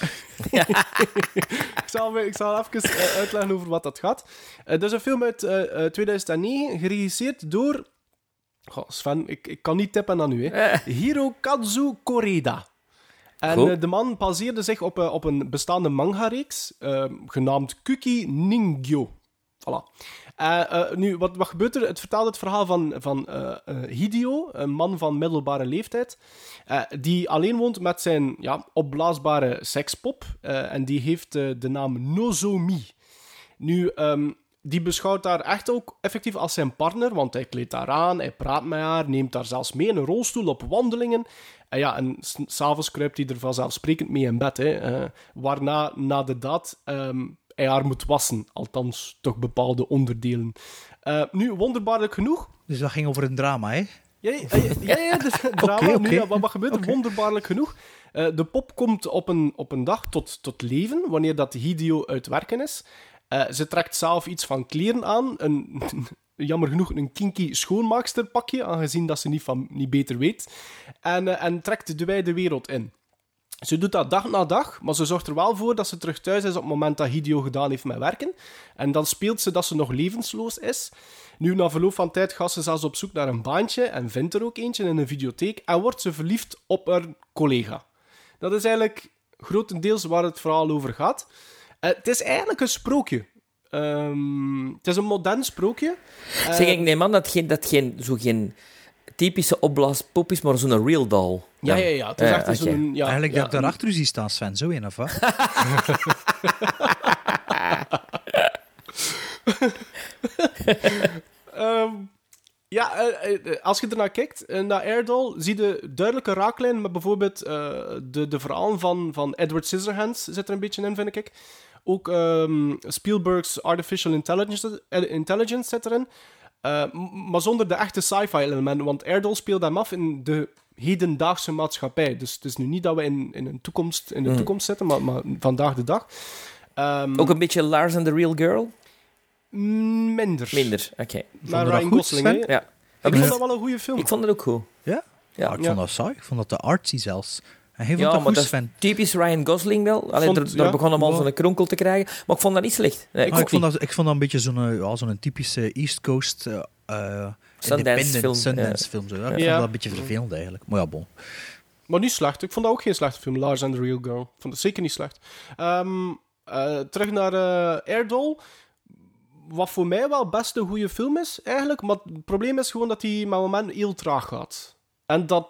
Speaker 4: ik, zal, ik zal even uh, uitleggen over wat dat gaat. Uh, dat is een film uit uh, uh, tweeduizend negen, geregisseerd door... Oh, Sven, ik, ik kan niet tippen aan u. Hè. Hirokazu Koreda. En uh, de man baseerde zich op, uh, op een bestaande manga-reeks, uh, genaamd Kuki Ningyo. Voilà. Uh, uh, nu, wat, wat gebeurt er? Het vertelt het verhaal van, van uh, uh, Hideo, een man van middelbare leeftijd, uh, die alleen woont met zijn ja, opblaasbare sekspop. Uh, en die heeft uh, de naam Nozomi. Nu, um, die beschouwt haar echt ook effectief als zijn partner, want hij kleedt haar aan, hij praat met haar, neemt haar zelfs mee in een rolstoel op wandelingen. En ja, en s- s'avonds kruipt hij er vanzelfsprekend mee in bed. Hè. Uh, waarna, na de daad... Um, hij haar moet wassen. Althans, toch bepaalde onderdelen. Uh, nu, wonderbaarlijk genoeg...
Speaker 5: Dus dat ging over een drama, hè?
Speaker 4: Ja, ja, ja, ja, ja dus drama.
Speaker 5: Okay, okay.
Speaker 4: Nu, ja, wat, wat gebeurt er?
Speaker 5: Okay.
Speaker 4: Wonderbaarlijk genoeg. Uh, de pop komt op een, op een dag tot, tot leven, wanneer dat Hideo uit werken is. Uh, ze trekt zelf iets van kleren aan. Een, jammer genoeg een kinky schoonmaaksterpakje, aangezien dat ze niet, van, niet beter weet. En, uh, en trekt de wijde wereld in. Ze doet dat dag na dag, maar ze zorgt er wel voor dat ze terug thuis is op het moment dat Hideo gedaan heeft met werken. En dan speelt ze dat ze nog levensloos is. Nu, na verloop van tijd gaat ze zelfs op zoek naar een baantje en vindt er ook eentje in een videotheek en wordt ze verliefd op haar collega. Dat is eigenlijk grotendeels waar het verhaal over gaat. Uh, het is eigenlijk een sprookje. Um, het is een modern sprookje. Uh,
Speaker 6: zeg, ik neem aan dat geen, dat geen, zo geen typische opblaaspop is, maar zo'n real doll.
Speaker 4: Ja, ja, ja. Het is
Speaker 6: ja,
Speaker 4: echt okay. zo'n... Ja,
Speaker 5: Eigenlijk
Speaker 4: ja,
Speaker 5: dat ik daarachter zie staan, Sven. Zo een of wat?
Speaker 4: um, ja, uh, uh, als je ernaar kijkt, uh, naar Airdoll, zie je duidelijke raaklijnen met bijvoorbeeld uh, de, de verhalen van, van Edward Scissorhands zit er een beetje in, vind ik. Ook um, Spielberg's Artificial Intelligence, uh, Intelligence zit erin. Uh, m- maar zonder de echte sci-fi elementen, want Airdoll speelt hem af in de hedendaagse maatschappij. Dus het is nu niet dat we in, in, een toekomst, in de mm. toekomst zitten, maar, maar vandaag de dag. Um,
Speaker 6: Ook een beetje Lars and the Real Girl?
Speaker 4: Minder.
Speaker 6: Minder, oké. Okay.
Speaker 4: Maar Ryan Gosling, hè?
Speaker 6: Ja.
Speaker 4: Ik vond dat wel een goede film.
Speaker 6: Ik vond het ook goed.
Speaker 5: Ja? Ja, ik vond
Speaker 4: ja.
Speaker 5: dat saai. Ik vond dat de artsy zelfs. En hij vond
Speaker 6: ja,
Speaker 5: dat
Speaker 6: maar
Speaker 5: goed,
Speaker 6: dat
Speaker 5: Sven.
Speaker 6: Typisch Ryan Gosling wel. Allee,
Speaker 4: vond,
Speaker 6: er, daar
Speaker 4: ja,
Speaker 6: begon hem al
Speaker 5: ja.
Speaker 6: zo'n kronkel te krijgen. Maar ik vond dat niet slecht. Nee, ik,
Speaker 5: ah, ik, vond
Speaker 6: niet.
Speaker 5: dat, ik vond dat een beetje zo'n, ja, zo'n typische East Coast... Uh, uh,
Speaker 6: Sundance film.
Speaker 5: Sundance
Speaker 6: ja.
Speaker 5: film zo. Ja, ik
Speaker 4: ja.
Speaker 5: vond dat een beetje vervelend eigenlijk. Maar ja, bon.
Speaker 4: Maar niet slecht. Ik vond dat ook geen slechte film, Lars and the Real Girl. Ik vond het zeker niet slecht. Um, uh, terug naar uh, Airdoll. Wat voor mij wel best een goede film is, eigenlijk. Maar het probleem is gewoon dat hij met moment heel traag gaat. En dat...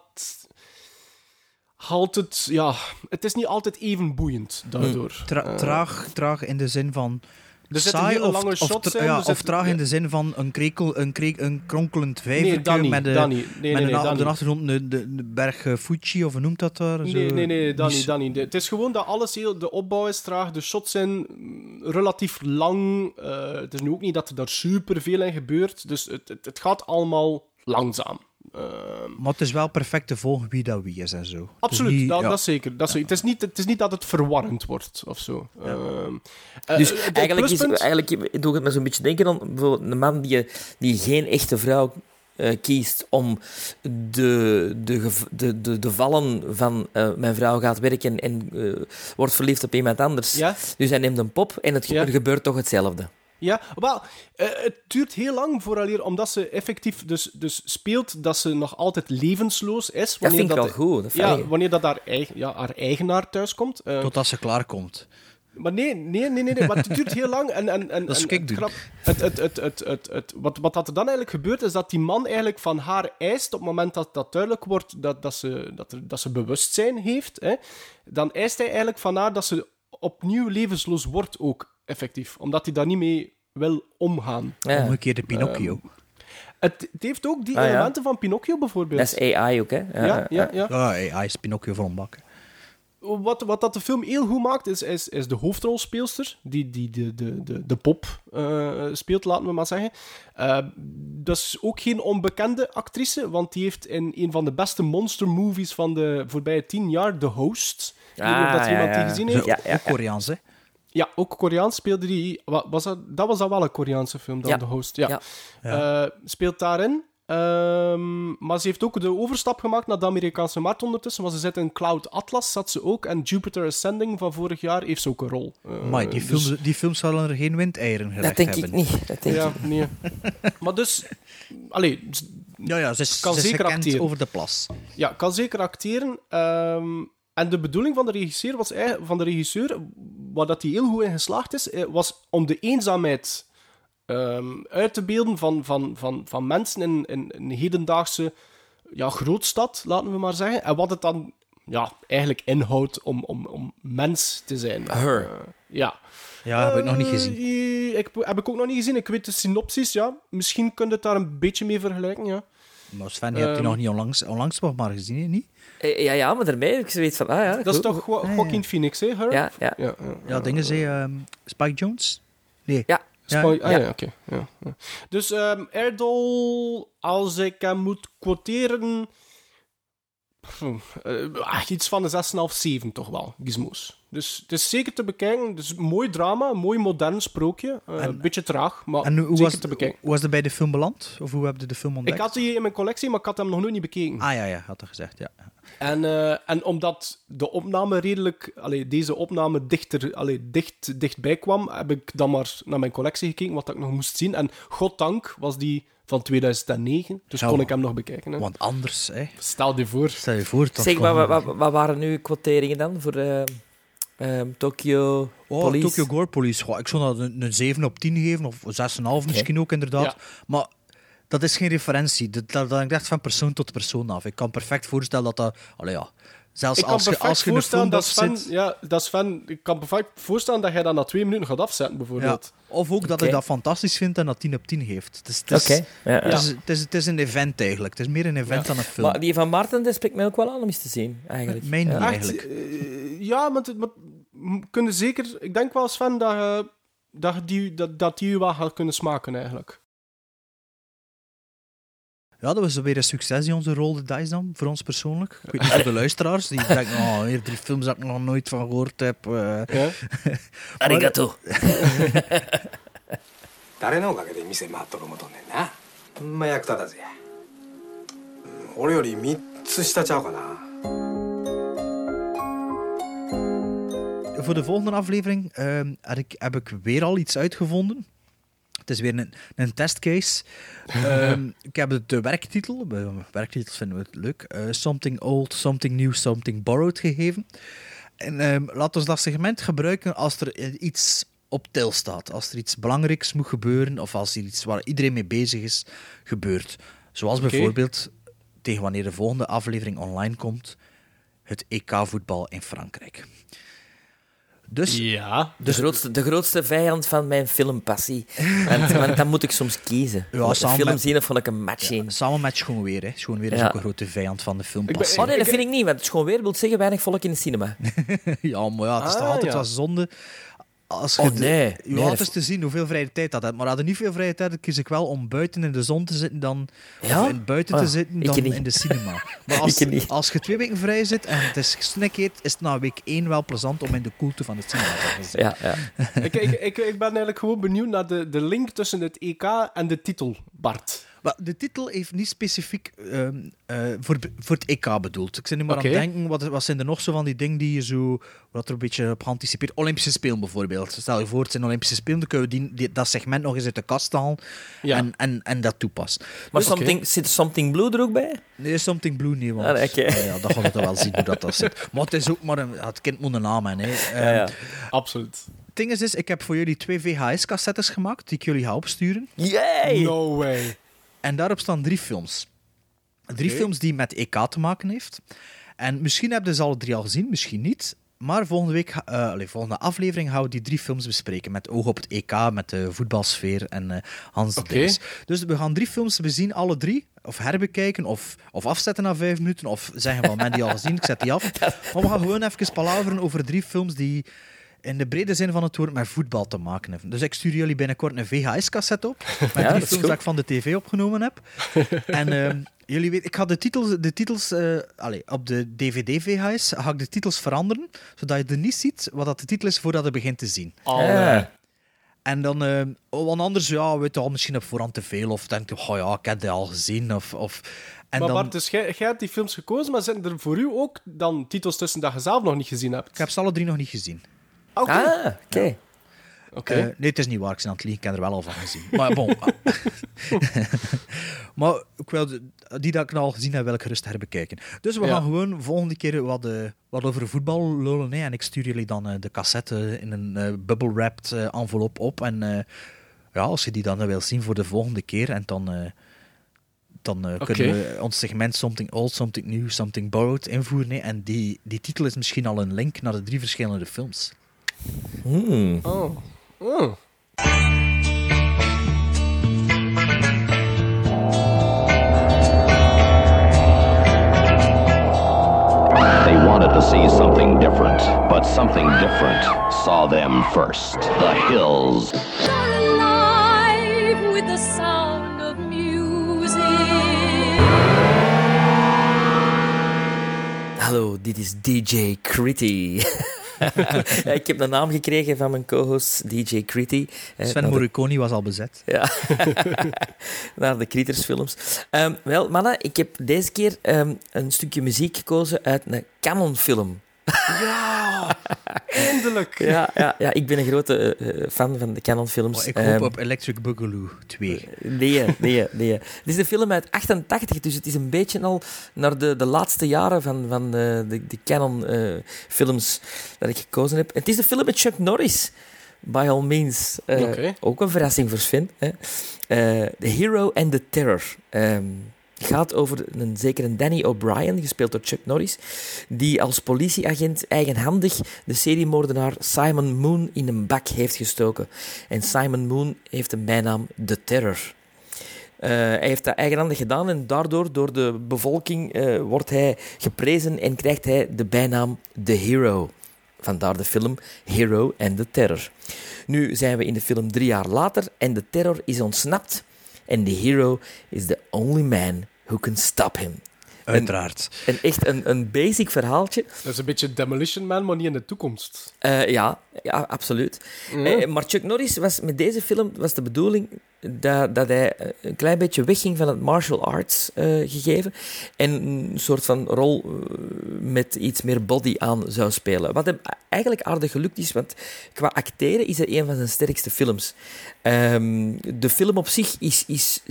Speaker 4: haalt het... Ja, het is niet altijd even boeiend, daardoor.
Speaker 5: Tra- traag, uh, traag in de zin van...
Speaker 4: Er zitten
Speaker 5: saai
Speaker 4: hele
Speaker 5: of,
Speaker 4: lange
Speaker 5: of,
Speaker 4: shots
Speaker 5: tra-
Speaker 4: in.
Speaker 5: ja,
Speaker 4: er zit,
Speaker 5: of traag in de zin van een, krekel, een, krekel, een kronkelend vijvertje
Speaker 4: nee,
Speaker 5: met, de,
Speaker 4: dat niet. Nee,
Speaker 5: met
Speaker 4: nee,
Speaker 5: een,
Speaker 4: nee,
Speaker 5: op de
Speaker 4: niet.
Speaker 5: achtergrond de, de, de berg uh, Fuji, of hoe noemt dat daar? Zo,
Speaker 4: Nee, nee, nee, dat
Speaker 5: niet,
Speaker 4: niet, dat niet. Het is gewoon dat alles heel... De opbouw is traag, de shots zijn relatief lang. Uh, het is nu ook niet dat er daar superveel in gebeurt. Dus het, het, het gaat allemaal langzaam. Uh,
Speaker 5: maar het is wel perfect te volgen wie dat wie is en zo.
Speaker 4: Absoluut,
Speaker 5: niet,
Speaker 4: dat,
Speaker 5: ja.
Speaker 4: dat is zeker. Dat is, ja. het, is niet, het is niet dat het verwarrend wordt, of zo. Ja. Uh,
Speaker 6: dus
Speaker 4: uh,
Speaker 6: eigenlijk, is, eigenlijk doe ik het me zo'n beetje denken aan bijvoorbeeld een man die, die geen echte vrouw uh, kiest om de, de, de, de, de vallen van uh, mijn vrouw gaat werken en uh, wordt verliefd op iemand anders.
Speaker 4: Ja?
Speaker 6: Dus hij neemt een pop en het,
Speaker 4: ja.
Speaker 6: er gebeurt toch hetzelfde.
Speaker 4: Ja, wel, uh, het duurt heel lang vooraleer, omdat ze effectief dus, dus speelt dat ze nog altijd levensloos is.
Speaker 6: Dat vind ik wel
Speaker 4: dat,
Speaker 6: goed. Dat
Speaker 4: ja,
Speaker 6: je.
Speaker 4: wanneer dat haar, eigen, ja, haar eigenaar thuiskomt. Uh,
Speaker 5: Totdat ze klaarkomt.
Speaker 4: Maar nee, nee, nee, nee, nee, maar het duurt heel lang. En, en, en,
Speaker 5: dat is
Speaker 4: en,
Speaker 5: kijk doen.
Speaker 4: Grap, het, het, het, het, het, het, wat, wat er dan eigenlijk gebeurt, is dat die man eigenlijk van haar eist, op het moment dat dat duidelijk wordt dat, dat, ze, dat, er, dat ze bewustzijn heeft, hè, dan eist hij eigenlijk van haar dat ze opnieuw levensloos wordt ook, effectief. Omdat hij daar niet mee wil omgaan.
Speaker 5: Ja. Omgekeerde Pinocchio.
Speaker 4: Um, het, het heeft ook die
Speaker 6: ah,
Speaker 4: elementen
Speaker 6: ja.
Speaker 4: van Pinocchio, bijvoorbeeld.
Speaker 6: Dat is A I ook, hè?
Speaker 4: Ja, ja, ja. ja.
Speaker 5: ja A I is Pinocchio van een bak.
Speaker 4: Wat, wat dat de film heel goed maakt, is, is, is de hoofdrolspeelster, die, die de, de, de, de pop uh, speelt, laten we maar zeggen. Uh, dat is ook geen onbekende actrice, want die heeft in een van de beste monster-movies van de voorbije tien jaar, The Host. Ik weet niet of dat
Speaker 6: ja,
Speaker 4: iemand
Speaker 6: ja.
Speaker 4: die gezien heeft.
Speaker 6: Ja, ja,
Speaker 5: ook Koreaans, hè?
Speaker 4: Ja, ook Koreaans speelde die... Was dat, dat was dan wel een Koreaanse film, dan
Speaker 6: ja.
Speaker 4: The Host. Ja.
Speaker 6: Ja.
Speaker 4: Ja. Uh, speelt daarin. Um, maar ze heeft ook de overstap gemaakt naar de Amerikaanse markt ondertussen. Want ze zit in Cloud Atlas, zat ze ook. En Jupiter Ascending van vorig jaar heeft ze ook een rol. Uh,
Speaker 5: maar die, dus... films, die films zullen er geen windeieren gelegd
Speaker 6: hebben.
Speaker 5: Dat denk
Speaker 6: hebben. ik niet. Dat denk
Speaker 4: ja,
Speaker 6: ik
Speaker 4: nee. Maar dus... Allee,
Speaker 5: ja, ja, ze is,
Speaker 4: kan
Speaker 5: ze is
Speaker 4: zeker acteren.
Speaker 5: over de plas.
Speaker 4: Ja, kan zeker acteren. Um, en de bedoeling van de regisseur, was, van de regisseur, waar dat hij heel goed in geslaagd is, was om de eenzaamheid... Um, uit te beelden van, van, van, van mensen in, in een hedendaagse ja, grootstad, laten we maar zeggen. En wat het dan ja, eigenlijk inhoudt om, om, om mens te zijn.
Speaker 6: Her.
Speaker 4: Uh, ja.
Speaker 5: Ja, heb ik nog niet gezien.
Speaker 4: Uh, ik, heb ik ook nog niet gezien. Ik weet de synopsis, ja. Misschien kun je het daar een beetje mee vergelijken, ja.
Speaker 5: Maar Sven, je um, hebt die nog niet onlangs, onlangs nog maar gezien, hè? Niet?
Speaker 6: Ja, ja, maar daarmee heb ik zoiets van... Ah, ja,
Speaker 4: dat goed. Is toch jo- Joaquin ah, ja. Phoenix, hè? Her?
Speaker 6: Ja, ja.
Speaker 5: Ja, ja, ja dingen zei um, Spike Jonze? Nee.
Speaker 6: Ja.
Speaker 4: Ja, ah, ja, ja oké. Okay. Ja, ja. Dus um, Erdol, als ik hem moet quoteren... Uh, iets van de zes komma vijf, zeven toch wel, Gizmos. Dus het is zeker te bekijken. Dus mooi drama, mooi modern sprookje. Uh, een beetje traag, maar
Speaker 5: en hoe
Speaker 4: zeker
Speaker 5: was,
Speaker 4: te bekijken.
Speaker 5: Hoe was het bij de film beland? Of hoe heb je de film ontdekt?
Speaker 4: Ik had die in mijn collectie, maar ik had hem nog nooit niet bekeken.
Speaker 5: Ah ja, ja, had dat gezegd, ja.
Speaker 4: En, uh, en omdat de opname redelijk... Allee, deze opname dichter, allee, dicht, dichtbij kwam, heb ik dan maar naar mijn collectie gekeken, wat ik nog moest zien. En goddank was die van tweeduizend negen, dus ja, kon ik hem nog bekijken. Hè.
Speaker 5: Want anders, hè.
Speaker 4: Stel je voor.
Speaker 5: Stel je voor.
Speaker 6: Zeg, wat, wat, wat waren nu quoteringen dan voor uh, um, Tokyo
Speaker 5: oh,
Speaker 6: Police?
Speaker 5: Tokyo Gore Police. Goh, ik zou dat een, een zeven op tien geven, of zes komma vijf okay. misschien ook, inderdaad. Ja. Maar dat is geen referentie. Dat, dat, dat hangt echt van persoon tot persoon af. Ik kan perfect voorstellen dat dat... Allee, ja. Zelfs
Speaker 4: ik kan
Speaker 5: als je, als je
Speaker 4: voorstellen dat Sven, zit... ja, dat Sven... Ik kan perfect voorstellen dat jij dat na twee minuten gaat afzetten, bijvoorbeeld.
Speaker 5: Ja. Of ook dat okay. hij dat fantastisch vindt en dat tien op tien geeft. Het is, het is,
Speaker 6: okay. ja, ja.
Speaker 5: het is, het is, het is een event eigenlijk. Het is meer een event ja. dan een film.
Speaker 6: Maar die van Maarten, dat spreekt mij ook wel aan om eens te zien, eigenlijk.
Speaker 5: Mij niet,
Speaker 6: ja.
Speaker 5: eigenlijk.
Speaker 4: Echt, uh, ja, maar, maar kunnen zeker... Ik denk wel, Sven, dat, uh, dat, die, dat, dat die u wel gaat kunnen smaken, eigenlijk.
Speaker 5: Ja, dat was weer een succes, die onze Roll the Dice dan, voor ons persoonlijk. Ik weet niet voor de luisteraars, die denken, oh, hier drie films dat ik nog nooit van gehoord heb. Uh.
Speaker 6: Ja? Arigato.
Speaker 10: 誰のおかげで店回っとるもとんねんな。ほんま役立たずや。俺よりみっつ下ちゃうかな。
Speaker 5: Voor de volgende aflevering uh, heb, ik, heb ik weer al iets uitgevonden. Het is weer een, een testcase. um, ik heb de werktitel, werktitels vinden we het leuk, uh, Something Old, Something New, Something Borrowed gegeven. En um, laten we dat segment gebruiken als er iets op til staat. Als er iets belangrijks moet gebeuren, of als er iets waar iedereen mee bezig is, gebeurt. Zoals okay. bijvoorbeeld, tegen wanneer de volgende aflevering online komt, het E K-voetbal in Frankrijk. Dus,
Speaker 4: ja.
Speaker 6: Dus de, grootste, de grootste vijand van mijn filmpassie. Want, want dan moet ik soms kiezen. Ja, een film met, zien of vond ik een match ja, in.
Speaker 5: Samen met Schoonweer. Hè. Schoonweer is ja. ook een grote vijand van de filmpassie.
Speaker 6: Ben, oh nee, dat vind ik niet. Want Schoonweer wil zeggen weinig volk in de cinema.
Speaker 5: Ja, maar ja, het is ah, toch altijd ja. wel zonde. Als je
Speaker 6: oh nee.
Speaker 5: Je nee, had eens te zien hoeveel vrije tijd dat hebt. Maar als je niet veel vrije tijd hebt, kies ik wel om buiten in de zon te zitten dan...
Speaker 6: Ja?
Speaker 5: Of in buiten
Speaker 6: oh,
Speaker 5: te zitten dan in de cinema. Maar als, als je twee weken vrij zit en het is snikheet, is het na week één wel plezant om in de koelte van de cinema te zitten.
Speaker 6: Ja, ja.
Speaker 4: ik, ik, ik, ik ben eigenlijk gewoon benieuwd naar de, de link tussen het E K en de titel, Bart.
Speaker 5: Maar de titel heeft niet specifiek um, uh, voor, voor het E K bedoeld. Ik zit nu maar
Speaker 4: Oké.
Speaker 5: aan het denken, wat, wat zijn er nog zo van die dingen die je zo, wat er een beetje op anticipeert? Olympische Spelen bijvoorbeeld. Stel je voor, het zijn Olympische Spelen, dan kunnen we die, die, dat segment nog eens uit de kast halen
Speaker 4: Ja.
Speaker 5: en, en, en dat toepassen.
Speaker 6: Maar
Speaker 4: Dus-
Speaker 6: something,
Speaker 4: oké.
Speaker 6: zit Something Blue er ook bij?
Speaker 5: Nee, Something Blue niet, want
Speaker 6: Ah, oké.
Speaker 5: ja, ja, dat gaan we toch wel zien hoe dat, dat zit. Maar het is ook maar een, ja, het kind moet een naam hebben. Hè.
Speaker 6: Ja, ja.
Speaker 5: Um,
Speaker 4: Absoluut.
Speaker 5: Het ding is, is, ik heb voor jullie twee V H S-cassettes gemaakt, die ik jullie ga opsturen.
Speaker 6: Yay!
Speaker 4: No way.
Speaker 5: En daarop staan drie films. Drie
Speaker 4: Oké.
Speaker 5: films die met E K te maken heeft. En misschien hebben ze alle drie al gezien, misschien niet. Maar volgende week, uh, allez, volgende aflevering gaan we die drie films bespreken. Met oog op het E K, met de voetbalsfeer en uh, Hans de
Speaker 4: Oké.
Speaker 5: Dijs. Dus we gaan drie films bezien, alle drie. Of herbekijken, of, of afzetten na vijf minuten. Of zeggen van, men die al gezien, ik zet die af. Maar we gaan gewoon even palaveren over drie films die in de brede zin van het woord met voetbal te maken hebben. Dus ik stuur jullie binnenkort een V H S-cassette op. Met
Speaker 6: Ja,
Speaker 5: drie
Speaker 6: dat is
Speaker 5: films
Speaker 6: goed.
Speaker 5: dat ik van de tv opgenomen heb. En uh, jullie weten, ik ga de titels, de titels uh, allez, op de D V D-V H S ga ik de titels veranderen, zodat je er niet ziet wat dat de titel is voordat je begint te zien.
Speaker 6: Ja.
Speaker 5: En dan, uh, want anders, ja, weet je al misschien op voorhand te veel, of denk je, oh ja, ik heb die al gezien, of... of en
Speaker 4: maar
Speaker 5: dan,
Speaker 4: Bart, dus jij, jij hebt die films gekozen, maar zijn er voor u ook dan titels tussen dat je zelf nog niet gezien hebt?
Speaker 5: ik heb ze alle drie nog niet gezien.
Speaker 4: Oké.
Speaker 6: Ah, oké.
Speaker 4: Oké.
Speaker 5: Uh, nee, het is niet waar, ik ben aan het liegen, ik heb er wel al van gezien. Maar bon. Maar ik wil de- die dat ik nou al gezien heb, wil ik gerust herbekijken. Dus we
Speaker 4: Ja.
Speaker 5: gaan gewoon volgende keer wat, uh, wat over voetbal lullen. Hè. En ik stuur jullie dan uh, de cassette in een uh, bubble-wrapped uh, envelop op. En uh, ja, als je die dan uh, wil zien voor de volgende keer, en dan, uh, dan uh,
Speaker 4: Oké.
Speaker 5: kunnen we ons segment Something Old, Something New, Something Borrowed invoeren. Hè. En die, die titel is misschien al een link naar de drie verschillende films.
Speaker 6: Hmm.
Speaker 4: Oh. Oh.
Speaker 11: They wanted to see something different, but something different saw them first. The Hills.
Speaker 12: Alive with the sound of music.
Speaker 6: Hallo, dit is D J Critty. Ja, ik heb een naam gekregen van mijn co-host D J Critty. Eh,
Speaker 5: Sven
Speaker 6: naar de-
Speaker 5: Morricone was al bezet.
Speaker 6: Ja, naar de Critters-films. Um, wel, mannen, ik heb deze keer um, een stukje muziek gekozen uit een Canon-film.
Speaker 4: Ja, eindelijk.
Speaker 6: Ja, ja, ja, ik ben een grote uh, fan van de Canon-films.
Speaker 5: Oh, ik hoop
Speaker 6: Um,
Speaker 5: op Electric Boogaloo twee.
Speaker 6: Nee, nee, nee. Het is een film uit achtentachtig, dus het is een beetje al naar de, de laatste jaren van, van uh, de, de Canon-films dat ik gekozen heb. Het is een film met Chuck Norris, by all means. Uh,
Speaker 4: Oké.
Speaker 6: Ook een verrassing voor Sven. Hè. Uh, The Hero and the Terror. Um, Het gaat over een zekere Danny O'Brien, gespeeld door Chuck Norris, die als politieagent eigenhandig de seriemoordenaar Simon Moon in een bak heeft gestoken. En Simon Moon heeft een bijnaam The Terror. Uh, hij heeft dat eigenhandig gedaan en daardoor, door de bevolking, uh, wordt hij geprezen en krijgt hij de bijnaam The Hero. Vandaar de film Hero and the Terror. Nu zijn we in de film drie jaar later en de terror is ontsnapt. En the hero is the only man who can stop him.
Speaker 5: Uiteraard.
Speaker 6: Een, een echt een, een basic verhaaltje.
Speaker 4: Dat is een beetje Demolition Man, maar niet in de toekomst.
Speaker 6: Uh, ja, ja, absoluut.
Speaker 4: Mm.
Speaker 6: Uh, maar Chuck Norris was met deze film was de bedoeling dat, dat hij een klein beetje wegging van het martial arts uh, gegeven en een soort van rol uh, met iets meer body aan zou spelen. Wat hem eigenlijk aardig gelukt is, want qua acteren is het een van zijn sterkste films. Um, de film op zich is... is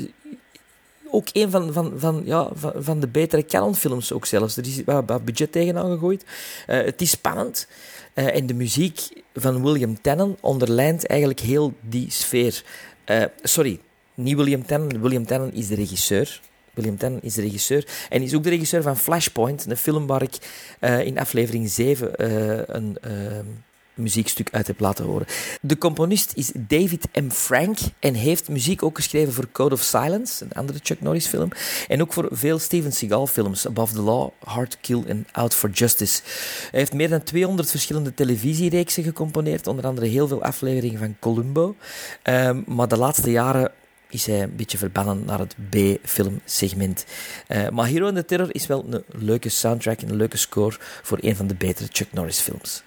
Speaker 6: ook een van, van, van, ja, van, van de betere Canon-films ook zelfs. Er is wat, wat budget tegenaan gegooid. Uh, het is spannend. Uh, en de muziek van William Tannen onderlijnt eigenlijk heel die sfeer. Uh, sorry, niet William Tannen. William Tannen is de regisseur. William Tannen is de regisseur. En is ook de regisseur van Flashpoint, een film waar ik uh, in aflevering zeven uh, een... Uh, muziekstuk uit heb laten horen. De componist is David M. Frank en heeft muziek ook geschreven voor Code of Silence, een andere Chuck Norris film, en ook voor veel Steven Seagal films, Above the Law, Hard to Kill en Out for Justice. Hij heeft meer dan tweehonderd verschillende televisiereeksen gecomponeerd, onder andere heel veel afleveringen van Columbo. Um, maar de laatste jaren is hij een beetje verbannen naar het B-filmsegment. Uh, maar Hero and the Terror is wel een leuke soundtrack en een leuke score voor een van de betere Chuck Norris films.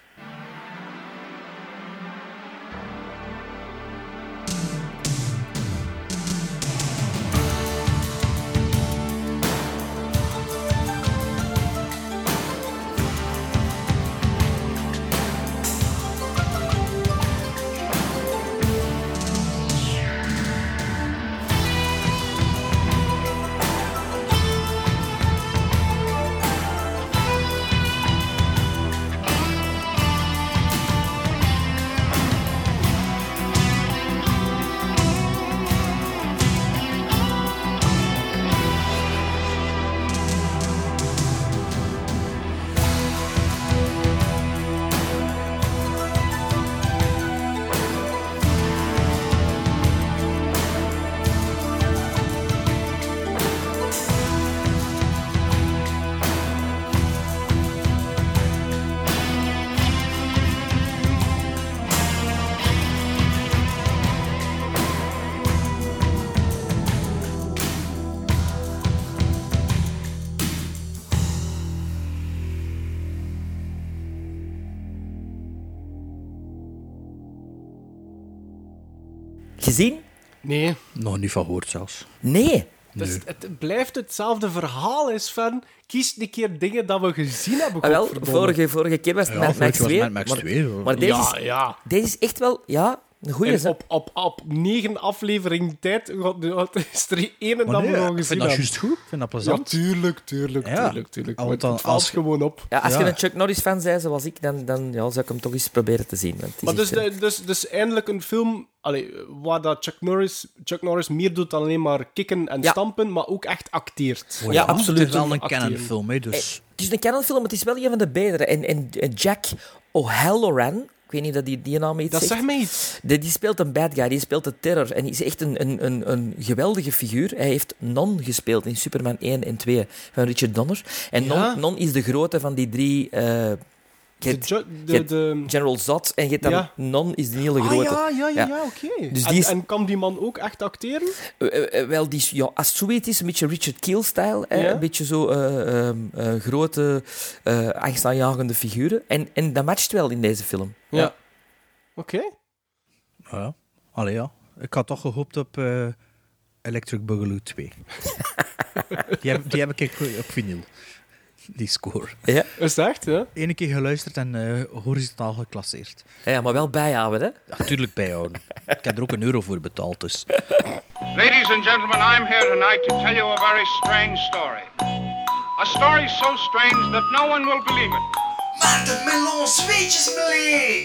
Speaker 6: Gezien?
Speaker 4: Nee.
Speaker 5: Nog niet van gehoord zelfs.
Speaker 6: Nee.
Speaker 4: Dus het blijft hetzelfde verhaal, is van... Kies een keer dingen dat we gezien hebben.
Speaker 6: Ah, wel,
Speaker 4: godverdomme.
Speaker 6: vorige, vorige keer was het
Speaker 5: Ja,
Speaker 6: Mad Max
Speaker 5: vorige was
Speaker 6: twee.
Speaker 5: Mad Max
Speaker 6: maar,
Speaker 5: twee, hoor.
Speaker 6: maar deze,
Speaker 4: Ja,
Speaker 6: is,
Speaker 4: ja.
Speaker 6: deze is echt wel... Ja, een goeie
Speaker 4: En
Speaker 6: zin.
Speaker 4: op, op, op negen afleveringen tijd gaat- is er één en
Speaker 5: Maar
Speaker 4: dat
Speaker 5: nee,
Speaker 4: we nog
Speaker 5: ik
Speaker 4: gezien
Speaker 5: vind dat
Speaker 4: hebben.
Speaker 5: juist goed. Ik vind dat
Speaker 4: Ja,
Speaker 5: plezant.
Speaker 4: tuurlijk, tuurlijk,
Speaker 5: Ja.
Speaker 4: tuurlijk, tuurlijk.
Speaker 5: Ah,
Speaker 4: Maar
Speaker 5: want dan
Speaker 4: het valt
Speaker 5: als-
Speaker 4: gewoon op.
Speaker 6: Ja, als
Speaker 5: Ja.
Speaker 6: je een Chuck Norris-fan bent, zoals ik, dan, dan ja, zou ik hem toch eens proberen te zien. Want het is
Speaker 4: Maar dus,
Speaker 6: echt, eh,
Speaker 4: de, dus, dus eindelijk een film allee, waar dat Chuck, Norris, Chuck Norris meer doet dan alleen maar kikken en
Speaker 6: Ja.
Speaker 4: stampen, maar ook echt acteert.
Speaker 5: Oh
Speaker 6: Ja, absoluut.
Speaker 5: Het is wel een
Speaker 4: Acteren.
Speaker 5: Canon-film, hè, dus...
Speaker 6: eh, het is een Canon-film, het is wel een van de betere. En, en, en Jack O'Halloran, ik weet niet dat die, die naam iets
Speaker 4: Dat
Speaker 6: zegt.
Speaker 4: zegt mij iets.
Speaker 6: Die, die speelt een bad guy, die speelt de terror. En die is echt een, een, een, een geweldige figuur. Hij heeft Non gespeeld in Superman één en twee van Richard Donner. En
Speaker 4: Ja.
Speaker 6: Non, Non is de grote van die drie... eh, je
Speaker 4: De,
Speaker 6: hebt-
Speaker 4: ju-
Speaker 6: je
Speaker 4: de,
Speaker 6: hebt
Speaker 4: de...
Speaker 6: General Zod en je hebt dan
Speaker 4: Ja.
Speaker 6: Non is de hele
Speaker 4: Ah,
Speaker 6: grote.
Speaker 4: ja, ja, ja,
Speaker 6: Ja.
Speaker 4: ja oké.
Speaker 6: Dus
Speaker 4: En,
Speaker 6: die is-
Speaker 4: en kan die man ook echt acteren?
Speaker 6: Eh, eh, eh, wel, die is, ja, als het zoiets is, een beetje Richard Kiel-style. hè.
Speaker 4: Ja.
Speaker 6: Een beetje zo eh, ehm, eh, grote, eh angstaanjagende figuren. En, en dat matcht wel in deze film.
Speaker 4: Ja. Oké.
Speaker 5: Ja. Allee, ja. Ik had toch gehoopt op eh, Electric Boogaloo twee. die, heb, die heb ik op vinyl. Die score.
Speaker 6: Ja.
Speaker 4: Is het echt, ja?
Speaker 5: Eén keer geluisterd en eh, horizontaal geclasseerd.
Speaker 6: Ja, maar wel bijhouden, hè?
Speaker 5: Natuurlijk bijhouden. Ik heb er ook een euro voor betaald, dus.
Speaker 13: Ladies and gentlemen, I'm here tonight to tell you a very strange story. A story so strange that no one will believe it.
Speaker 14: Maarten Melon, zweetjes melee!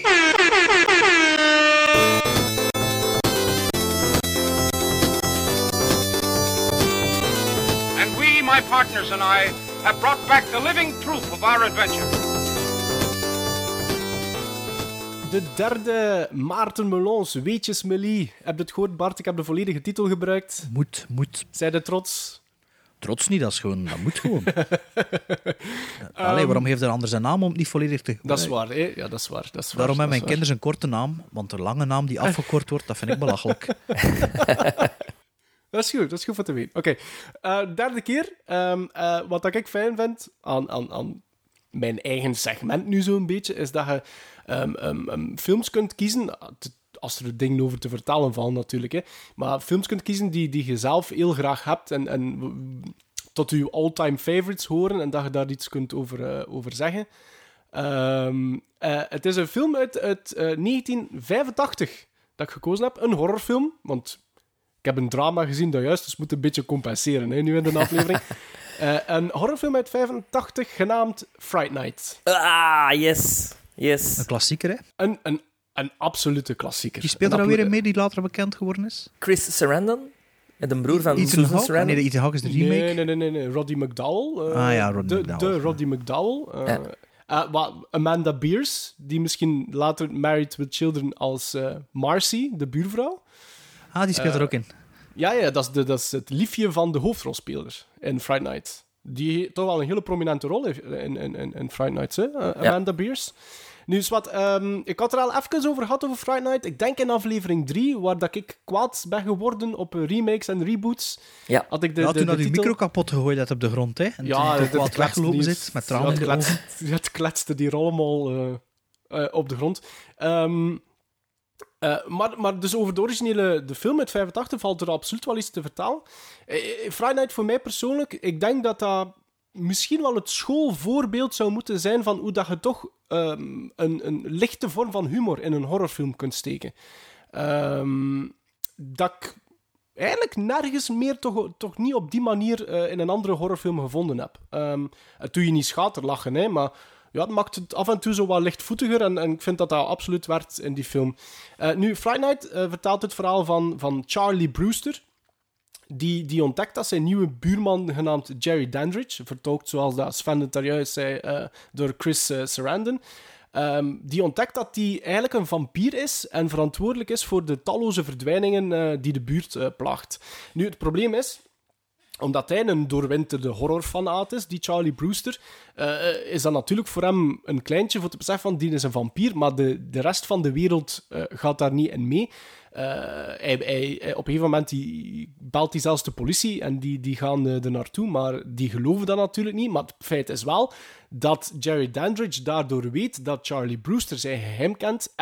Speaker 13: And we, my partners and I, have brought back the living proof of our adventure.
Speaker 4: De derde Maarten Melons, Weetjes Melie. Heb je het gehoord, Bart? Ik heb de volledige titel gebruikt.
Speaker 5: Moet, moet.
Speaker 4: Zij de trots?
Speaker 5: Trots niet, dat is gewoon... Dat moet gewoon. Allee, waarom heeft er anders een naam om het niet volledig te
Speaker 4: Dat is waar, hè? Ja, dat is waar. Dat is waar
Speaker 5: Daarom hebben
Speaker 4: dat is
Speaker 5: mijn
Speaker 4: waar.
Speaker 5: kinderen een korte naam, want een lange naam die afgekort wordt, dat vind ik belachelijk.
Speaker 4: Dat is goed, dat is goed voor te weten. Oké, eh, derde keer. Ehm, eh, wat dat ik fijn vind aan, aan, aan mijn eigen segment nu zo'n beetje, is dat je ehm, ehm, ehm, films kunt kiezen, als er dingen over te vertellen vallen natuurlijk, hè, maar films kunt kiezen die, die je zelf heel graag hebt en, en tot je all-time favorites horen en dat je daar iets kunt over, uh, over zeggen. Um, uh, het is een film uit, uit uh, negentien vijfentachtig dat ik gekozen heb. Een horrorfilm, want ik heb een drama gezien dat juist, dus moet een beetje compenseren hè, nu in de aflevering. uh, een horrorfilm uit vijfentachtig genaamd Fright Night.
Speaker 6: Ah, yes. Yes.
Speaker 5: Een klassieker, hè?
Speaker 4: Een, een, een absolute klassieker.
Speaker 5: Die speelt er dan weer in mee die later bekend geworden is?
Speaker 6: Chris Sarandon, de broer van
Speaker 5: Ethan
Speaker 6: Susan
Speaker 5: Hawke?
Speaker 6: Sarandon.
Speaker 5: Nee, de Ethan Hawke is de remake.
Speaker 4: Nee, nee, nee, nee, nee. Roddy McDowell. Uh,
Speaker 5: Ah ja, Roddy
Speaker 4: de,
Speaker 5: McDowell.
Speaker 4: De Roddy McDowell. Uh,
Speaker 6: Ja.
Speaker 4: uh, wat, Amanda Beers, die misschien later Married with Children als uh, Marcy, de buurvrouw.
Speaker 5: Ah, die speelt
Speaker 4: Uh,
Speaker 5: er ook in.
Speaker 4: Ja, ja dat, is de, dat is het liefje van de hoofdrolspeler in Fright Night. Die heeft toch wel een hele prominente rol heeft in, in, in, in Fright Night, hè? Uh, Amanda ja. Beers. Nu is wat, um, ik had er al even over gehad over Fright Night. Ik denk in aflevering drie, waar dat ik kwaad ben geworden op remakes en reboots.
Speaker 6: Ja,
Speaker 4: had ik de,
Speaker 5: ja
Speaker 4: de,
Speaker 5: toen
Speaker 4: de
Speaker 5: had je
Speaker 4: titel...
Speaker 5: micro kapot gegooid had op de grond, hè? En
Speaker 4: ja,
Speaker 5: toen
Speaker 4: het
Speaker 5: kwaad weggelopen zit met tranen in de ogen.
Speaker 4: Het kletste die allemaal uh, uh, op de grond. Um, Uh, maar, maar dus over de originele de film uit vijfentachtig valt er absoluut wel iets te vertellen. Uh, Friday Night voor mij persoonlijk, ik denk dat dat misschien wel het schoolvoorbeeld zou moeten zijn van hoe dat je toch um, een, een lichte vorm van humor in een horrorfilm kunt steken. Um, dat ik eigenlijk nergens meer toch, toch niet op die manier uh, in een andere horrorfilm gevonden heb. Um, het doe je niet schaterlachen, hè, maar... Ja, het maakt het af en toe zo wat lichtvoetiger en, en ik vind dat dat absoluut werd in die film. Uh, nu, Fright Night uh, vertelt het verhaal van, van Charlie Brewster. Die, die ontdekt dat zijn nieuwe buurman, genaamd Jerry Dandridge, vertolkt zoals dat Sven het daar juist zei, uh, door Chris uh, Sarandon. Um, die ontdekt dat hij eigenlijk een vampier is en verantwoordelijk is voor de talloze verdwijningen uh, die de buurt uh, plaagt. Nu, het probleem is... Omdat hij een doorwinterde horrorfanaat is, die Charlie Brewster, uh, is dat natuurlijk voor hem een kleintje voor te beseffen van die is een vampier, maar de, de rest van de wereld uh, gaat daar niet in mee. Uh, hij, hij, hij, op een gegeven moment die, belt hij zelfs de politie en die, die gaan uh, er naartoe, maar die geloven dat natuurlijk niet. Maar het feit is wel dat Jerry Dandridge daardoor weet dat Charlie Brewster zijn geheim kent en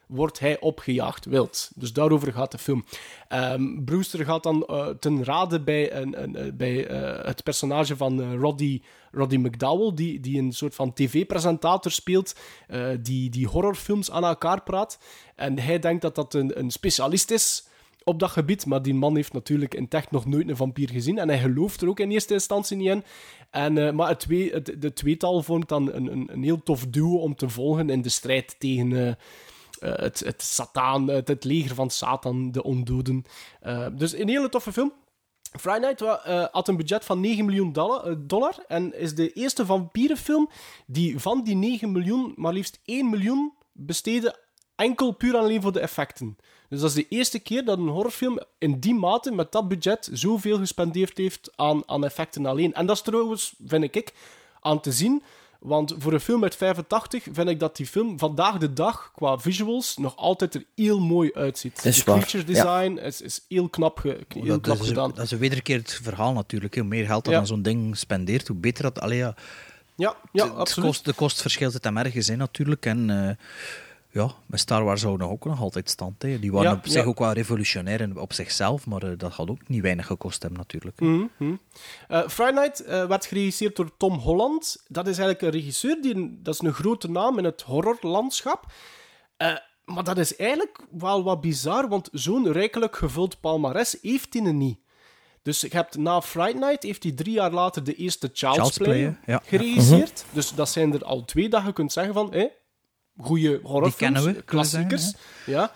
Speaker 4: wordt hij opgejaagd wild. Dus daarover gaat de film. Um, Brewster gaat dan uh, ten rade bij, een, een, uh, bij uh, het personage van uh, Roddy, Roddy McDowell, die, die een soort van tv-presentator speelt, uh, die, die horrorfilms aan elkaar praat. En hij denkt dat dat een, een specialist is op dat gebied, maar die man heeft natuurlijk in het echt nog nooit een vampier gezien en hij gelooft er ook in eerste instantie niet in. En, uh, maar het, twee, het de tweetal vormt dan een, een, een heel tof duo om te volgen in de strijd tegen uh, uh, het, het Satan, het, het leger van Satan, de ondoden. Uh, dus een hele toffe film. Friday Night uh, had een budget van negen miljoen dollar, uh, dollar en is de eerste vampierenfilm die van die negen miljoen maar liefst één miljoen besteedde enkel puur en alleen voor de effecten. Dus dat is de eerste keer dat een horrorfilm in die mate, met dat budget, zoveel gespendeerd heeft aan, aan effecten alleen. En dat is trouwens, vind ik, aan te zien. Want voor een film uit vijfentachtig vind ik dat die film vandaag de dag, qua visuals, nog altijd er heel mooi uitziet.
Speaker 6: De
Speaker 4: creature design ja. is, is heel knap, ge, heel
Speaker 5: dat,
Speaker 4: knap
Speaker 5: dat is,
Speaker 4: gedaan.
Speaker 5: Dat is een wederkeerd verhaal natuurlijk. Hoe meer geld dat
Speaker 4: ja.
Speaker 5: aan zo'n ding spendeert, hoe beter dat... Allee, ja,
Speaker 4: ja, ja
Speaker 5: het,
Speaker 4: absoluut.
Speaker 5: Kost, de kost verschilt het hem ergens in natuurlijk. En... Uh, Ja, met Star Wars houden ook nog altijd stand. Hè. Die waren
Speaker 4: ja,
Speaker 5: op zich
Speaker 4: ja.
Speaker 5: ook wel revolutionair op zichzelf, maar uh, dat had ook niet weinig gekost hebben natuurlijk.
Speaker 4: Mm-hmm. Uh, Friday Night uh, werd geregisseerd door Tom Holland. Dat is eigenlijk een regisseur, die, dat is een grote naam in het horrorlandschap. Uh, maar dat is eigenlijk wel wat bizar, want zo'n rijkelijk gevuld palmares heeft hij niet. Dus je hebt, na Friday Night heeft hij drie jaar later de eerste Child's,
Speaker 5: Child's
Speaker 4: Play,
Speaker 5: Play ja.
Speaker 4: geregisseerd. Mm-hmm. Dus dat zijn er al twee dat je kunt zeggen van... Hey, goeie horrorfilms,
Speaker 5: we,
Speaker 4: klassiekers. Ja.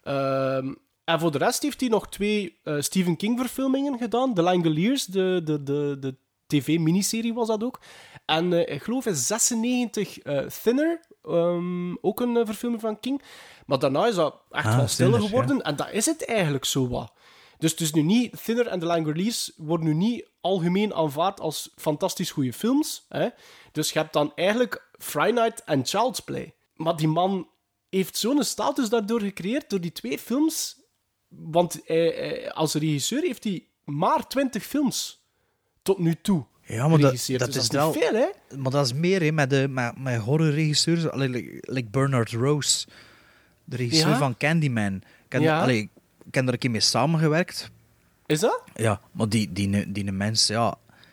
Speaker 4: Um, en voor de rest heeft hij nog twee uh, Stephen King-verfilmingen gedaan. The Langoliers, de, de, de, de tv-miniserie was dat ook. En uh, ik geloof in zesennegentig uh, Thinner, um, ook een uh, verfilming van King. Maar daarna is dat echt
Speaker 5: ah,
Speaker 4: wel stiller
Speaker 5: Thinner,
Speaker 4: geworden.
Speaker 5: Ja.
Speaker 4: En dat is het eigenlijk zo wat. Dus, dus nu niet, Thinner en The Langoliers worden nu niet algemeen aanvaard als fantastisch goede films. Hè? Dus je hebt dan eigenlijk Friday Night en Child's Play. Maar die man heeft zo'n status daardoor gecreëerd, door die twee films. Want hij, hij, als regisseur heeft hij maar twintig films tot nu toe
Speaker 5: ja, maar dat,
Speaker 4: geregisseerd.
Speaker 5: dat
Speaker 4: dus
Speaker 5: is
Speaker 4: dat is
Speaker 5: wel,
Speaker 4: niet veel, hè? Maar
Speaker 5: dat is meer hè, met, de, met, met horrorregisseurs, like, like Bernard Rose, de regisseur
Speaker 4: ja?
Speaker 5: van Candyman. Ik heb,
Speaker 4: ja.
Speaker 5: allee, ik heb er een keer mee samengewerkt.
Speaker 4: Is dat?
Speaker 5: Ja, maar die, die, die, die mens, ja...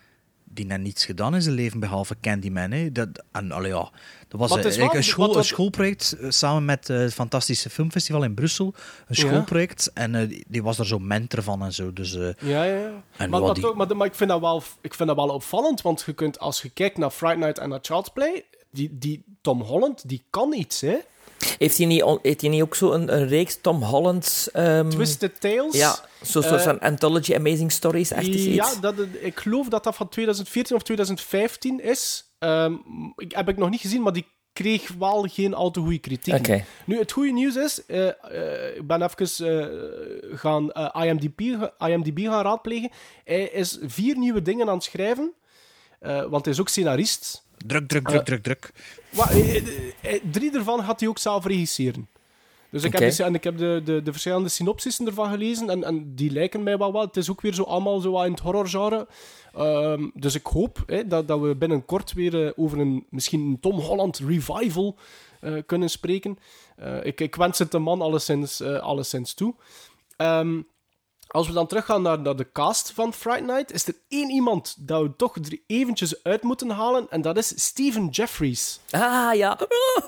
Speaker 5: die net niets gedaan in zijn leven, behalve Candyman. Hè. Dat, en, allee, ja, dat was een, wel, een, school, wat, wat... een schoolproject, uh, samen met uh, het Fantastische Filmfestival in Brussel. Een schoolproject. Ja. En uh, die, die was er zo mentor van en zo. Dus, uh,
Speaker 4: ja, ja, ja.
Speaker 5: En
Speaker 4: maar, maar,
Speaker 5: die...
Speaker 4: toch, maar, maar ik, vind dat wel, ik vind dat wel opvallend, want je kunt, als je kijkt naar Friday Night en naar Child's Play, die, die Tom Holland, die kan iets, hè.
Speaker 6: Heeft hij niet, heeft hij niet ook zo een, een reeks Tom Holland's... Um...
Speaker 4: Twisted Tales?
Speaker 6: Ja, zo'n soort uh, van Anthology Amazing Stories, echt iets.
Speaker 4: Ja, dat, ik geloof dat dat van twintig veertien of twintig vijftien is. Um, ik, heb ik nog niet gezien, maar die kreeg wel geen al te goede kritiek.
Speaker 6: Okay.
Speaker 4: Nu, het goede nieuws is, uh, uh, ik ben even uh, gaan uh, I M D B, I M D B gaan raadplegen. Hij is vier nieuwe dingen aan het schrijven, uh, want hij is ook scenarist.
Speaker 5: Druk, druk, druk, uh, druk, druk.
Speaker 4: Wat, uh, uh, uh, drie daarvan gaat hij ook zelf regisseren. Dus ik
Speaker 6: okay.
Speaker 4: heb, de, en ik heb de, de, de verschillende synopsissen ervan gelezen en, en die lijken mij wel wat. Het is ook weer zo allemaal zo in het horrorgenre. Um, dus ik hoop hè, dat, dat we binnenkort weer uh, over een misschien een Tom Holland revival uh, kunnen spreken. Uh, ik, ik wens het de man alleszins, uh, alleszins toe. Um, als we dan teruggaan naar, naar de cast van Friday Night, is er één iemand dat we toch er eventjes uit moeten halen, en dat is Stephen Jeffries.
Speaker 6: Ah, ja.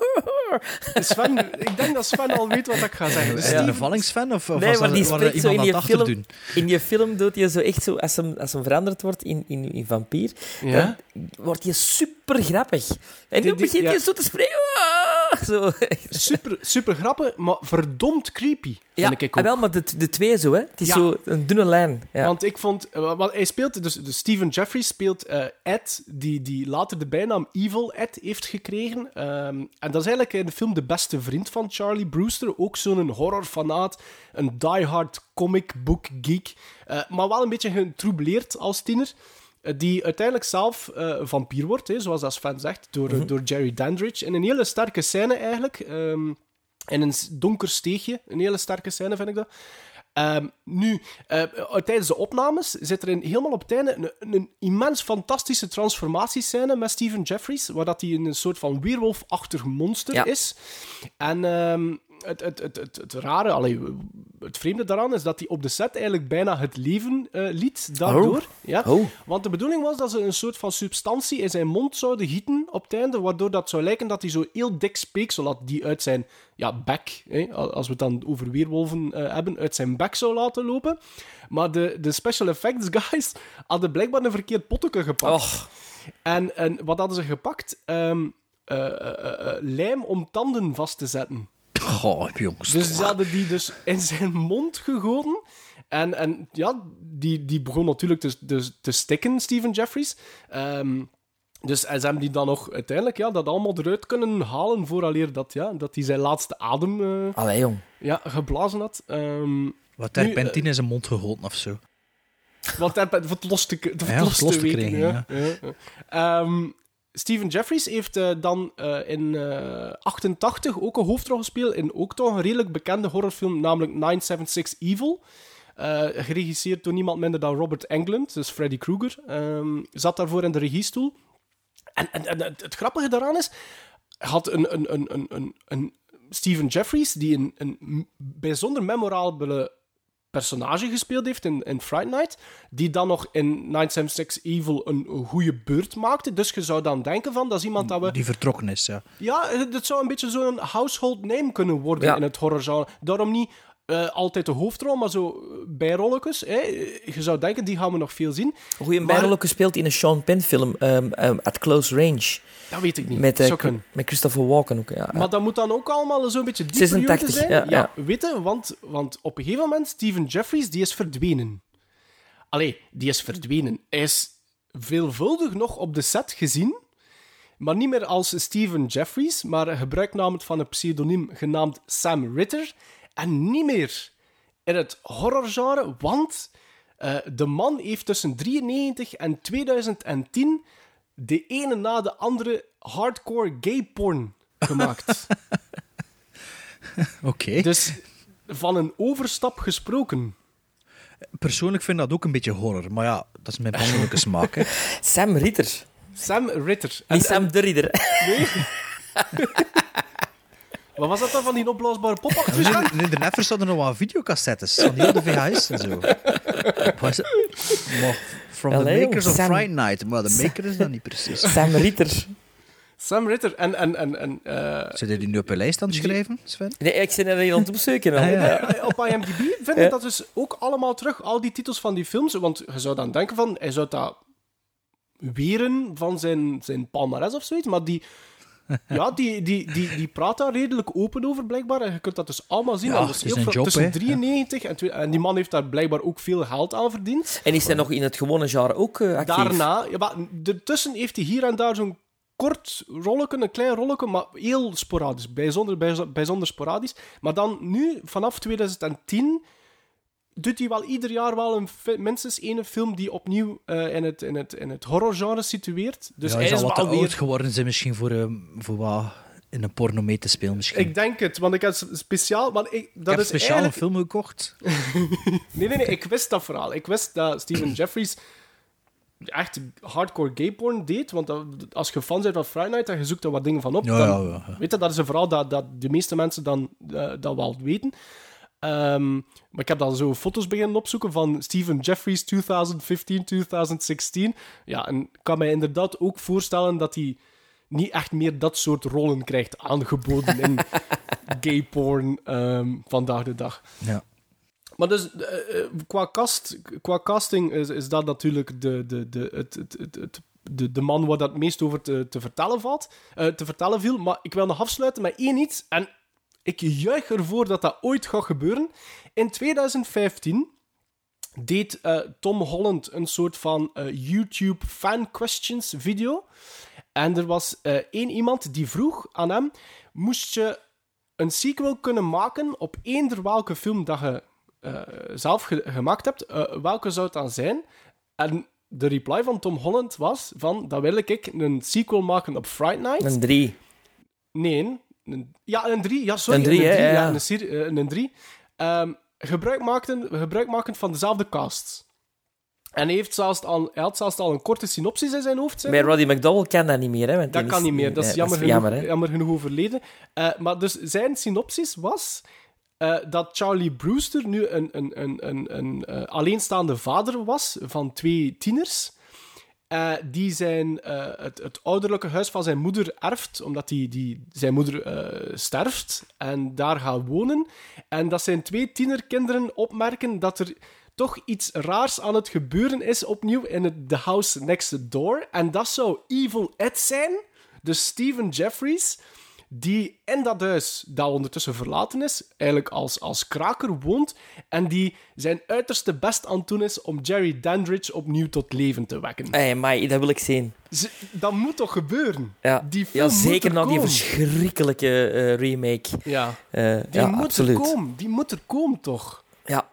Speaker 4: Sven, ik denk dat Sven al weet wat ik ga zeggen.
Speaker 5: Dus is hij een vallingsfan? Of, of
Speaker 6: nee,
Speaker 5: was
Speaker 6: maar die
Speaker 5: er,
Speaker 6: spreekt zo in je film.
Speaker 5: Doen?
Speaker 6: In je film doet hij zo echt zo, als hem, als hem veranderd wordt in, in, in vampier,
Speaker 4: ja?
Speaker 6: dan wordt hij super grappig. En
Speaker 4: die,
Speaker 6: nu begint
Speaker 4: ja.
Speaker 6: hij zo te spreken. Zo.
Speaker 4: Super, super grappig, maar verdomd creepy.
Speaker 6: Ja,
Speaker 4: vind ik ook.
Speaker 6: wel, maar de, de twee zo, hè. Het is ja. zo een dunne lijn. Ja.
Speaker 4: Want ik vond... Want hij speelt... Dus, dus Stephen Jeffries speelt uh, Ed, die, die later de bijnaam Evil Ed heeft gekregen. Um, en dat is eigenlijk in de film de beste vriend van Charlie Brewster. Ook zo'n horrorfanaat. Een diehard comic book geek. Uh, maar wel een beetje getroubleerd als tiener. Uh, die uiteindelijk zelf uh, vampier wordt, hè, zoals dat Sven zegt, door, mm-hmm. door Jerry Dandridge. In een hele sterke scène eigenlijk... Um, in een donker steegje. Een hele sterke scène, vind ik dat. Um, nu, uh, tijdens de opnames zit er een, helemaal op het einde een, een immens fantastische transformatiescène met Stephen Jeffries, waar dat hij een soort van weerwolfachtig monster
Speaker 6: ja.
Speaker 4: is. En um, het, het, het, het, het rare, allee, het vreemde daaraan is dat hij op de set eigenlijk bijna het leven uh, liet daardoor.
Speaker 6: Oh.
Speaker 4: Ja?
Speaker 6: Oh.
Speaker 4: Want de bedoeling was dat ze een soort van substantie in zijn mond zouden gieten op het einde, waardoor dat zou lijken dat hij zo heel dik speeksel had die uit zijn ja, bek, hè, als we het dan over weerwolven uh, hebben, uit zijn bek zou laten lopen. Maar de, de special effects guys hadden blijkbaar een verkeerd potteke gepakt.
Speaker 6: Oh.
Speaker 4: En, en wat hadden ze gepakt? Um, uh, uh, uh, lijm om tanden vast te zetten.
Speaker 5: Goh, jongens.
Speaker 4: Dus ze hadden die dus in zijn mond gegoten. En, en ja, die, die begon natuurlijk te, te, te stikken, Stephen Jeffries. Um, dus en ze hebben die dan nog uiteindelijk ja, dat allemaal eruit kunnen halen vooraleer dat, ja, dat hij zijn laatste adem uh,
Speaker 6: Allee, jong.
Speaker 4: Ja, geblazen had. Um,
Speaker 5: Wat terpentine uh, in zijn mond gegoten of zo.
Speaker 4: Wat terpentine, voor het los te, voor
Speaker 5: ja,
Speaker 4: het los
Speaker 5: los
Speaker 4: te
Speaker 5: te
Speaker 4: weten.
Speaker 5: krijgen,
Speaker 4: ja.
Speaker 5: ja.
Speaker 4: Ja, ja. Um, Stephen Jeffries heeft uh, dan uh, in uh, achtentachtig ook een hoofdrol gespeeld in ook toch een redelijk bekende horrorfilm, namelijk nine seven six Evil. Uh, geregisseerd door niemand minder dan Robert Englund, dus Freddy Krueger. Um, zat daarvoor in de regiestoel. En, en, en het, het grappige daaraan is, had een, een, een, een, een, een Stephen Jeffries, die een, een bijzonder memorabele personage gespeeld heeft in, in Fright Night, die dan nog in nine seven six Evil een goede beurt maakte. Dus je zou dan denken van, dat is iemand dat we...
Speaker 5: Die vertrokken is, ja.
Speaker 4: Ja, het zou een beetje zo'n household name kunnen worden
Speaker 6: ja.
Speaker 4: in het horrorgenre. Daarom niet uh, altijd de hoofdrol, maar zo bijrolletjes. Hè. Je zou denken, die gaan we nog veel zien.
Speaker 6: Een goede bijrol gespeeld in een Sean Penn film, um, um, At Close Range.
Speaker 4: Dat weet ik niet.
Speaker 6: Met, uh,
Speaker 4: K-
Speaker 6: met Christopher Walken ook, ja.
Speaker 4: Maar dat moet dan ook allemaal zo'n beetje die
Speaker 6: zesentachtig,
Speaker 4: periode zijn.
Speaker 6: ja, ja.
Speaker 4: ja weet je, want, want op een gegeven moment, Stephen Jeffries, die is verdwenen. Allee, die is verdwenen. Hij is veelvuldig nog op de set gezien, maar niet meer als Stephen Jeffries, maar een gebruiknaam van een pseudoniem genaamd Sam Ritter. En niet meer in het horrorgenre, want uh, de man heeft tussen drieënnegentig en tweeduizend tien de ene na de andere hardcore gay porn gemaakt.
Speaker 5: Oké. Okay.
Speaker 4: Dus van een overstap gesproken.
Speaker 5: Persoonlijk vind ik dat ook een beetje horror, maar ja, dat is mijn persoonlijke smaak. Hè.
Speaker 6: Sam Ritter.
Speaker 4: Sam Ritter.
Speaker 6: Niet Sam de Ridder. Nee.
Speaker 4: Wat was dat dan van die opblaasbare pop achter?
Speaker 5: Ja, in de Neffers hadden nog wat videocassettes van heel de V H S en zo. Was het? Maar from Allee, the makers of Sam... Fright Night, maar de maker is dat niet precies.
Speaker 6: Sam Ritter.
Speaker 4: Sam Ritter en... en, en, en uh...
Speaker 5: Zit je die nu op je lijst aan het schrijven, Sven?
Speaker 6: Nee, ik zit er hier aan het opzoeken.
Speaker 4: Ah, ja. Op I M D B vind ik dat dus ook allemaal terug, al die titels van die films, want je zou dan denken van, hij zou dat weren van zijn, zijn palmares of zoiets, maar die... Ja, die, die, die, die praat daar redelijk open over, blijkbaar. En je kunt dat dus allemaal zien.
Speaker 5: Ja,
Speaker 4: dus
Speaker 5: het is een job,
Speaker 4: tussen drieënnegentig en, twee, en die man heeft daar blijkbaar ook veel geld aan verdiend.
Speaker 6: En is hij nog in het gewone genre ook uh, actief?
Speaker 4: Daarna, ja, maar ertussen heeft hij hier en daar zo'n kort rolletje, een klein rolletje, maar heel sporadisch. Bijzonder, bijzonder sporadisch. Maar dan nu, vanaf tweeduizend tien... doet hij wel ieder jaar wel een fi- minstens één film die opnieuw uh, in, het, in, het, in het horrorgenre situeert. Dus
Speaker 5: ja,
Speaker 4: hij
Speaker 5: is
Speaker 4: is
Speaker 5: al wat
Speaker 4: wel
Speaker 5: te
Speaker 4: weer...
Speaker 5: oud geworden zijn misschien voor, uh, voor wat in een porno mee te spelen. Misschien.
Speaker 4: Ik denk het, want ik heb speciaal... Want ik, dat
Speaker 5: ik heb
Speaker 4: is
Speaker 5: speciaal
Speaker 4: eigenlijk...
Speaker 5: een film gekocht.
Speaker 4: nee, nee, nee, ik wist dat verhaal. Ik wist dat Stephen Jeffries echt hardcore gay porn deed, want dat, als je fan bent van Friday Night en je zoekt er wat dingen van op,
Speaker 5: ja,
Speaker 4: dan,
Speaker 5: ja, ja.
Speaker 4: weet je, dat is een verhaal dat, dat de meeste mensen dan uh, dat wel weten. Um, maar ik heb dan zo foto's beginnen opzoeken van Stephen Jeffries twintig vijftien, twintig zestien. Ja, en ik kan mij inderdaad ook voorstellen dat hij niet echt meer dat soort rollen krijgt aangeboden in gay porn um, vandaag de dag.
Speaker 5: Ja.
Speaker 4: Maar dus, uh, qua, cast, qua casting is, is dat natuurlijk de, de, de, het, het, het, het, de, de man waar dat het meest over te, te, vertellen valt, uh, te vertellen viel. Maar ik wil nog afsluiten met één iets. En ik juich ervoor dat dat ooit gaat gebeuren. In tweeduizend vijftien deed uh, Tom Holland een soort van uh, YouTube fan questions video. En er was uh, één iemand die vroeg aan hem: moest je een sequel kunnen maken op eender welke film dat je uh, zelf ge- gemaakt hebt, uh, welke zou het dan zijn? En de reply van Tom Holland was van, dan wil ik een sequel maken op Fright Night.
Speaker 6: Een drie.
Speaker 4: Nee, een, ja, een drie. Ja, sorry.
Speaker 6: Een drie,
Speaker 4: een drie,
Speaker 6: hè, ja.
Speaker 4: ja. Een, serie, uh, een drie. Um, gebruik, maakten, gebruik makend van dezelfde cast. En hij, heeft zelfs al, hij had zelfs al een korte synopsis in zijn hoofd.
Speaker 6: Bij Roddy McDowell kan dat niet meer. Hè, want
Speaker 4: Dat
Speaker 6: die
Speaker 4: kan
Speaker 6: is-
Speaker 4: niet meer. Dat is
Speaker 6: nee,
Speaker 4: jammer, genoeg,
Speaker 6: jammer, hè.
Speaker 4: jammer genoeg overleden. Uh, maar dus zijn synopsis was uh, dat Charlie Brewster nu een, een, een, een, een uh, alleenstaande vader was van twee tieners. Uh, die zijn, uh, het, het ouderlijke huis van zijn moeder erft, omdat die, die, zijn moeder uh, sterft en daar gaat wonen. En dat zijn twee tienerkinderen opmerken dat er toch iets raars aan het gebeuren is opnieuw in het The House Next Door. En dat zou Evil Ed zijn, dus Stephen Jeffries, die in dat huis, dat ondertussen verlaten is, eigenlijk als, als kraker woont, en die zijn uiterste best aan het doen is om Jerry Dandridge opnieuw tot leven te wekken.
Speaker 6: Hey, maar dat wil ik zien.
Speaker 4: Ze, dat moet toch gebeuren?
Speaker 6: Ja,
Speaker 4: Die film
Speaker 6: ja zeker
Speaker 4: moet er
Speaker 6: na die
Speaker 4: komen.
Speaker 6: verschrikkelijke uh, remake.
Speaker 4: Ja,
Speaker 6: uh,
Speaker 4: die
Speaker 6: ja,
Speaker 4: moet
Speaker 6: absoluut.
Speaker 4: er komen. Die moet er komen, toch?
Speaker 6: Ja.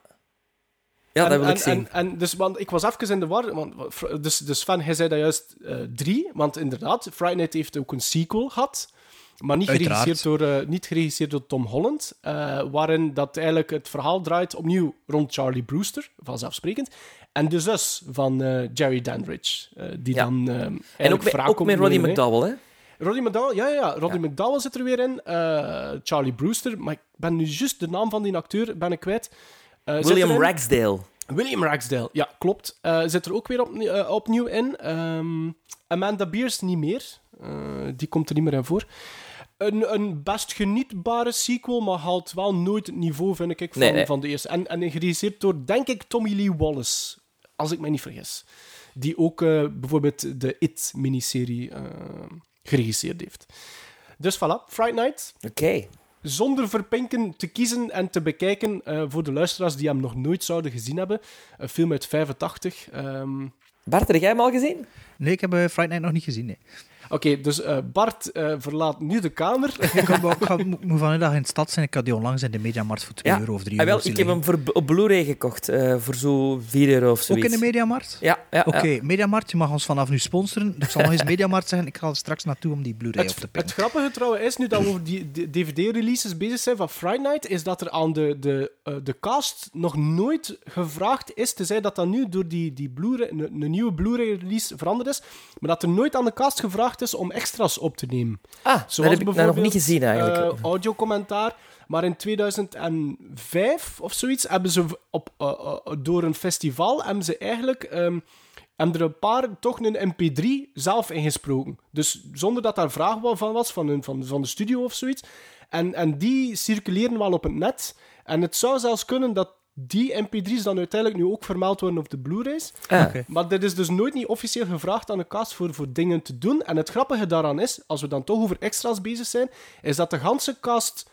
Speaker 6: Ja,
Speaker 4: en,
Speaker 6: dat wil
Speaker 4: en,
Speaker 6: ik zien.
Speaker 4: En, en dus, want ik was even in de war. Want, dus, dus Sven, hij zei dat juist uh, drie. Want inderdaad, Friday Night heeft ook een sequel gehad. Maar niet geregisseerd, door, uh, niet geregisseerd door Tom Holland. Uh, waarin dat eigenlijk het verhaal draait opnieuw rond Charlie Brewster, vanzelfsprekend. En de zus van uh, Jerry Dandridge. Uh, die
Speaker 6: ja.
Speaker 4: dan uh,
Speaker 6: En ook met, ook met Roddy McDowell, hè?
Speaker 4: Roddy McDowell, ja, ja, ja. Roddy ja. McDowell zit er weer in. Uh, Charlie Brewster. Maar ik ben nu juist de naam van die acteur ben ik kwijt. Uh,
Speaker 6: William Ragsdale.
Speaker 4: William Ragsdale, ja, klopt. Uh, zit er ook weer op, uh, opnieuw in. Um, Amanda Beers niet meer. Uh, die komt er niet meer in voor. Een, een best genietbare sequel, maar haalt wel nooit het niveau, vind ik, van,
Speaker 6: nee, nee.
Speaker 4: van de eerste. En, en geregisseerd door, denk ik, Tommy Lee Wallace. Als ik me niet vergis. Die ook uh, bijvoorbeeld de It-miniserie uh, geregisseerd heeft. Dus voilà, Friday Night.
Speaker 6: Oké. Okay.
Speaker 4: Zonder verpinken te kiezen en te bekijken uh, voor de luisteraars die hem nog nooit zouden gezien hebben. Een film uit vijfentachtig. Um...
Speaker 6: Bart, heb jij hem al gezien?
Speaker 5: Nee, ik heb uh, Friday Night nog niet gezien, nee.
Speaker 4: Oké, okay, dus uh, Bart uh, verlaat nu de kamer.
Speaker 5: ik ga, ik ga, moet vanmiddag in de stad zijn. Ik had die onlangs in de Mediamarkt voor twee
Speaker 6: ja.
Speaker 5: euro of drie
Speaker 6: ah,
Speaker 5: euro.
Speaker 6: Wel, ik heb hem voor, op Blu-ray gekocht, uh, voor zo vier euro of zoiets.
Speaker 5: Ook in de Mediamarkt?
Speaker 6: Ja. ja
Speaker 5: Oké, okay,
Speaker 6: ja.
Speaker 5: Mediamarkt, je mag ons vanaf nu sponsoren. Ik zal nog eens Mediamarkt zeggen, ik ga er straks naartoe om die Blu-ray
Speaker 4: het,
Speaker 5: op te pikken.
Speaker 4: Het grappige trouwens is, nu dat we over die D V D-releases bezig zijn van Friday Night, is dat er aan de, de, uh, de cast nog nooit gevraagd is, tenzij dat dat nu door die, die Blu-ray, een, een nieuwe Blu-ray-release veranderd is, maar dat er nooit aan de cast gevraagd is om extra's op te nemen.
Speaker 6: Ah, zoals dat heb ik nou nog niet gezien eigenlijk.
Speaker 4: Uh, audiocommentaar. Maar in tweeduizend vijf of zoiets hebben ze op, uh, uh, door een festival hebben ze eigenlijk um, hebben er een paar toch een M P drie zelf ingesproken. Dus zonder dat daar vraag van was van, een, van, van de studio of zoiets. En, en die circuleren wel op het net. En het zou zelfs kunnen dat die M P drie's dan uiteindelijk nu ook vermeld worden op de Blu-rays.
Speaker 6: Ah. Okay.
Speaker 4: Maar dit is dus nooit niet officieel gevraagd aan de cast voor, voor dingen te doen. En het grappige daaraan is, als we dan toch over extra's bezig zijn, is dat de ganse cast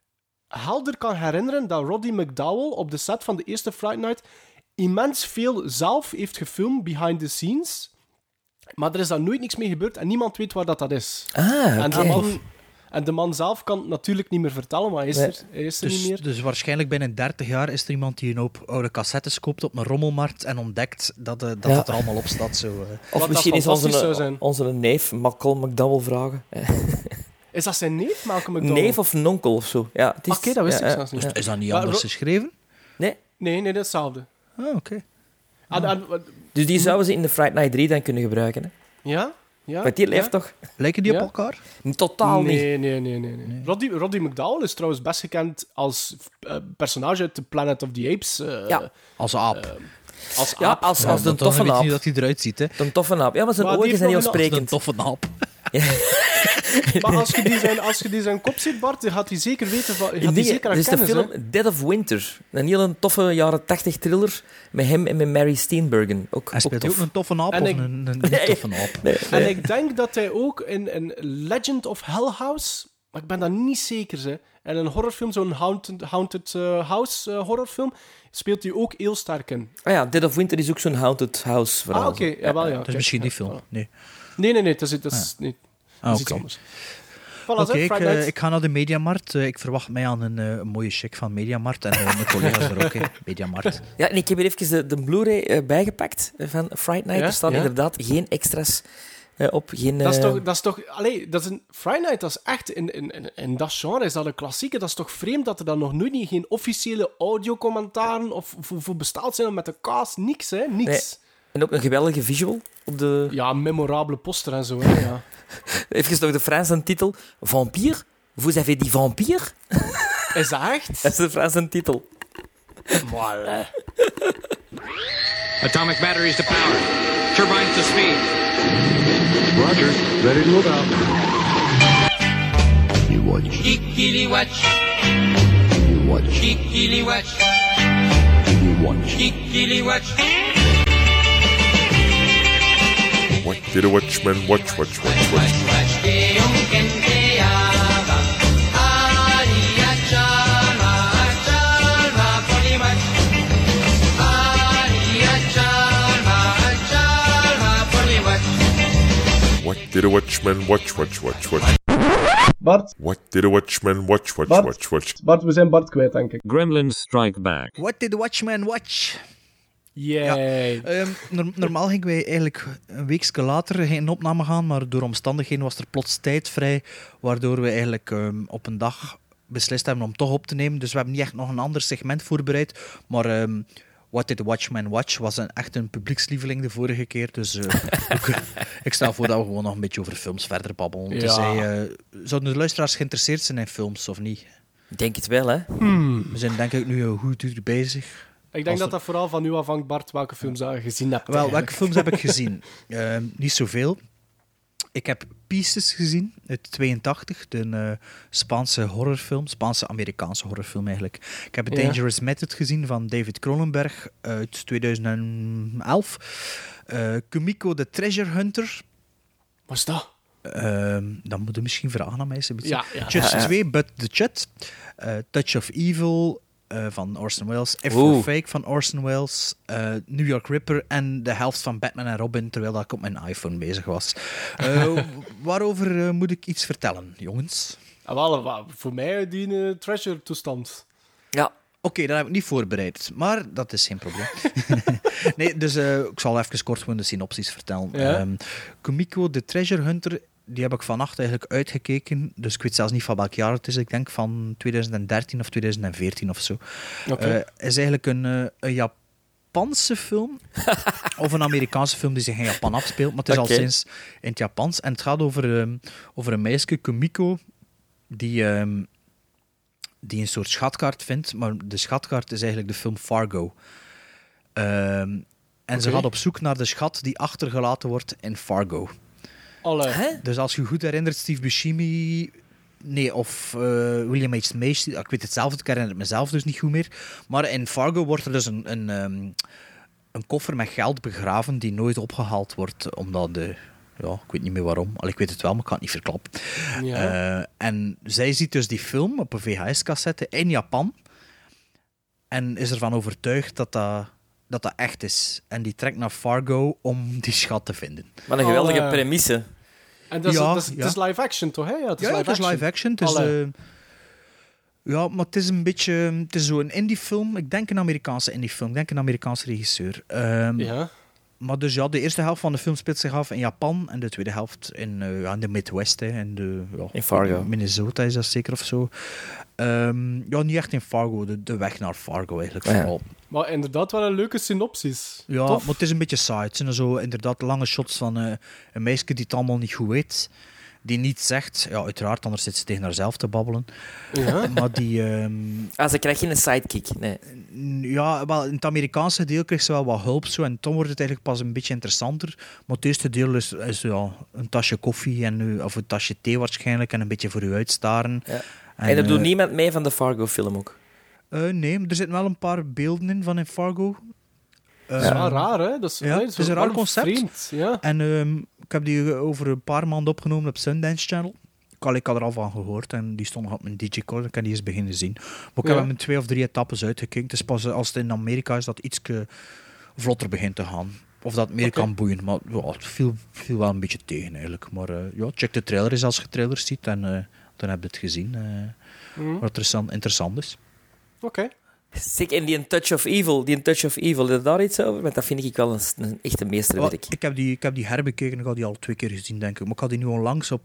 Speaker 4: helder kan herinneren dat Roddy McDowell op de set van de eerste Friday Night immens veel zelf heeft gefilmd behind the scenes. Maar er is daar nooit niks mee gebeurd en niemand weet waar dat, dat is.
Speaker 6: Ah, okay.
Speaker 4: En de man... En de man zelf kan het natuurlijk niet meer vertellen, maar hij is er, hij is er
Speaker 5: dus,
Speaker 4: niet meer.
Speaker 5: Dus waarschijnlijk binnen dertig jaar is er iemand die een hoop oude cassettes koopt op een rommelmarkt en ontdekt dat, uh, dat
Speaker 6: ja.
Speaker 5: het er allemaal op staat. Zo, uh.
Speaker 6: Of
Speaker 4: Wat
Speaker 6: misschien is onze,
Speaker 4: onze,
Speaker 6: onze neef Malcolm McDowell vragen.
Speaker 4: Is dat zijn neef, Malcolm McDowell?
Speaker 6: Neef of een onkel of zo. Ja,
Speaker 4: Oké, okay, dat wist ja, ik zelfs niet.
Speaker 5: Ja. Is dat niet anders ro- geschreven?
Speaker 6: Nee.
Speaker 4: Nee, nee, dat is hetzelfde.
Speaker 5: Ah, oké. Okay.
Speaker 4: Ah.
Speaker 6: Dus die zouden ze in de Friday Night drie dan kunnen gebruiken, hè?
Speaker 4: Ja? Ja,
Speaker 6: maar die leeft
Speaker 4: ja.
Speaker 6: toch?
Speaker 5: Lijken die
Speaker 4: ja?
Speaker 5: op elkaar?
Speaker 6: Totaal
Speaker 4: nee,
Speaker 6: niet.
Speaker 4: Nee, nee, nee. nee. nee. Roddy, Roddy McDowell is trouwens best gekend als uh, personage uit The Planet of the Apes. Uh,
Speaker 6: ja.
Speaker 5: Als aap.
Speaker 4: Uh, als
Speaker 6: ja,
Speaker 4: aap.
Speaker 6: als,
Speaker 5: ja,
Speaker 6: als de toffe aap.
Speaker 5: Ik weet niet dat hij eruit ziet, hè.
Speaker 6: De toffe aap. Ja, maar zijn maar ogen zijn heel sprekend.
Speaker 5: Een toffe aap.
Speaker 4: Maar als je, die zijn, als je die zijn kop ziet, Bart, dan gaat hij zeker weten van. Gaat
Speaker 6: die,
Speaker 4: zeker
Speaker 6: er is de film
Speaker 4: hè?
Speaker 6: Dead of Winter. Een hele toffe jaren tachtig thriller met hem en met Mary Steenburgen. Ook,
Speaker 5: hij speelt
Speaker 6: ook,
Speaker 5: ook een toffe aap
Speaker 4: en
Speaker 5: of
Speaker 4: ik,
Speaker 5: een, een niet toffe aap?
Speaker 6: Nee, nee.
Speaker 4: En ik denk dat hij ook in een Legend of Hell House, maar ik ben daar niet zeker, hè, en een horrorfilm, zo'n Haunted, haunted uh, House uh, horrorfilm, speelt hij ook heel sterk in.
Speaker 6: Ah ja, Dead of Winter is ook zo'n Haunted House verhaal.
Speaker 4: Ah, oké. Okay. Ja, wel, ja.
Speaker 5: Dat is misschien die film. Nee,
Speaker 4: nee, nee, nee dat is, dat is,
Speaker 5: ah.
Speaker 4: niet,
Speaker 5: dat
Speaker 4: is
Speaker 5: ah, okay.
Speaker 4: iets anders.
Speaker 5: Oké, okay, ik, uh, ik ga naar de Mediamarkt. Uh, ik verwacht mij aan een, uh, een mooie check van Mediamarkt. En uh, mijn collega's er ook, hè. Mediamarkt.
Speaker 6: Ja, en ik heb hier even de, de Blu-ray uh, bijgepakt van Friday Night.
Speaker 4: Ja?
Speaker 6: Er staan
Speaker 4: ja?
Speaker 6: inderdaad geen extra's uh, op. Geen, uh...
Speaker 4: Dat is toch... Dat is toch allee, dat is een, Friday Night, dat is echt... In, in, in, in dat genre is dat een klassieke. Dat is toch vreemd dat er dan nog nooit niet geen officiële audiocommentaren of voor, voor bestaald zijn met de cast. Niks, hè. Niks.
Speaker 6: En ook een geweldige visual op de...
Speaker 4: Ja, memorabele poster en zo. Hè, ja.
Speaker 6: Even nog de Franse titel. Vampire? Vous avez dit vampire?
Speaker 4: Is dat echt?
Speaker 6: Dat is de Franse titel.
Speaker 4: Voilà.
Speaker 13: Atomic batteries to power. Turbines to speed.
Speaker 9: Roger, ready to move out.
Speaker 14: You watch. Kikili watch.
Speaker 9: You watch.
Speaker 14: Kikili watch.
Speaker 9: You watch.
Speaker 14: Kikili watch.
Speaker 15: What did a watchman watch, watch, watch, watch? What did a watchman watch, watch, watch, watch?
Speaker 16: Bart.
Speaker 15: What did a watchman watch, watch,
Speaker 16: Bart.
Speaker 15: watch, watch?
Speaker 16: Bart, we zijn Bart kwijt, denk ik.
Speaker 17: Gremlins Strike Back.
Speaker 5: What did the Watchman watch?
Speaker 4: Yay.
Speaker 5: Ja, um, no- normaal gingen wij eigenlijk een weekje later geen opname gaan, maar door omstandigheden was er plots tijd vrij, waardoor we eigenlijk um, op een dag beslist hebben om toch op te nemen. Dus we hebben niet echt nog een ander segment voorbereid, maar um, What did the Watchman watch was een, echt een publiekslieveling de vorige keer. Dus uh, ik, ik stel voor dat we gewoon nog een beetje over films verder babbelen.
Speaker 4: Ja.
Speaker 5: Dus, uh, zouden de luisteraars geïnteresseerd zijn in films of niet?
Speaker 6: Ik denk het wel, hè.
Speaker 4: Hmm.
Speaker 5: We zijn denk ik nu een goed uur bezig.
Speaker 4: Ik denk dat dat vooral van u afhangt, Bart, welke films je gezien hebt.
Speaker 5: Wel, welke films heb ik gezien? Uh, niet zoveel. Ik heb Pieces gezien, uit tweeëntachtig, de uh, Spaanse horrorfilm, Spaanse-Amerikaanse horrorfilm eigenlijk. Ik heb
Speaker 4: Ja.
Speaker 5: Dangerous Method gezien van David Cronenberg uit tweeduizend elf. Uh, Kumiko the Treasure Hunter.
Speaker 4: Wat is dat?
Speaker 5: Uh, dan moet je misschien vragen aan mij.
Speaker 4: Ja, ja.
Speaker 5: Chut
Speaker 6: Ja, ja.
Speaker 5: twee, But the Chut. Uh, Touch of Evil uh, van Orson Welles. F
Speaker 6: Oeh.
Speaker 5: for Fake van Orson Welles. Uh, New York Ripper en de helft van Batman en Robin, terwijl dat ik op mijn iPhone bezig was. Uh, waarover uh, moet ik iets vertellen, jongens?
Speaker 4: Ah, wel, wel, voor mij die uh, treasure-toestand.
Speaker 6: Ja.
Speaker 5: Oké, okay, dat heb ik niet voorbereid, maar dat is geen probleem. nee, dus uh, ik zal even kort gewoon de synopsis vertellen.
Speaker 4: Ja.
Speaker 5: Um, Kumiko, de Treasure Hunter, die heb ik vannacht eigenlijk uitgekeken. Dus ik weet zelfs niet van welk jaar het is. Ik denk van tweeduizend dertien of tweeduizend veertien of zo.
Speaker 4: Oké.
Speaker 5: Het uh, is eigenlijk een, uh, een Japanse film. of een Amerikaanse film die zich in Japan afspeelt. Maar het is
Speaker 6: Oké.
Speaker 5: al sinds in het Japans. En het gaat over, um, over een meisje, Kumiko, die... Um, die een soort schatkaart vindt, maar de schatkaart is eigenlijk de film Fargo. Um, en ze
Speaker 4: Oké.
Speaker 5: gaat op zoek naar de schat die achtergelaten wordt in Fargo.
Speaker 4: Alle.
Speaker 5: Dus als je je goed herinnert, Steve Buscemi... Nee, of uh, William H. Macy. Ik weet het zelf, ik herinner het mezelf dus niet goed meer. Maar in Fargo wordt er dus een, een, um, een koffer met geld begraven die nooit opgehaald wordt, omdat de... Ja, ik weet niet meer waarom. Al, ik weet het wel, maar ik kan het niet verklappen.
Speaker 4: Ja.
Speaker 5: Uh, en zij ziet dus die film op een V H S-cassette in Japan. En is ervan overtuigd dat dat, dat dat echt is. En die trekt naar Fargo om die schat te vinden.
Speaker 6: Wat een geweldige
Speaker 4: Alle.
Speaker 6: premisse.
Speaker 4: En dat is,
Speaker 5: Ja,
Speaker 4: dat is,
Speaker 5: ja.
Speaker 4: het is live action, toch? Hè? Ja, het is
Speaker 5: Ja, ja,
Speaker 4: live
Speaker 5: het is live action. Het is,
Speaker 4: Alle.
Speaker 5: uh, ja, maar het is een beetje... Het is zo'n indie-film. Ik denk een Amerikaanse indie-film. Ik denk een Amerikaanse regisseur. Um,
Speaker 4: Ja.
Speaker 5: Maar dus ja, de eerste helft van de film speelt zich af in Japan en de tweede helft in, uh, ja, in de Midwest, hè, in, de, ja,
Speaker 6: In Fargo.
Speaker 5: Minnesota is dat zeker of zo. Um, ja, niet echt in Fargo, de, de weg naar Fargo eigenlijk
Speaker 6: Ah, ja.
Speaker 5: vooral.
Speaker 4: Maar inderdaad wel een leuke synopsis.
Speaker 5: Ja,
Speaker 4: Tof.
Speaker 5: maar het is een beetje saai. Het zijn zo inderdaad lange shots van uh, een meisje die het allemaal niet goed weet. Die niet zegt, ja, uiteraard, anders zit ze tegen haarzelf te babbelen.
Speaker 4: Ja.
Speaker 5: Maar die... Um,
Speaker 6: Ah, ze krijgt geen sidekick, nee.
Speaker 5: ja, wel, in het Amerikaanse deel krijgt ze wel wat hulp zo, en dan wordt het eigenlijk pas een beetje interessanter. Maar het eerste deel is, is ja, een tasje koffie en, u- of een tasje thee waarschijnlijk en een beetje voor u uitstaren.
Speaker 6: Ja. En, en er
Speaker 5: eh,
Speaker 6: doet niemand mee van de Fargo-film ook.
Speaker 5: Uh, nee, maar er zitten wel een paar beelden in van in Fargo.
Speaker 4: Dat is wel raar, hè? Dat is,
Speaker 5: Ja,
Speaker 4: nee,
Speaker 5: het is een raar
Speaker 4: wel
Speaker 5: concept.
Speaker 4: vreemd, ja.
Speaker 5: En um, ik heb die over een paar maanden opgenomen op Sundance Channel. Ik had, ik had er al van gehoord en die stond nog op mijn Digicord. Ik kan die eens beginnen zien. Maar ik
Speaker 4: Ja.
Speaker 5: heb hem in twee of drie etappes uitgekeken. Het is pas als het in Amerika is dat iets vlotter begint te gaan. Of dat meer
Speaker 4: Oké.
Speaker 5: kan boeien. Maar ja, het viel, viel wel een beetje tegen eigenlijk. Maar uh, ja, check de trailer eens als je trailers ziet. En uh, dan heb je het gezien. Uh,
Speaker 4: Mhm.
Speaker 5: Wat interessant, interessant is.
Speaker 4: Oké.
Speaker 6: Zeg, en die Touch of Evil, die Touch of Evil, is daar iets over? Want dat vind ik wel een, een echte meesterwerk.
Speaker 5: Wel, ik, heb die, ik heb die herbekeken. Ik had die al twee keer gezien, denk ik. Maar ik had die nu onlangs op uh,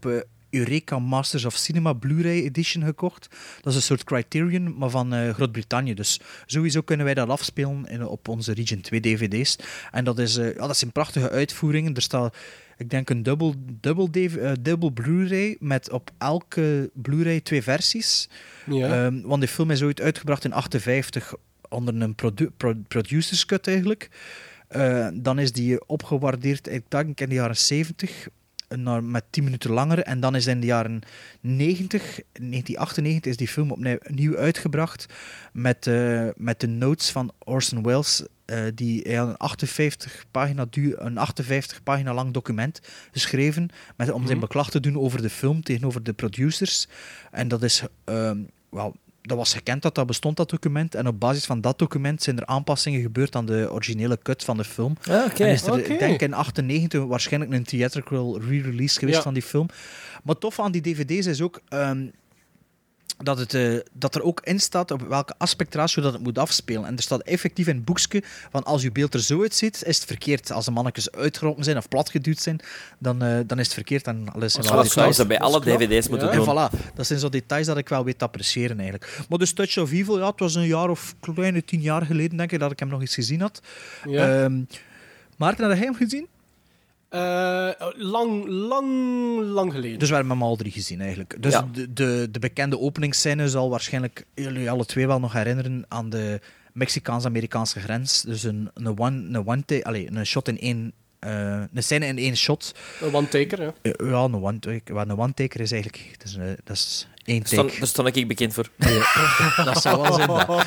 Speaker 5: Eureka Masters of Cinema Blu-ray Edition gekocht. Dat is een soort Criterion, maar van uh, Groot-Brittannië. Dus sowieso kunnen wij dat afspelen in, op onze Region twee D V D's. En dat, is, uh, ja, dat zijn prachtige uitvoeringen. Er staat, ik denk, een dubbel, dubbel, uh, dubbel Blu-ray met op elke Blu-ray twee versies.
Speaker 4: Ja.
Speaker 5: Um, want die film is ooit uitgebracht in achtenvijftig onder een produ- pro- producer's cut eigenlijk. Uh, dan is die opgewaardeerd, ik denk in de jaren zeventig, naar, met tien minuten langer. En dan is in de jaren negentig, negentien achtennegentig, is die film opnieuw uitgebracht met, uh, met de notes van Orson Welles, uh, die hij had een achtenvijftig pagina, duur, een achtenvijftig pagina lang document geschreven met, om zijn beklag te doen over de film tegenover de producers. En dat is... Uh, well, dat was gekend dat dat bestond, dat document. En op basis van dat document zijn er aanpassingen gebeurd aan de originele cut van de film.
Speaker 6: Ah, okay.
Speaker 5: En is er,
Speaker 6: okay.
Speaker 5: ik denk in achtennegentig waarschijnlijk een theatrical re-release geweest ja. van die film. Maar tof aan die D V D's is ook... Um, Dat, het, uh, dat er ook in staat op welke aspectratio dat het moet afspelen. En er staat effectief in het boekje van als je beeld er zo uitziet, is het verkeerd. Als de mannetjes uitgerokken zijn of platgeduwd zijn, dan, uh, dan is het verkeerd. En alles
Speaker 6: dat wel zouden ze bij alle D V D's moeten
Speaker 5: ja.
Speaker 6: doen.
Speaker 5: En voilà, dat zijn zo details dat ik wel weet te appreciëren eigenlijk. Maar dus Touch of Evil, ja, het was een jaar of kleine tien jaar geleden, denk ik, dat ik hem nog eens gezien had.
Speaker 4: Ja.
Speaker 5: Um, Maarten, had jij hem gezien?
Speaker 4: Uh, lang, lang, lang geleden.
Speaker 5: Dus we hebben hem al drie gezien eigenlijk. Dus
Speaker 6: ja.
Speaker 5: de, de, de bekende openingsscène zal waarschijnlijk jullie alle twee wel nog herinneren aan de Mexicaans-Amerikaanse grens. Dus een, een, one, een, one take, allez, een shot in één... Uh, een scène in één shot.
Speaker 4: Een one-taker, ja.
Speaker 5: Uh, ja, een one-taker. Wat een one-taker is eigenlijk... Dat is, een, dat is één take.
Speaker 6: Daar stond ik bekend voor.
Speaker 5: Ja, dat zou wel zijn.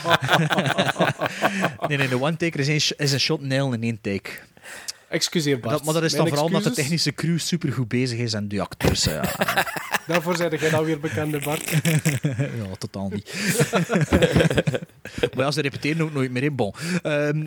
Speaker 5: nee, nee, de one-taker is, een, is een shot nail in één take.
Speaker 4: Excuseer, Bart.
Speaker 5: Dat, maar dat is dan
Speaker 4: Mijn
Speaker 5: vooral omdat de
Speaker 4: excuses.
Speaker 5: technische crew supergoed bezig is en de acteurs... Ja.
Speaker 4: Daarvoor zei jij nou weer bekende, Bart.
Speaker 5: Ja, totaal niet. Maar ja, ze repeteren ook nooit meer in. Bon. Um,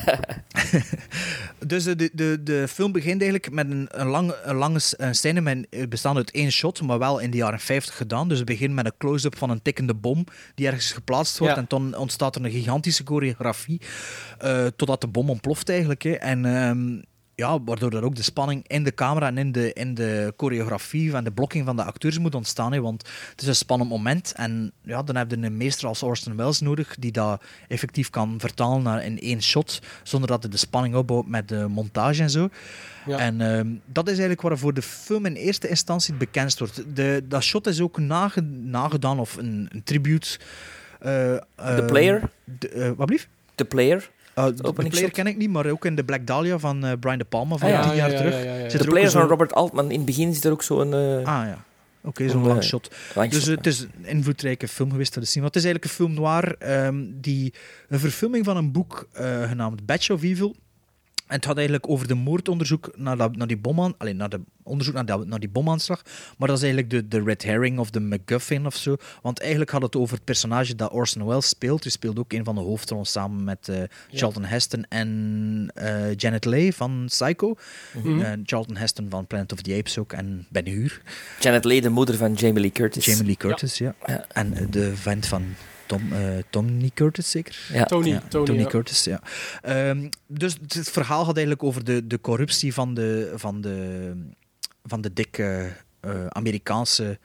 Speaker 5: dus de, de, de film begint eigenlijk met een, een, lang, een lange scène met, bestaande uit één shot, maar wel in de jaren vijftig gedaan. Dus het begint met een close-up van een tikkende bom die ergens geplaatst wordt. Ja. En dan ontstaat er een gigantische choreografie uh, totdat de bom ontploft eigenlijk. Hè. En... Um, Ja, waardoor er ook de spanning in de camera en in de, in de choreografie en de blokking van de acteurs moet ontstaan. Hè, want het is een spannend moment. En ja, dan heb je een meester als Orson Welles nodig die dat effectief kan vertalen naar in één shot, zonder dat hij de spanning opbouwt met de montage en zo. Ja. En um, dat is eigenlijk waarvoor de film in eerste instantie het bekendst wordt. De, dat shot is ook nage, nagedaan of een, een tribute.
Speaker 6: The uh, Player?
Speaker 5: De, uh, wat blieft?
Speaker 6: The Player?
Speaker 5: Uh, de Player ken ik niet, maar ook in de Black Dahlia van uh, Brian De Palma van
Speaker 6: ah, ja,
Speaker 5: tien jaar
Speaker 6: ja,
Speaker 5: terug.
Speaker 6: Ja, ja, ja, ja. De Player zo... van Robert Altman. In het begin zit er ook zo'n... Uh...
Speaker 5: Ah ja, oké, okay, zo'n uh, lang shot.
Speaker 6: Lang
Speaker 5: dus
Speaker 6: shot,
Speaker 5: uh, het is een invloedrijke film geweest te zien. Want het is eigenlijk een film noir, um, die een verfilming van een boek uh, genaamd Batch of Evil. En het gaat eigenlijk over de moordonderzoek naar, dat, naar die bomaan, alleen naar de onderzoek naar, dat, naar die bomaanslag. Maar dat is eigenlijk de, de red herring of de MacGuffin of zo. Want eigenlijk gaat het over het personage dat Orson Welles speelt. Hij speelt ook een van de hoofdrollen samen met uh, Charlton ja. Heston en uh, Janet Leigh van Psycho. Mm-hmm. Uh, Charlton Heston van Planet of the Apes ook en Ben Hur.
Speaker 6: Janet Leigh, de moeder van Jamie Lee Curtis.
Speaker 5: Jamie Lee Curtis, ja. ja. ja. En uh, de vent van... Tom, uh, Tony Curtis, zeker?
Speaker 6: Ja.
Speaker 4: Tony,
Speaker 5: ja,
Speaker 4: Tony,
Speaker 5: Tony
Speaker 4: ja.
Speaker 5: Curtis, ja. Um, dus het verhaal gaat eigenlijk over de, de corruptie van de, van de, van de dikke uh, Amerikaanse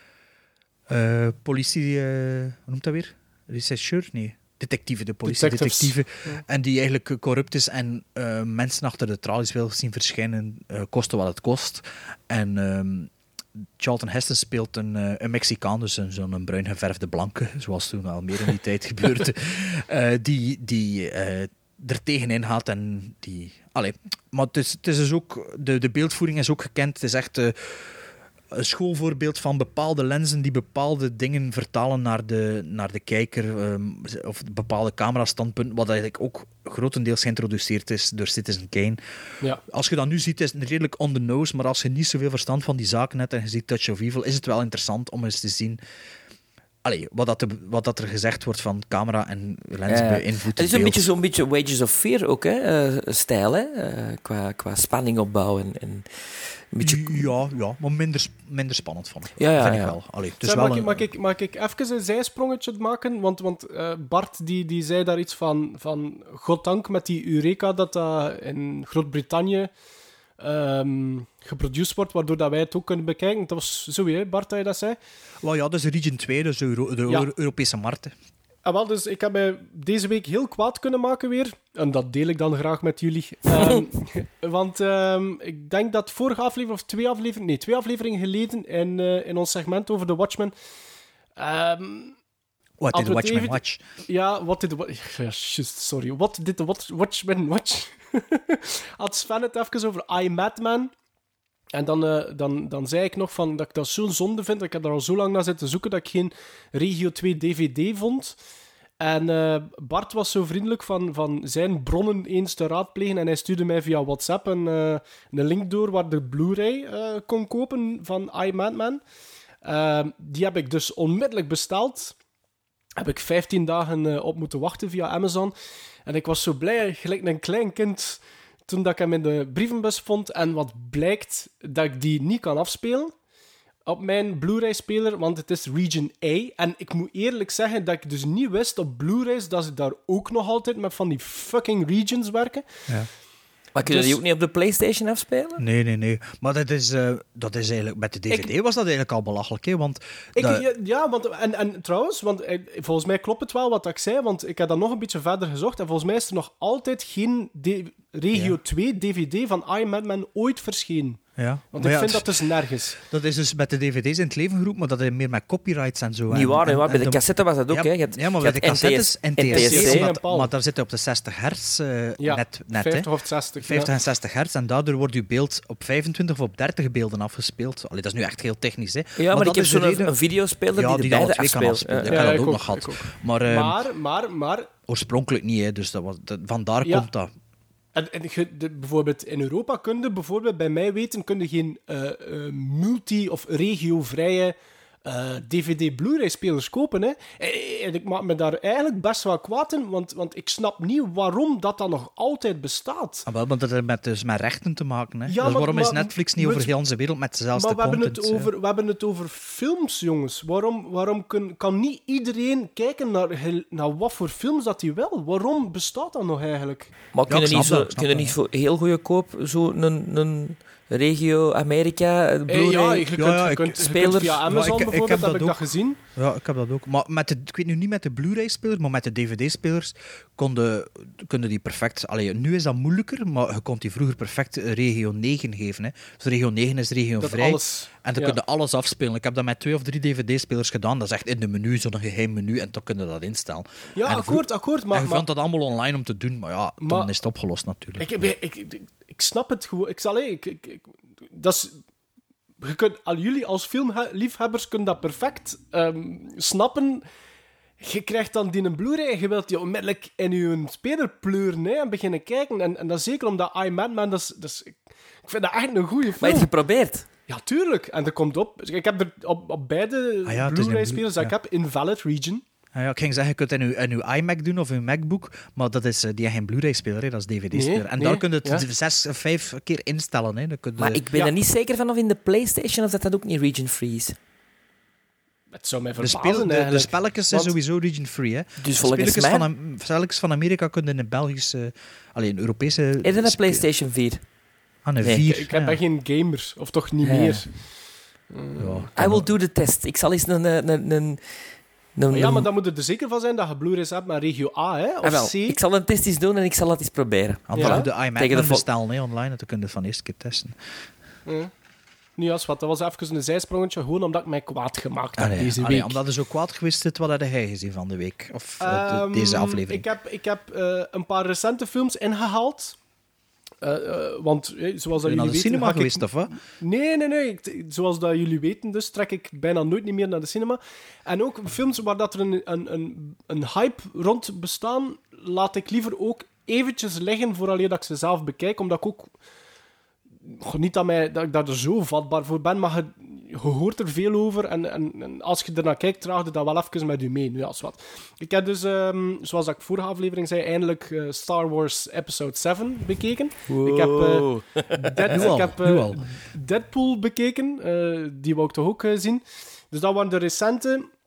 Speaker 5: uh, politie... Uh, hoe noemt dat weer? Rechercheur? Nee. Detectieve, de politiedetectieve. Ja. En die eigenlijk corrupt is en uh, mensen achter de tralies wil zien verschijnen, uh, koste wat het kost. En... Um, Charlton Heston speelt een, uh, een Mexicaan, dus een, zo'n een bruin geverfde blanke, zoals toen al meer in die tijd gebeurde, uh, die, die uh, er tegenin gaat en die... Allee, maar het is, het is dus ook... De, de beeldvoering is ook gekend. Het is echt uh, een schoolvoorbeeld van bepaalde lenzen die bepaalde dingen vertalen naar de, naar de kijker, um, of bepaalde camerastandpunten, wat eigenlijk ook grotendeels geïntroduceerd is door Citizen Kane.
Speaker 4: Ja.
Speaker 5: Als je dat nu ziet, is het redelijk on the nose, maar als je niet zoveel verstand van die zaken hebt en je ziet Touch of Evil, is het wel interessant om eens te zien... Allee, wat, dat de, wat dat er gezegd wordt van camera en lens
Speaker 6: ja.
Speaker 5: beïnvloedt.
Speaker 6: Het is een beetje zo'n beetje Wages of Fear ook, hè? Uh, stijl, hè? Uh, qua, qua spanning opbouwen. En, en een beetje...
Speaker 5: Ja, ja, maar minder, minder spannend vond ik.
Speaker 6: Ja, ja,
Speaker 5: vind
Speaker 6: ja.
Speaker 5: ik wel. Allee, het is
Speaker 4: Zeg,
Speaker 5: wel
Speaker 4: mag,
Speaker 5: een...
Speaker 4: ik, mag, ik, mag ik even een zijsprongetje maken? Want, want uh, Bart die, die zei daar iets van, van goddank met die Eureka dat dat in Groot-Brittannië um, geproduceerd wordt, waardoor dat wij het ook kunnen bekijken. Dat was zo, hè, Bart, dat je dat zei.
Speaker 5: Well, ja, dat is Region twee, dus de, Euro- de
Speaker 4: Ja.
Speaker 5: Euro- Europese markten.
Speaker 4: Ah, wel, dus ik heb mij deze week heel kwaad kunnen maken weer. En dat deel ik dan graag met jullie. Um, want um, ik denk dat vorige aflevering, of twee afleveringen... Nee, twee afleveringen geleden in, uh, in ons segment over The Watchmen... Um,
Speaker 5: What did the Watchmen
Speaker 4: even...
Speaker 5: watch?
Speaker 4: Ja, what did the... Ja, just, sorry. What did the watch... Watchmen watch? Had Sven het even over I, Madman. En dan, uh, dan, dan zei ik nog van dat ik dat zo'n zonde vind. Ik heb daar al zo lang naar zitten zoeken dat ik geen Regio twee D V D vond. En uh, Bart was zo vriendelijk van, van zijn bronnen eens te raadplegen. En hij stuurde mij via WhatsApp een, uh, een link door waar de Blu-ray uh, kon kopen van I, Madman. Uh, die heb ik dus onmiddellijk besteld. Heb ik vijftien dagen uh, op moeten wachten via Amazon. En ik was zo blij, gelijk een klein kind, toen dat ik hem in de brievenbus vond. En wat blijkt, dat ik die niet kan afspelen op mijn Blu-ray-speler, want het is Region A. En ik moet eerlijk zeggen dat ik dus niet wist op Blu-rays dat ze daar ook nog altijd met van die fucking regions werken.
Speaker 5: Ja.
Speaker 6: Maar kunnen
Speaker 4: Dus-
Speaker 6: die ook niet op de PlayStation afspelen?
Speaker 5: Nee, nee, nee. Maar dat is, uh, dat is eigenlijk... Met de D V D
Speaker 4: Ik-
Speaker 5: was dat eigenlijk al belachelijk, hè? Want...
Speaker 4: Ik,
Speaker 5: dat-
Speaker 4: ja, ja, want, en, en trouwens, want, eh, volgens mij klopt het wel wat ik zei, want ik heb dan nog een beetje verder gezocht en volgens mij is er nog altijd geen D- Regio
Speaker 5: Ja.
Speaker 4: twee D V D van I, Madman ooit verschenen.
Speaker 5: Ja.
Speaker 4: Want
Speaker 5: Maar
Speaker 4: ik
Speaker 5: ja,
Speaker 4: vind
Speaker 5: het-
Speaker 4: dat dus nergens.
Speaker 5: Dat is dus met de D V D's in het leven geroepen, maar dat is meer met copyrights en zo.
Speaker 6: Niet
Speaker 5: En-
Speaker 6: waar,
Speaker 5: en-
Speaker 6: niet waar.
Speaker 5: en
Speaker 6: Bij de
Speaker 5: de-
Speaker 6: cassette was dat ook,
Speaker 5: ja,
Speaker 6: hè. Je hebt-
Speaker 5: ja, maar
Speaker 6: je
Speaker 5: bij de
Speaker 6: hebt
Speaker 5: cassettes
Speaker 6: N
Speaker 5: en
Speaker 6: T S C,
Speaker 5: T S C,
Speaker 4: en
Speaker 5: maar,
Speaker 4: Paul.
Speaker 5: maar daar zit je op de zestig hertz uh,
Speaker 4: Ja,
Speaker 5: net, net
Speaker 4: vijftig
Speaker 5: hè.
Speaker 4: of zestig.
Speaker 5: vijftig
Speaker 4: ja.
Speaker 5: en zestig hertz en daardoor wordt je beeld op vijfentwintig of op dertig beelden afgespeeld. Allee, dat is nu echt heel technisch, hè.
Speaker 6: Ja, maar, ik
Speaker 5: dat
Speaker 6: heb
Speaker 5: is de
Speaker 6: zo'n
Speaker 5: reden-
Speaker 6: een videospeler
Speaker 5: ja,
Speaker 6: die de
Speaker 5: die dat
Speaker 6: beide
Speaker 5: twee kan
Speaker 6: afspeelt.
Speaker 5: afspelen.
Speaker 6: Ja.
Speaker 5: Ik
Speaker 4: Ja,
Speaker 5: heb dat
Speaker 4: ik
Speaker 5: ook
Speaker 4: ook,
Speaker 5: nog
Speaker 4: ik
Speaker 5: gehad.
Speaker 4: ook.
Speaker 5: Maar, uh,
Speaker 4: Maar, maar, maar...
Speaker 5: oorspronkelijk niet, hè. Dus dat was, dat, vandaar
Speaker 4: Ja.
Speaker 5: komt dat.
Speaker 4: En, en je- de- bijvoorbeeld in Europa kun je bijvoorbeeld bij mij weten kun je geen uh, uh, multi- of regiovrije uh, D V D Blu-ray-spelers kopen. Hè. En, en ik maak me daar eigenlijk best wel kwaad in, want, want ik snap niet waarom dat dan nog altijd bestaat.
Speaker 5: Ah, wel, want dat heeft met, dus met rechten te maken. Hè.
Speaker 4: Ja,
Speaker 5: dus
Speaker 4: maar-
Speaker 5: waarom is
Speaker 4: maar-
Speaker 5: Netflix niet
Speaker 4: maar-
Speaker 5: over heel onze wereld met dezelfde
Speaker 4: Maar we hebben,
Speaker 5: content?
Speaker 4: het
Speaker 5: hè?
Speaker 4: over, we hebben het over films, jongens. Waarom, waarom kun, kan niet iedereen kijken naar, gel- naar wat voor films dat hij wil? Waarom bestaat dat nog eigenlijk?
Speaker 6: Maar
Speaker 5: Ja,
Speaker 6: kunnen
Speaker 5: ik
Speaker 6: niet,
Speaker 5: snap
Speaker 6: zo,
Speaker 5: dat, ik snap
Speaker 6: kunnen
Speaker 5: dat,
Speaker 6: niet voor heel goedkoop zo een, een regio Amerika
Speaker 4: Eh,
Speaker 6: Blu-ray
Speaker 4: ja, je kunt,
Speaker 5: Ja, ja,
Speaker 4: je
Speaker 5: ik-
Speaker 4: kunt, je kunt
Speaker 6: spelers-
Speaker 4: via Amazon
Speaker 5: Ja, ik- ik
Speaker 4: bijvoorbeeld,
Speaker 5: heb
Speaker 4: heb,
Speaker 5: dat
Speaker 4: ik dat
Speaker 5: ook.
Speaker 4: gezien.
Speaker 5: Ja, ik heb dat ook. Maar met de, ik weet nu niet met de Blu-ray-speler, maar met de D V D-spelers konden, konden die perfect... Allee, nu is dat moeilijker, maar je kon die vroeger perfect eh, regio negen geven. Hè. Dus regio negen is regio
Speaker 4: Dat
Speaker 5: vrij.
Speaker 4: alles...
Speaker 5: En dan
Speaker 4: ja.
Speaker 5: kun je alles afspelen. Ik heb dat met twee of drie D V D-spelers gedaan. Dat is echt in de menu, zo'n geheim menu, en dan kun je dat instellen.
Speaker 4: Ja,
Speaker 5: En
Speaker 4: akkoord, akkoord.
Speaker 5: en
Speaker 4: Maar,
Speaker 5: je
Speaker 4: maar
Speaker 5: vond dat allemaal online om te doen, maar ja, dan
Speaker 4: Maar-
Speaker 5: is het opgelost natuurlijk.
Speaker 4: ik, ik, ik, ik, ik snap het gewoon. Ik zal, ik, ik, ik- dat is, je kunt, al jullie als filmliefhebbers kunnen dat perfect ehm, snappen. Je krijgt dan die een Blu-ray en je wilt die onmiddellijk in je speler pleuren hè, en beginnen kijken. En, en dat zeker omdat I, Madman, dat is, dat is, ik vind dat echt een goede
Speaker 6: Maar
Speaker 4: film.
Speaker 6: heb je geprobeerd?
Speaker 4: Ja, tuurlijk. En er komt op. Ik heb er op, op beide
Speaker 5: Ah ja, het is een
Speaker 4: Blu-ray-spelers
Speaker 5: Blu-
Speaker 4: dat ik heb, Invalid Region.
Speaker 5: Ja, ja, ik ging zeggen, je kunt het in je, in je iMac doen of in je MacBook, maar dat is, eh, die heeft geen Blu-ray-speler, hè, dat is D V D-speler.
Speaker 4: Nee,
Speaker 5: en
Speaker 4: nee,
Speaker 5: daar kun je het
Speaker 4: ja.
Speaker 5: zes of vijf keer instellen. Hè. Dan kun je,
Speaker 6: Maar ik ben
Speaker 4: Ja.
Speaker 6: er niet zeker van of in de PlayStation of dat dat ook niet region free is.
Speaker 4: Het zou mij
Speaker 5: de,
Speaker 4: verbazen
Speaker 5: speel, de, de
Speaker 4: eigenlijk.
Speaker 5: spelletjes zijn
Speaker 4: Want-
Speaker 5: sowieso region-free. Hè.
Speaker 6: Dus
Speaker 5: De
Speaker 6: volgens
Speaker 5: spelletjes
Speaker 6: mij...
Speaker 5: van, Am- spelletjes van Amerika kunnen in een Belgische... Alleen een Europese...
Speaker 6: Is er een
Speaker 5: spe-
Speaker 6: PlayStation vier?
Speaker 5: Ah, een
Speaker 6: Nee.
Speaker 5: vier.
Speaker 4: Ik heb
Speaker 5: ja.
Speaker 4: echt geen gamer, of toch niet
Speaker 6: Ja.
Speaker 4: meer.
Speaker 5: Ja,
Speaker 6: I will do the test. Ik zal eens een... een, een, een, een
Speaker 4: Ja, maar dan moet je er zeker van zijn dat je Blu-rays hebt met regio A, hè? Of
Speaker 6: Ah, wel,
Speaker 4: C.
Speaker 6: ik zal een test eens doen en ik zal dat eens proberen.
Speaker 5: Anders
Speaker 4: Ja.
Speaker 5: moet de iMac
Speaker 6: Tegen de
Speaker 5: dan
Speaker 6: vo-
Speaker 5: bestellen hè, online, en dan kun je het van de eerste keer testen.
Speaker 4: Ja. Nu, als wat, dat was even een zijsprongetje, gewoon omdat ik mij kwaad gemaakt heb
Speaker 5: Allee,
Speaker 4: deze
Speaker 5: allee,
Speaker 4: week.
Speaker 5: omdat er zo kwaad geweest zit, wat had jij gezien van de week? Of eh, de-
Speaker 4: Ehm,
Speaker 5: deze aflevering?
Speaker 4: Ik heb, ik heb eh, een paar recente films ingehaald. Eh, eh, want, eh, zoals dat
Speaker 5: Ben je
Speaker 4: jullie
Speaker 5: naar de
Speaker 4: weten...
Speaker 5: cinema
Speaker 4: ga ik-
Speaker 5: geweest, of wat?
Speaker 4: Nee, nee, nee. Ik- zoals dat jullie weten, dus trek ik bijna nooit niet meer naar de cinema. En ook films waar dat er een, een, een, een hype rond bestaan, laat ik liever ook eventjes liggen vooraleer dat ik ze zelf bekijk, omdat ik ook... Goh, niet dat, mij, dat ik daar zo vatbaar voor ben, maar je, je hoort er veel over. En, en, en als je ernaar kijkt, draag je dat wel even met je mee. Nu, als wat. Ik heb dus, ehm, zoals ik vorige aflevering zei, eindelijk eh, Star Wars Episode zeven bekeken. Ik heb, eh, Dead-
Speaker 5: Nu al,
Speaker 4: ik heb eh,
Speaker 5: nu al.
Speaker 4: Deadpool bekeken. eh, die wou ik toch ook eh, zien. Dus dat waren de recente.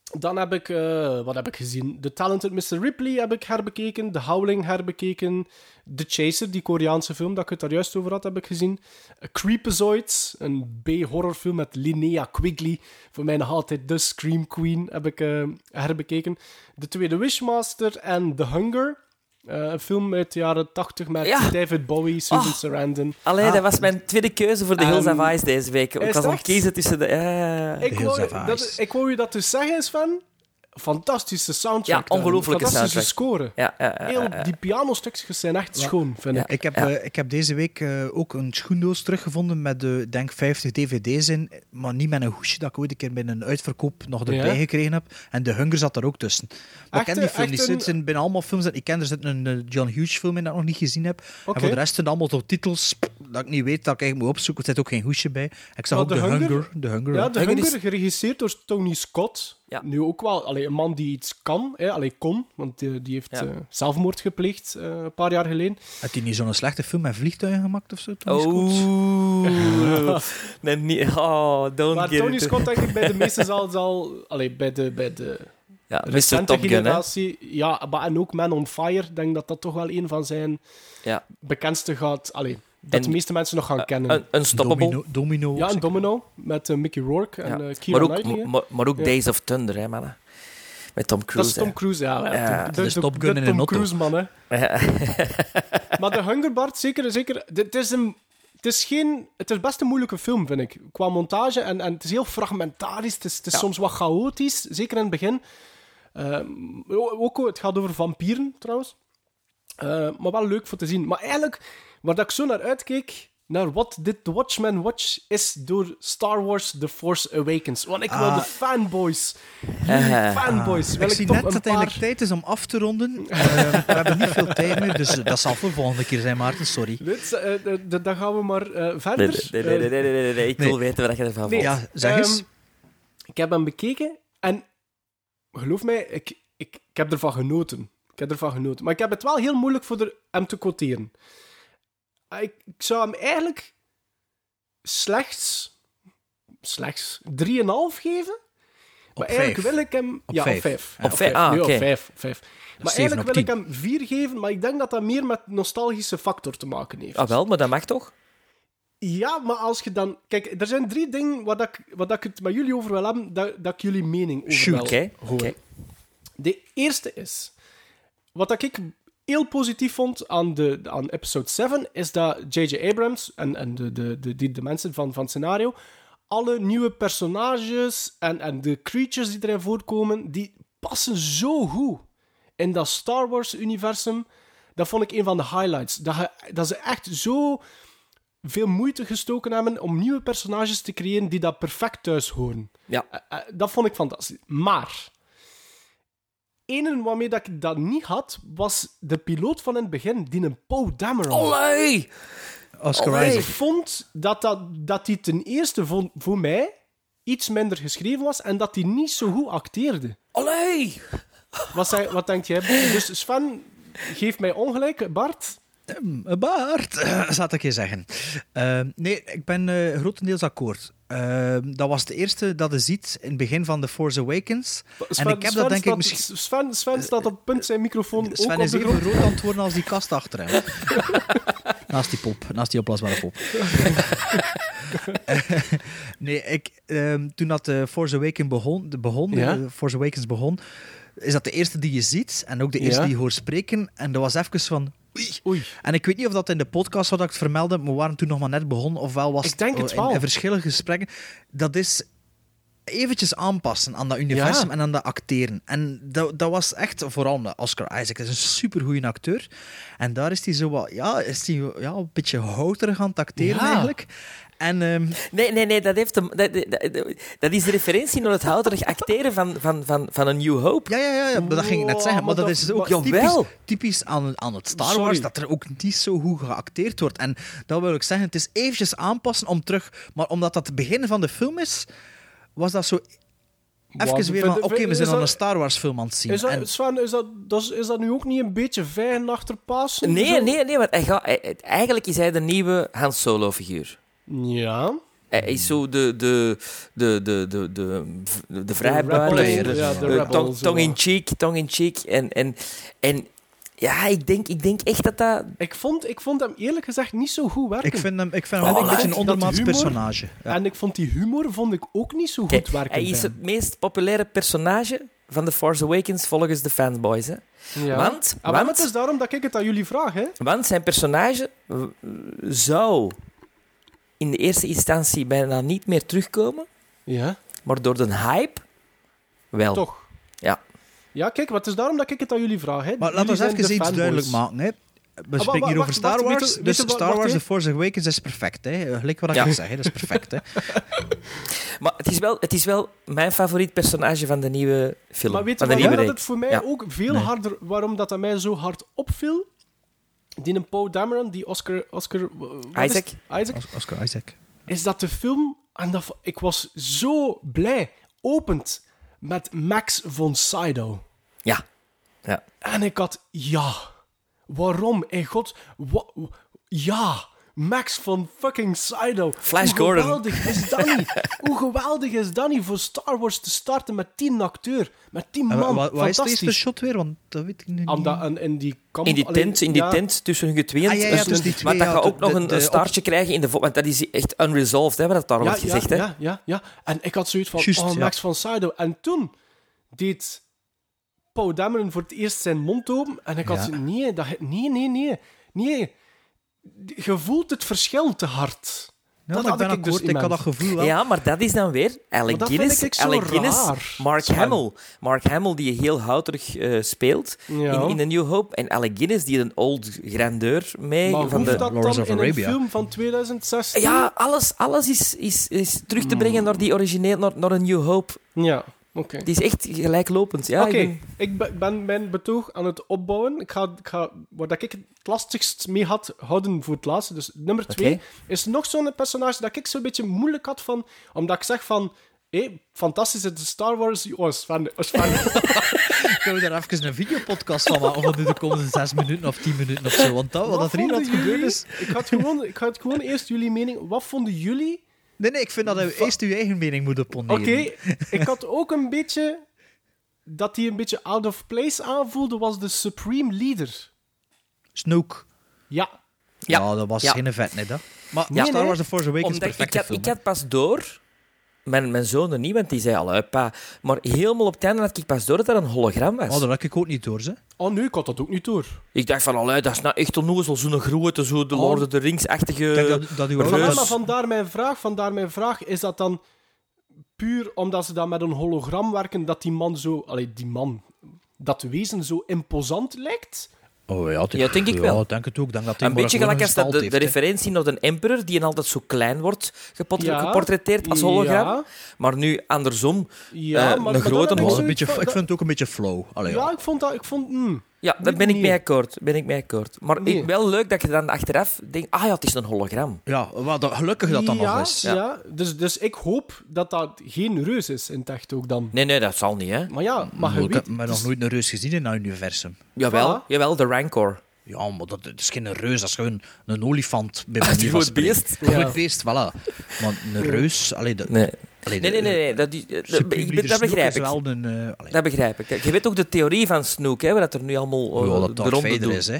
Speaker 4: Dan heb ik... Uh, wat heb ik gezien? The Talented mister Ripley heb ik herbekeken. The Howling herbekeken. The Chaser, die Koreaanse film dat ik het daar juist over had, heb ik gezien. Uh, Creepazoids, een B-horrorfilm met Linnea Quigley. Voor mij nog altijd de Scream Queen, heb ik uh, herbekeken. The Tweede Wishmaster en The Hunger. Uh, een film uit de jaren tachtig met
Speaker 6: ja.
Speaker 4: David Bowie, Susan
Speaker 6: oh.
Speaker 4: Sarandon.
Speaker 6: Allee,
Speaker 4: ah.
Speaker 6: dat was mijn tweede keuze voor The Hills
Speaker 4: Um,
Speaker 6: of Ice deze week. Ik was aan het kiezen tussen de... Uh,
Speaker 4: ik, wou, dat, ik wou je dat dus zeggen, Sven. Fantastische soundtrack.
Speaker 6: Ja, ongelooflijke
Speaker 4: fantastische
Speaker 6: soundtrack.
Speaker 4: score.
Speaker 6: Ja, ja, ja,
Speaker 4: Heel,
Speaker 6: ja, ja.
Speaker 4: die pianostukjes zijn echt
Speaker 5: ja.
Speaker 4: schoon, vind
Speaker 5: ja.
Speaker 4: ik.
Speaker 5: Ik heb,
Speaker 6: ja.
Speaker 5: uh, ik heb deze week uh, ook een schoendoos teruggevonden met de, denk vijftig D V D's in, maar niet met een hoesje dat ik ooit een keer bij een uitverkoop nog erbij
Speaker 4: ja.
Speaker 5: gekregen heb. En The Hunger zat daar ook tussen. Maar ik ken die film niet. Het
Speaker 4: een...
Speaker 5: zijn bijna allemaal films dat ik ken. Er zit een uh, John Hughes film in dat ik nog niet gezien heb.
Speaker 4: Okay.
Speaker 5: En voor de rest zijn allemaal zo titels dat ik niet weet, dat ik eigenlijk moet opzoeken. Er zit ook geen hoesje bij. Ik zag
Speaker 4: maar
Speaker 5: ook The Hunger.
Speaker 4: Hunger.
Speaker 5: The Hunger.
Speaker 4: Ja, The
Speaker 5: Hunger,
Speaker 4: Hunger
Speaker 5: is...
Speaker 4: geregisseerd door Tony Scott.
Speaker 6: Ja.
Speaker 4: Nu ook wel allee, een man die iets kan. Hè, allee, kon, want die, die heeft ja. uh, zelfmoord gepleegd uh, een paar jaar geleden.
Speaker 5: Had hij niet zo'n slechte film met vliegtuigen gemaakt of zo? Tony
Speaker 6: Oeh. nee, niet... Oh, don't
Speaker 4: maar
Speaker 6: get
Speaker 4: Tony
Speaker 6: it.
Speaker 4: Scott, denk ik, bij de meeste zal... zal allee, bij de... Bij de
Speaker 6: ja,
Speaker 4: recente
Speaker 6: mister Top Gun,
Speaker 4: generatie. Ja, maar, en ook Man on Fire. Ik denk dat dat toch wel een van zijn
Speaker 6: ja.
Speaker 4: bekendste gaat... Allee, dat
Speaker 6: en,
Speaker 4: de meeste mensen nog gaan
Speaker 6: uh,
Speaker 4: kennen.
Speaker 6: Un- Unstoppable.
Speaker 5: Domino. Domino
Speaker 4: ja, een Domino. Met uh, Mickey Rourke en
Speaker 6: ja.
Speaker 4: uh, Keira
Speaker 6: maar ook,
Speaker 4: Knightley.
Speaker 6: maar, maar ook ja. Days of Thunder, hè, mannen. Met Tom Cruise.
Speaker 4: Dat is Tom Cruise, ja. ja.
Speaker 6: ja.
Speaker 4: De, de, de,
Speaker 5: Top Gun
Speaker 4: de
Speaker 5: in
Speaker 4: Tom
Speaker 5: een auto.
Speaker 4: Cruise, man, hè.
Speaker 6: Ja.
Speaker 4: Maar de Hunger, Bart, zeker... zeker het, is een, het, is geen, het is best een moeilijke film, vind ik. Qua montage. En, en het is heel fragmentarisch. Het is, het is ja. soms wat chaotisch. Zeker in het begin. Uh, ook, het gaat over vampieren, trouwens. Uh, maar wel leuk voor te zien. Maar eigenlijk, waar dat ik zo naar uitkeek... naar What Did the Watchmen Watch is door Star Wars The Force Awakens. Want ik wil ah. de fanboys. Uh, fanboys.
Speaker 5: Uh,
Speaker 4: wil
Speaker 5: ik
Speaker 4: ik
Speaker 5: zie
Speaker 4: toch
Speaker 5: net
Speaker 4: een
Speaker 5: dat het
Speaker 4: paar...
Speaker 5: eigenlijk tijd is om af te ronden. Uh, we hebben niet veel tijd meer, dus dat zal voor de volgende keer zijn, Maarten. Sorry.
Speaker 4: Dit, uh, uh, dan gaan we maar uh, verder.
Speaker 6: Nee, nee, nee, nee, nee, nee, nee. Ik wil nee. weten wat je ervan
Speaker 4: nee,
Speaker 6: vond.
Speaker 5: Ja, zeg eens. Um,
Speaker 4: ik heb hem bekeken en geloof mij, ik, ik, ik heb ervan genoten. Ik heb ervan genoten. Maar ik heb het wel heel moeilijk voor de, hem te quoteren. Ik, ik zou hem eigenlijk... slechts, slechts drie komma vijf geven.
Speaker 5: Op
Speaker 4: maar eigenlijk
Speaker 5: vijf.
Speaker 4: wil ik hem...
Speaker 5: Op
Speaker 4: ja,
Speaker 5: vijf.
Speaker 4: op vijf.
Speaker 6: Ja, op vijf. Ah,
Speaker 4: nee,
Speaker 6: oké.
Speaker 4: op vijf. Op vijf. Maar eigenlijk wil
Speaker 5: tien.
Speaker 4: ik hem vier geven, maar ik denk dat dat meer met nostalgische factor te maken heeft.
Speaker 6: Ah, wel, maar dat mag toch?
Speaker 4: Ja, maar als je dan... Kijk, er zijn drie dingen waar, dat ik, waar dat ik het met jullie over wil hebben, dat, dat ik jullie mening over
Speaker 6: Shoot,
Speaker 4: wil
Speaker 6: okay.
Speaker 4: horen.
Speaker 6: Okay.
Speaker 4: De eerste is... Wat dat ik heel positief vond aan, de, aan episode zeven, is dat J J Abrams en, en de, de, de, de, de mensen van, van het scenario, alle nieuwe personages en, en de creatures die erin voorkomen, die passen zo goed in dat Star Wars-universum. Dat vond ik een van de highlights. Dat, dat ze echt zo veel moeite gestoken hebben om nieuwe personages te creëren die dat perfect thuis horen.
Speaker 6: Ja.
Speaker 4: Uh, uh, dat vond ik fantastisch. Maar... Ene waarmee dat ik dat niet had, was de piloot van in het begin, die een Poe Dameron.
Speaker 6: Olé!
Speaker 5: Oscar
Speaker 4: Olé.
Speaker 5: Isaac.
Speaker 4: Ik vond dat, dat, dat die ten eerste voor, voor mij iets minder geschreven was en dat hij niet zo goed acteerde.
Speaker 6: Olé!
Speaker 4: Wat, zei, wat denk jij? Dus Sven, geef mij ongelijk. Bart?
Speaker 5: Um, Bart, zou ik je zeggen. Uh, nee, ik ben uh, grotendeels akkoord. Uh, dat was de eerste dat je ziet in het begin van The Force Awakens.
Speaker 4: Sven,
Speaker 5: en ik heb
Speaker 4: Sven
Speaker 5: dat denk
Speaker 4: staat,
Speaker 5: ik misschien...
Speaker 4: Sven, Sven staat op het punt zijn microfoon
Speaker 5: Sven
Speaker 4: ook op
Speaker 5: is
Speaker 4: de
Speaker 5: even
Speaker 4: grond.
Speaker 5: rood aan het worden als die kast achter hem. Naast die pop, naast die opblaasbare pop. nee, ik, um, toen dat The Force Awakens begon, de begon
Speaker 4: Ja?
Speaker 5: de Force Awakens begon, is dat de eerste die je ziet en ook de eerste
Speaker 4: Ja?
Speaker 5: die je hoort spreken. En dat was even van... Oei.
Speaker 4: Oei.
Speaker 5: En ik weet niet of dat in de podcast wat ik het vermeldde, maar we waren toen nog maar net begonnen, ofwel was
Speaker 4: Ik denk het
Speaker 5: in,
Speaker 4: wel.
Speaker 5: in verschillende gesprekken. Dat is eventjes aanpassen aan dat universum
Speaker 4: Ja.
Speaker 5: en aan dat acteren. En dat, dat was echt, vooral met Oscar Isaac, is een supergoeie acteur. En daar is hij zo wat, ja, is hij ja, een beetje houterig aan het acteren
Speaker 4: Ja.
Speaker 5: eigenlijk. En, um...
Speaker 6: Nee, nee, nee, dat, heeft hem, dat, dat, dat is de referentie naar het houterig acteren van, van, van, van A New Hope.
Speaker 5: Ja, ja, ja, ja, dat ging ik net zeggen. Maar,
Speaker 4: maar
Speaker 5: dat,
Speaker 4: dat-
Speaker 5: is ook
Speaker 6: maar-
Speaker 5: typisch,
Speaker 6: Jawel.
Speaker 5: typisch aan, aan het Star
Speaker 4: Sorry.
Speaker 5: Wars, dat er ook niet zo goed geacteerd wordt. En dat wil ik zeggen, het is eventjes aanpassen om terug... Maar omdat dat het begin van de film is, was dat zo... Even
Speaker 4: Wow,
Speaker 5: weer
Speaker 4: vind-
Speaker 5: van, oké,
Speaker 4: vind-
Speaker 5: we
Speaker 4: is
Speaker 5: zijn aan
Speaker 4: dat-
Speaker 5: een Star Wars film aan het zien.
Speaker 4: Is dat,
Speaker 5: En-
Speaker 4: Sven, is dat, dat is, is dat nu ook niet een beetje vijgen achter Pasen?
Speaker 6: Nee,
Speaker 4: Zo?
Speaker 6: nee, nee, want hij gaat, hij- eigenlijk is hij de nieuwe Han Solo-figuur.
Speaker 4: Ja.
Speaker 6: Hij is zo de, de, de, de, de, de, de vrijbuiter,
Speaker 4: rebel,
Speaker 6: de,
Speaker 4: ja, de
Speaker 6: de
Speaker 4: rebel,
Speaker 6: tong,
Speaker 4: zo.
Speaker 6: tong in cheek, tong in cheek. En, en, en ja, ik denk, ik denk echt dat dat...
Speaker 4: Ik vond, ik vond hem eerlijk gezegd niet zo goed werken.
Speaker 5: Ik vind hem, ik vind hem
Speaker 4: En
Speaker 5: wel
Speaker 4: ik
Speaker 5: een beetje een
Speaker 4: vond dat
Speaker 5: ondermaats
Speaker 4: humor-
Speaker 5: personage. Ja.
Speaker 4: En ik vond die humor vond ik ook niet zo goed
Speaker 6: Kijk,
Speaker 4: werken.
Speaker 6: hij is
Speaker 4: bij
Speaker 6: het
Speaker 4: hem.
Speaker 6: meest populaire personage van The Force Awakens volgens de fanboys. Hè.
Speaker 4: Ja.
Speaker 6: Want,
Speaker 4: Ah, maar
Speaker 6: want,
Speaker 4: het is daarom dat ik het aan jullie vraag. Hè?
Speaker 6: want zijn personage uh, zou in de eerste instantie bijna niet meer terugkomen,
Speaker 4: Ja.
Speaker 6: maar door de hype wel.
Speaker 4: Toch.
Speaker 6: Ja.
Speaker 4: Ja, kijk, wat is daarom dat ik het aan jullie vraag. Hè?
Speaker 5: Maar laten we
Speaker 4: Jullie
Speaker 5: eens
Speaker 4: zijn
Speaker 5: even
Speaker 4: de
Speaker 5: iets
Speaker 4: fanboys.
Speaker 5: duidelijk maken. Hè. We
Speaker 4: wa-
Speaker 5: spreken
Speaker 4: wa-
Speaker 5: hier over
Speaker 4: wacht,
Speaker 5: Star
Speaker 4: wacht,
Speaker 5: Wars.
Speaker 4: weet je- weet
Speaker 5: Dus
Speaker 4: je wat-
Speaker 5: Star
Speaker 4: wacht,
Speaker 5: Wars
Speaker 4: hè?
Speaker 5: The Force Awakens is perfect. Hè. Gelijk wat ik
Speaker 6: Ja.
Speaker 5: zeg, hè. Dat is perfect. Hè.
Speaker 6: Maar het is, wel, het is wel mijn favoriet personage van de nieuwe film.
Speaker 4: Maar weet je
Speaker 6: van de
Speaker 4: waarom
Speaker 6: nieuwe
Speaker 4: dat
Speaker 6: reeks.
Speaker 4: het voor mij
Speaker 6: Ja.
Speaker 4: ook veel
Speaker 5: Nee.
Speaker 4: harder... Waarom dat aan mij zo hard opviel? Die een Poe Dameron, die Oscar... Oscar wat is
Speaker 6: Isaac.
Speaker 4: het? Isaac.
Speaker 5: Os- Oscar Isaac.
Speaker 4: Is dat de film... En dat, ik was zo blij. Opent met Max von Sydow.
Speaker 6: Ja. ja.
Speaker 4: En ik had... Ja. Waarom? In god... Wa, ja. Max van fucking Sydow.
Speaker 6: Flash
Speaker 4: Hoe
Speaker 6: Gordon.
Speaker 4: geweldig is dat niet? Hoe geweldig is dat niet voor Star Wars te starten met tien acteur. Met tien
Speaker 5: En
Speaker 4: man.
Speaker 5: wa- Wat is de eerste
Speaker 4: Fantastisch.
Speaker 5: shot weer? Want dat weet ik nu niet.
Speaker 4: Omdat en, in die kamp...
Speaker 6: In die
Speaker 4: allee,
Speaker 6: tent, in die
Speaker 4: ja.
Speaker 6: tent tussen hun tweeën.
Speaker 5: Ah, ja, ja,
Speaker 6: tussen-
Speaker 5: tussen die twee,
Speaker 6: maar dat
Speaker 5: ja,
Speaker 6: gaat
Speaker 5: de-
Speaker 6: ook nog
Speaker 5: de-
Speaker 6: een,
Speaker 5: de-
Speaker 6: een staartje krijgen in de... vo- Want dat is echt unresolved, hè, wat dat daar
Speaker 4: Ja,
Speaker 6: wordt
Speaker 4: ja,
Speaker 6: gezegd. Hè.
Speaker 4: ja, ja, ja. En ik had zoiets van,
Speaker 5: Juist,
Speaker 4: oh,
Speaker 5: ja.
Speaker 4: Max van Sydow. En toen deed Poe Dameron voor het eerst zijn mond open. En ik had
Speaker 5: Ja.
Speaker 4: zo, nee, dat, nee, nee, nee. Nee. Je voelt het verschil te hard.
Speaker 5: Ja,
Speaker 4: dat
Speaker 5: maar ik
Speaker 4: had
Speaker 5: ben
Speaker 4: ik dus
Speaker 5: akkoord. Ik had dat
Speaker 4: immens.
Speaker 5: gevoel wel.
Speaker 6: Ja, maar dat is dan weer Alec
Speaker 4: Maar dat
Speaker 6: Guinness.
Speaker 4: vind ik zo
Speaker 6: Alec Guinness,
Speaker 4: raar,
Speaker 6: Mark
Speaker 4: Sven.
Speaker 6: Hamill. Mark Hamill, die heel houterig eh, speelt
Speaker 4: Ja.
Speaker 6: in, in A New Hope. En Alec Guinness, die een old grandeur mee...
Speaker 4: Maar
Speaker 6: van
Speaker 4: hoeft
Speaker 6: de...
Speaker 4: dat
Speaker 5: Lawrence
Speaker 4: dan
Speaker 5: of
Speaker 4: in een
Speaker 5: Arabia.
Speaker 4: film van twintig zestien?
Speaker 6: Ja, alles, alles is, is, is terug te brengen naar die origineel, naar, naar A New Hope.
Speaker 4: Ja, oké.
Speaker 6: Die is echt gelijklopend. Ja,
Speaker 4: Oké,
Speaker 6: ik ben-
Speaker 4: ik ben- ben mijn betoog aan het opbouwen. Ik ga, ik ga waar dat ik het lastigst mee had, houden voor het laatste. Dus nummer twee
Speaker 6: Oké.
Speaker 4: is nog zo'n personage dat ik zo'n beetje moeilijk had van... Omdat ik zeg van... Hé, fantastisch, het is Star Wars... Oh, Sven, oh, Sven.
Speaker 5: Kunnen we daar even een videopodcast van maken? Of dat nu de komende zes minuten of tien minuten of zo? Want dat, wat dat er hier aan het
Speaker 4: vonden
Speaker 5: gebeuren
Speaker 4: jullie-
Speaker 5: is...
Speaker 4: Ik ga, het gewoon, ik ga het gewoon eerst jullie mening... Wat vonden jullie...
Speaker 5: Nee, nee, ik vind dat je eerst je eigen mening moet opponeren.
Speaker 4: Oké, ik had ook een beetje... Dat hij een beetje out of place aanvoelde, was de Supreme Leader.
Speaker 5: Snoke.
Speaker 4: Ja.
Speaker 6: Ja.
Speaker 5: Ja, dat was
Speaker 6: Ja.
Speaker 5: geen vet, net, hè. Maar
Speaker 6: Ja.
Speaker 5: Star
Speaker 6: Nee,
Speaker 5: Wars The Force Awakens is
Speaker 6: Omdat
Speaker 5: een
Speaker 6: ik,
Speaker 5: perfecte
Speaker 6: had,
Speaker 5: film.
Speaker 6: ik had pas door... Mijn, mijn zoon niet, want die zei al, uit, pa. Maar helemaal op het einde had ik pas door dat dat een hologram was.
Speaker 5: Oh, dat had ik ook niet door, ze.
Speaker 4: Oh nee, ik had dat ook niet door.
Speaker 6: Ik dacht van, allee, dat is nou echt onnozel, zo'n grote, zo de
Speaker 4: Oh.
Speaker 6: Lord of the Rings-achtige...
Speaker 5: Ik denk dat, dat u
Speaker 4: Maar,
Speaker 6: reus.
Speaker 4: vandaar, maar vandaar mijn vraag, vandaar mijn vraag, is dat dan puur omdat ze dan met een hologram werken, dat die man zo... Allee, die man... Dat wezen zo imposant lijkt?
Speaker 5: Oh ja,
Speaker 6: Ja, denk ik wel.
Speaker 5: Ja, denk het ook. Denk dat hij
Speaker 6: Een
Speaker 5: maar
Speaker 6: beetje
Speaker 5: gewoon
Speaker 6: gelijk als dat de,
Speaker 5: gestalte
Speaker 6: de
Speaker 5: heeft, hè.
Speaker 6: referentie naar de emperor, die altijd zo klein wordt gepot-
Speaker 4: Ja.
Speaker 6: geportretteerd als hologram.
Speaker 4: Ja.
Speaker 6: Maar nu andersom,
Speaker 4: Ja,
Speaker 6: eh,
Speaker 4: maar-
Speaker 6: een
Speaker 4: maar dan
Speaker 6: grote
Speaker 4: heb ik
Speaker 5: Oh,
Speaker 6: hologram.
Speaker 4: zo-
Speaker 5: een beetje,
Speaker 4: dat-
Speaker 5: ik vind het ook een beetje flow. Allee,
Speaker 4: Ja,
Speaker 5: ja.
Speaker 4: ik vond dat... Ik vond... hmm.
Speaker 6: Ja, daar
Speaker 4: Weet
Speaker 6: ben ik
Speaker 4: niet.
Speaker 6: mee akkoord. Ben ik mee akkoord. Maar
Speaker 4: Nee.
Speaker 6: ik, wel leuk dat je dan achteraf denkt, ah ja, het is een hologram.
Speaker 5: Ja, wel, dat, gelukkig dat dat
Speaker 4: ja,
Speaker 5: nog is.
Speaker 4: Ja, Dus, dus ik hoop dat dat geen reus is in het echt ook dan.
Speaker 6: Nee, nee, dat zal niet, hè.
Speaker 4: Maar ja, maar je
Speaker 5: ik heb
Speaker 4: weet...
Speaker 5: maar
Speaker 4: dus-
Speaker 5: nog nooit een reus gezien in dat universum.
Speaker 6: Jawel,
Speaker 4: Voilà.
Speaker 6: jawel, de Rancor.
Speaker 5: Ja, maar dat, dat is geen reus, dat is gewoon een olifant. Bij
Speaker 6: Ah,
Speaker 5: manier
Speaker 6: die
Speaker 5: van
Speaker 6: groot
Speaker 5: spreken.
Speaker 6: beest.
Speaker 5: Een
Speaker 4: Ja.
Speaker 5: groot beest, voilà. Maar een reus... Allee, dat,
Speaker 6: Nee.
Speaker 5: allee,
Speaker 6: Nee, nee, nee, nee. Dat, die- dat,
Speaker 5: Supreme
Speaker 6: ik, ben-
Speaker 5: Leader
Speaker 6: dat begrijp
Speaker 5: Snoke
Speaker 6: ik.
Speaker 5: is wel een... eh, allee.
Speaker 6: Dat begrijp ik. Je weet ook de theorie van Snoke, hè, wat er nu allemaal uh,
Speaker 5: Ja, dat
Speaker 6: de
Speaker 5: Darth
Speaker 6: ronde
Speaker 5: Vader
Speaker 6: doet.
Speaker 5: is, hè.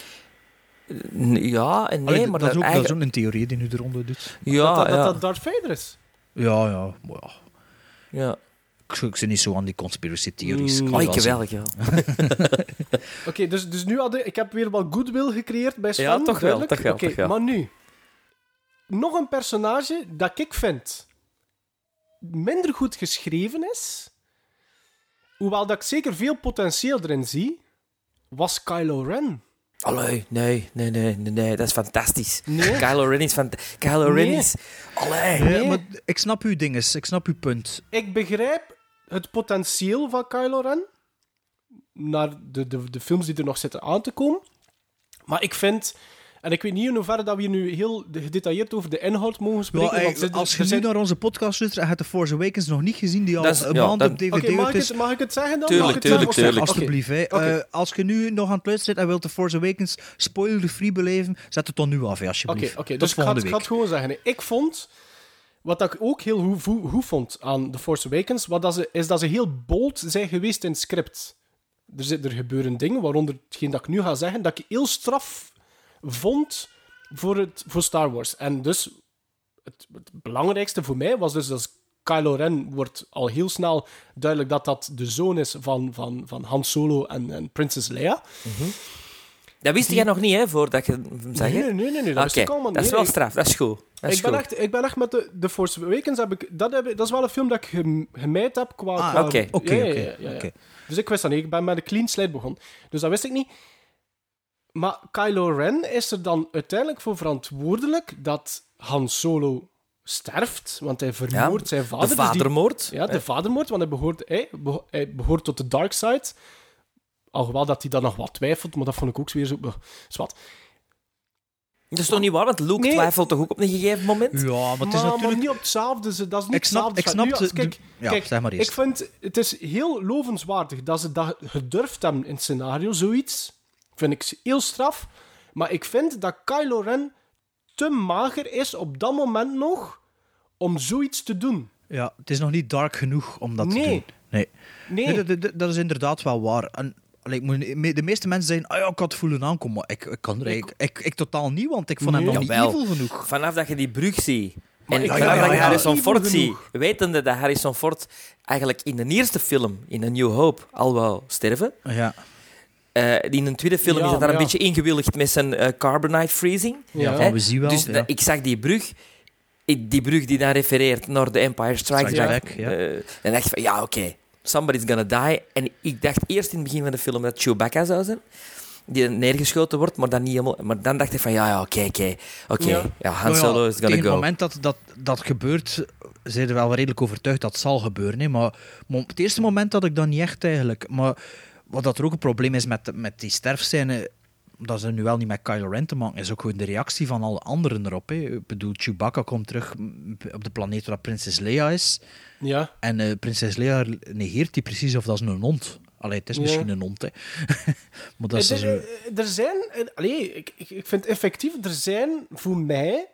Speaker 6: Ja en nee,
Speaker 5: Allee,
Speaker 6: maar
Speaker 5: dat, is ook, dat
Speaker 6: eigen-
Speaker 5: is ook een theorie die nu de ronde doet.
Speaker 6: Ja,
Speaker 4: dat, dat,
Speaker 6: ja.
Speaker 4: dat Darth Vader is.
Speaker 5: Ja, ja. Maar ja.
Speaker 6: ja.
Speaker 5: Ik, ik zit niet zo aan die conspiracy theories.
Speaker 4: Mm.
Speaker 5: kan
Speaker 6: Oh,
Speaker 5: wel
Speaker 6: ik
Speaker 5: zien.
Speaker 6: wel, ik wel.
Speaker 4: Oké, dus, dus nu had ik... Ik heb weer wat goodwill gecreëerd bij Sven.
Speaker 6: Ja, toch wel,
Speaker 4: duidelijk.
Speaker 6: toch wel,
Speaker 4: Oké,
Speaker 6: toch wel.
Speaker 4: maar nu... Nog een personage dat ik vind minder goed geschreven is, hoewel dat ik zeker veel potentieel erin zie, was Kylo Ren.
Speaker 6: Allee, nee, nee, nee, nee, nee, dat is fantastisch.
Speaker 4: Nee?
Speaker 6: Kylo Ren is fantastisch. Kylo Ren
Speaker 4: Nee.
Speaker 6: is... Allee.
Speaker 5: Ja,
Speaker 4: Nee.
Speaker 5: maar ik snap uw dinges, ik snap uw punt.
Speaker 4: Ik begrijp het potentieel van Kylo Ren, naar de, de, de films die er nog zitten aan te komen, maar ik vind... En ik weet niet in hoeverre dat we hier nu heel gedetailleerd over de inhoud mogen spreken.
Speaker 5: Ja,
Speaker 4: want
Speaker 5: ey,
Speaker 4: er-
Speaker 5: als
Speaker 4: er
Speaker 5: je nu
Speaker 4: zijn-
Speaker 5: naar onze podcast luistert en je hebt The Force Awakens nog niet gezien, die al
Speaker 6: Dat is-
Speaker 5: een
Speaker 6: ja,
Speaker 5: maand
Speaker 6: dat-
Speaker 5: op D V D
Speaker 4: Oké, mag, ik
Speaker 5: is...
Speaker 4: het, mag ik het zeggen dan?
Speaker 6: Tuurlijk,
Speaker 4: Mag ik het
Speaker 6: tuurlijk,
Speaker 4: zeggen?
Speaker 6: tuurlijk.
Speaker 4: Oké,
Speaker 5: Alsjeblieft, hè.
Speaker 4: oké.
Speaker 5: Eh, als je nu nog aan het luisteren en wilt The Force Awakens spoiler-free beleven, zet het dan nu af, hè,
Speaker 4: Oké,
Speaker 5: alsjeblieft.
Speaker 4: oké.
Speaker 5: Tot
Speaker 4: Dus ik ga,
Speaker 5: volgende
Speaker 4: het- ik ga
Speaker 5: week.
Speaker 4: het gewoon zeggen. Ik vond... wat ik ook heel goed, goed vond aan The Force Awakens, wat dat ze, is dat ze heel bold zijn geweest in het script. Er, zit, er gebeuren dingen, waaronder hetgeen dat ik nu ga zeggen, dat ik heel straf vond voor, het, voor Star Wars. En dus, het, het belangrijkste voor mij was dus dat Kylo Ren wordt al heel snel duidelijk dat dat de zoon is van, van, van Han Solo en, en Princess Leia.
Speaker 6: Mm-hmm. Dat wist
Speaker 4: Die...
Speaker 6: jij nog niet, hè, voordat je hem zag?
Speaker 4: Nee, nee, nee, nee, dat
Speaker 6: okay.
Speaker 4: wist ik allemaal niet.
Speaker 6: Dat is wel straf, dat is goed. Dat is
Speaker 4: ik, ben
Speaker 6: goed.
Speaker 4: echt, ik ben echt met de, The Force Awakens, heb ik, dat, heb ik, dat is wel een film dat ik gem, gemijd heb qua...
Speaker 5: Ah,
Speaker 4: qua
Speaker 5: oké, oké,
Speaker 4: ja, ja,
Speaker 5: oké,
Speaker 4: ja, ja, ja.
Speaker 5: oké.
Speaker 4: Dus ik wist dat niet, ik ben met een clean slate begonnen. Dus dat wist ik niet. Maar Kylo Ren is er dan uiteindelijk voor verantwoordelijk dat Han Solo sterft, want hij vermoordt
Speaker 6: ja,
Speaker 4: zijn vader.
Speaker 6: De vadermoord.
Speaker 4: Dus die, ja, de vadermoord, want hij behoort, hij, beho- hij behoort tot de dark side. Alhoewel dat hij dan nog wat twijfelt, maar dat vond ik ook weer zo... Zwat.
Speaker 6: Dat is toch niet waar, want Luke
Speaker 4: Nee.
Speaker 6: twijfelt toch ook op een gegeven moment?
Speaker 5: Ja, maar het is
Speaker 4: maar,
Speaker 5: natuurlijk...
Speaker 4: maar niet op hetzelfde. ze- Dat is niet
Speaker 5: Ik snap-
Speaker 4: hetzelfde.
Speaker 5: ik snap
Speaker 4: Nu, als-
Speaker 5: de-
Speaker 4: kijk,
Speaker 5: de- ja,
Speaker 4: kijk,
Speaker 5: zeg maar eerst.
Speaker 4: ik vind het is heel lovenswaardig dat ze dat gedurfd hebben in het scenario, zoiets. Vind ik heel straf. Maar ik vind dat Kylo Ren te mager is op dat moment nog om zoiets te doen.
Speaker 5: Ja, het is nog niet dark genoeg om dat
Speaker 4: Nee.
Speaker 5: te doen. Nee.
Speaker 4: Nee.
Speaker 5: Nee, dat, dat- dat is inderdaad wel waar. En, allee, ik moet- de meeste mensen zeggen, ah ja, ik had het voelen aankomen, maar ik, ik kan er eigenlijk... Ik, ik totaal niet, want ik vond hem
Speaker 4: Nee.
Speaker 5: nog niet
Speaker 6: Jawel.
Speaker 5: evil genoeg.
Speaker 6: Vanaf dat je die brug ziet...
Speaker 4: Maar
Speaker 6: En
Speaker 4: ik-
Speaker 6: vanaf
Speaker 5: ja, ja,
Speaker 6: dat je
Speaker 5: ja,
Speaker 6: Harrison
Speaker 4: ja.
Speaker 6: Ford
Speaker 4: Evil
Speaker 6: ziet,
Speaker 4: genoeg.
Speaker 6: wetende dat Harrison Ford eigenlijk in de eerste film, in A New Hope, al wou sterven.
Speaker 5: Ja.
Speaker 6: Uh, in een tweede film
Speaker 4: Ja,
Speaker 6: is dat daar
Speaker 4: maar
Speaker 6: een
Speaker 4: ja.
Speaker 6: beetje ingewilligd met zijn uh, carbonite freezing.
Speaker 5: Ja,
Speaker 6: Hè?
Speaker 5: van we zien wel.
Speaker 6: Dus
Speaker 5: ja.
Speaker 6: dat- ik zag die brug, ik- die brug die dan refereert naar The Empire Strikes
Speaker 5: Strikes
Speaker 6: Back.
Speaker 5: Back, ja.
Speaker 6: Uh, en dacht ik van, ja, oké, okay, somebody's gonna die. En ik dacht eerst in het begin van de film dat Chewbacca zou zijn, die neergeschoten wordt, maar dan niet helemaal. Maar dan dacht ik van, ja, ja, oké, oké, oké.
Speaker 4: Ja.
Speaker 6: Ja, Han
Speaker 5: Nou ja,
Speaker 6: Solo is gonna
Speaker 5: tegen
Speaker 6: go.
Speaker 5: het moment dat dat, dat gebeurt, zijn er wel redelijk overtuigd dat het zal gebeuren. Hè. Maar, maar op het eerste moment had ik dat niet echt eigenlijk. Maar wat dat er ook een probleem is met, met die sterfscène, dat is nu wel niet met Kylo Ren te maken, is ook gewoon de reactie van alle anderen erop. Hè. Ik bedoel, Chewbacca komt terug op de planeet waar Prinses Leia is.
Speaker 4: Ja.
Speaker 5: En uh, Prinses Leia negeert die precies of dat is een hond. Allee, het is
Speaker 4: Ja.
Speaker 5: misschien een hond, hè. Maar dat is
Speaker 4: er,
Speaker 5: zo...
Speaker 4: er- er zijn... Allee, ik, ik, ik vind effectief, er zijn voor mij...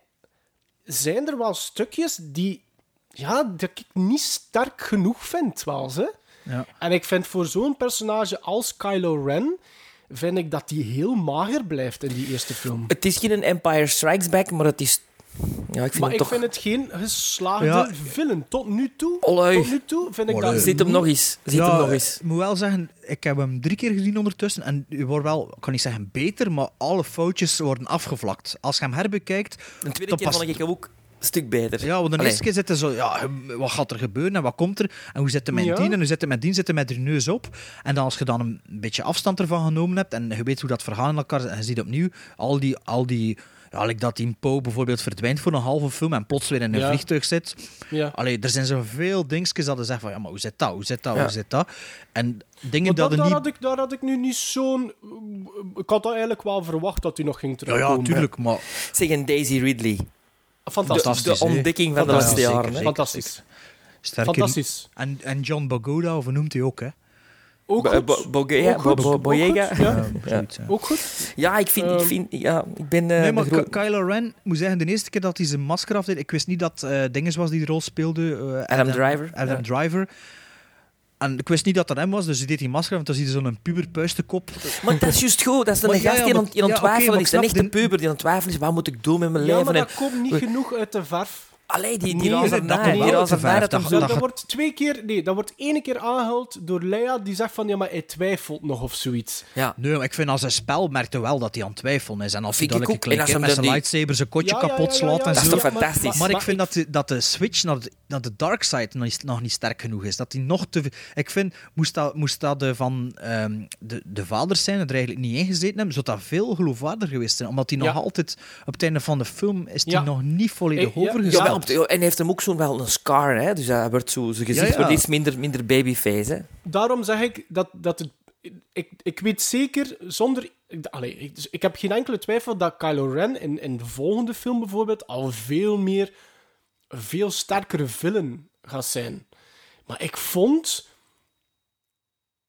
Speaker 4: Zijn er wel stukjes die... Ja, dat ik niet sterk genoeg vind, wel, ze.
Speaker 5: Ja.
Speaker 4: En ik vind voor zo'n personage als Kylo Ren... vind ik dat die heel mager blijft in die eerste film.
Speaker 6: Het is geen Empire Strikes Back, maar het is... Ja, ik vind
Speaker 4: Maar
Speaker 6: hem
Speaker 4: ik
Speaker 6: toch...
Speaker 4: vind het geen geslaagde
Speaker 5: Ja.
Speaker 4: film. Tot nu toe,
Speaker 6: Olij.
Speaker 4: tot nu toe vind ik
Speaker 5: Olij.
Speaker 4: dat...
Speaker 6: Ziet hem
Speaker 4: niet-
Speaker 6: nog eens. Ziet
Speaker 5: ja,
Speaker 6: hem nog eens.
Speaker 5: Ik moet wel zeggen, ik heb hem drie keer gezien ondertussen en je wordt wel, ik kan niet zeggen beter, maar alle foutjes worden afgevlakt. Als je hem herbekijkt...
Speaker 6: Een tweede
Speaker 5: dan
Speaker 6: keer
Speaker 5: past-
Speaker 6: vond ik hem ook een stuk beter.
Speaker 5: Ja, want de
Speaker 6: Allee.
Speaker 5: eerste keer zitten zo, ja, wat gaat er gebeuren en wat komt er? En hoe zit het met
Speaker 4: Ja.
Speaker 5: die en hoe zit het met die? Zitten met de neus op. En dan als je dan een beetje afstand ervan genomen hebt en je weet hoe dat verhaal in elkaar zit en je ziet opnieuw al die... Al die ja, like dat die Poe bijvoorbeeld verdwijnt voor een halve film en plots weer in een
Speaker 4: Ja.
Speaker 5: vliegtuig zit.
Speaker 4: Ja.
Speaker 5: Allee, er zijn zoveel dingetjes dat je zegt van, ja, maar hoe zit dat? Hoe zit dat?
Speaker 6: Ja.
Speaker 5: Hoe zit dat? En dingen
Speaker 4: Maar
Speaker 5: dat
Speaker 4: dat,
Speaker 5: er
Speaker 4: daar,
Speaker 5: niet...
Speaker 4: had ik, daar had ik nu niet zo'n... Ik had dat eigenlijk wel verwacht dat hij nog ging
Speaker 5: Ja,
Speaker 4: terugkomen.
Speaker 5: ja, tuurlijk, maar...
Speaker 6: Zeg, een Daisy Ridley.
Speaker 4: Fantastisch.
Speaker 6: De, de ontdekking van de
Speaker 5: Fantastisch,
Speaker 6: laatste
Speaker 5: zeker,
Speaker 6: jaren. hè.
Speaker 5: zeker.
Speaker 4: Fantastisch.
Speaker 5: Sterker,
Speaker 4: Fantastisch.
Speaker 5: En, en John Bogoda, of hoe noemt hij ook, hè?
Speaker 4: Ook
Speaker 6: Bo-
Speaker 4: goed.
Speaker 6: Bo- Boge-
Speaker 4: Ook goed.
Speaker 6: Bo- Bo-
Speaker 4: Ook
Speaker 6: Boyega.
Speaker 4: goed, ja.
Speaker 5: Ja,
Speaker 6: Ja.
Speaker 5: zoiets, ja.
Speaker 4: Ook goed.
Speaker 6: Ja, ik vind... Ik,
Speaker 4: Ehm.
Speaker 6: vind, ja, ik ben... eh,
Speaker 5: Nee, maar
Speaker 6: de gro-
Speaker 5: Ky- Kylo Ren, ik moet zeggen, de eerste keer dat hij zijn masker afdeed, ik wist niet dat eh Dinges was die de rol speelde. eh,
Speaker 6: Adam Driver.
Speaker 5: Adam
Speaker 6: Ja.
Speaker 5: Driver. En ik wist niet dat dat hem was, dus hij deed die masker af en toen zie je zo'n puberpuistenkop.
Speaker 6: Maar dat is juist goed. Dat is
Speaker 5: Maar
Speaker 6: een
Speaker 5: ja,
Speaker 6: gast
Speaker 5: ja,
Speaker 6: die
Speaker 5: maar-
Speaker 6: aan die aan
Speaker 5: ja,
Speaker 6: het
Speaker 5: oké,
Speaker 6: twijfelen
Speaker 5: maar
Speaker 6: is.
Speaker 5: ik
Speaker 6: Een
Speaker 5: snap
Speaker 6: echte
Speaker 5: de-
Speaker 6: puber die aan het twijfelen is. Wat moet ik doen met mijn
Speaker 4: Ja,
Speaker 6: leven?
Speaker 4: maar
Speaker 6: En-
Speaker 4: dat komt niet genoeg uit de verf.
Speaker 6: Allee, die,
Speaker 4: Nee,
Speaker 6: die
Speaker 4: dat-
Speaker 6: razernij.
Speaker 5: dat komt
Speaker 6: Die
Speaker 5: wel uit de
Speaker 6: razernij
Speaker 5: verf,
Speaker 6: dat hem
Speaker 5: dat-
Speaker 6: zo...
Speaker 4: Dat,
Speaker 5: dat-
Speaker 4: wordt twee keer... Nee, dat wordt één keer aangehuld door Leia, die zegt van, ja, maar hij twijfelt nog of zoiets.
Speaker 6: Ja.
Speaker 5: Nee, maar ik vind als een spel merkte wel dat hij aan het twijfelen is. En als hij
Speaker 6: Vind ik
Speaker 5: dadelijk een
Speaker 6: ook.
Speaker 5: klein
Speaker 6: En als
Speaker 5: keer
Speaker 6: hem
Speaker 5: met
Speaker 6: dan
Speaker 5: zijn
Speaker 6: die-
Speaker 5: lightsaber zijn kotje
Speaker 4: Ja, ja,
Speaker 5: kapot
Speaker 4: ja, ja,
Speaker 5: slaat
Speaker 4: ja.
Speaker 5: en
Speaker 6: Dat is
Speaker 5: zo.
Speaker 6: toch
Speaker 4: Ja, maar-
Speaker 6: fantastisch?
Speaker 5: Maar ik
Speaker 4: Maar
Speaker 5: vind
Speaker 4: ik-
Speaker 5: dat de, dat de switch naar de, naar de dark side nog niet, nog niet sterk genoeg is. Dat die nog te veel... Ik vind, moest dat, moest dat de, van ehm, de, de vaders zijn, er eigenlijk niet ingezeten hebben, zou dat veel geloofwaardiger geweest zijn. Omdat hij nog
Speaker 4: Ja.
Speaker 5: altijd... Op het einde van de film is hij
Speaker 4: Ja.
Speaker 5: nog niet volledig
Speaker 4: Eh, ja,
Speaker 5: overgesteld.
Speaker 6: Ja, op de- en hij heeft hem ook zo'n wel een scar, hè? Dus hij wordt zo, zijn gezicht
Speaker 5: Ja, ja.
Speaker 6: wordt iets minder, minder babyface. Hè?
Speaker 4: Daarom zeg ik dat, dat het... Ik, ik weet zeker, zonder... ik- Allee, ik, dus ik heb geen enkele twijfel dat Kylo Ren in, in de volgende film bijvoorbeeld al veel meer... Een veel sterkere villain gaat zijn. Maar ik vond...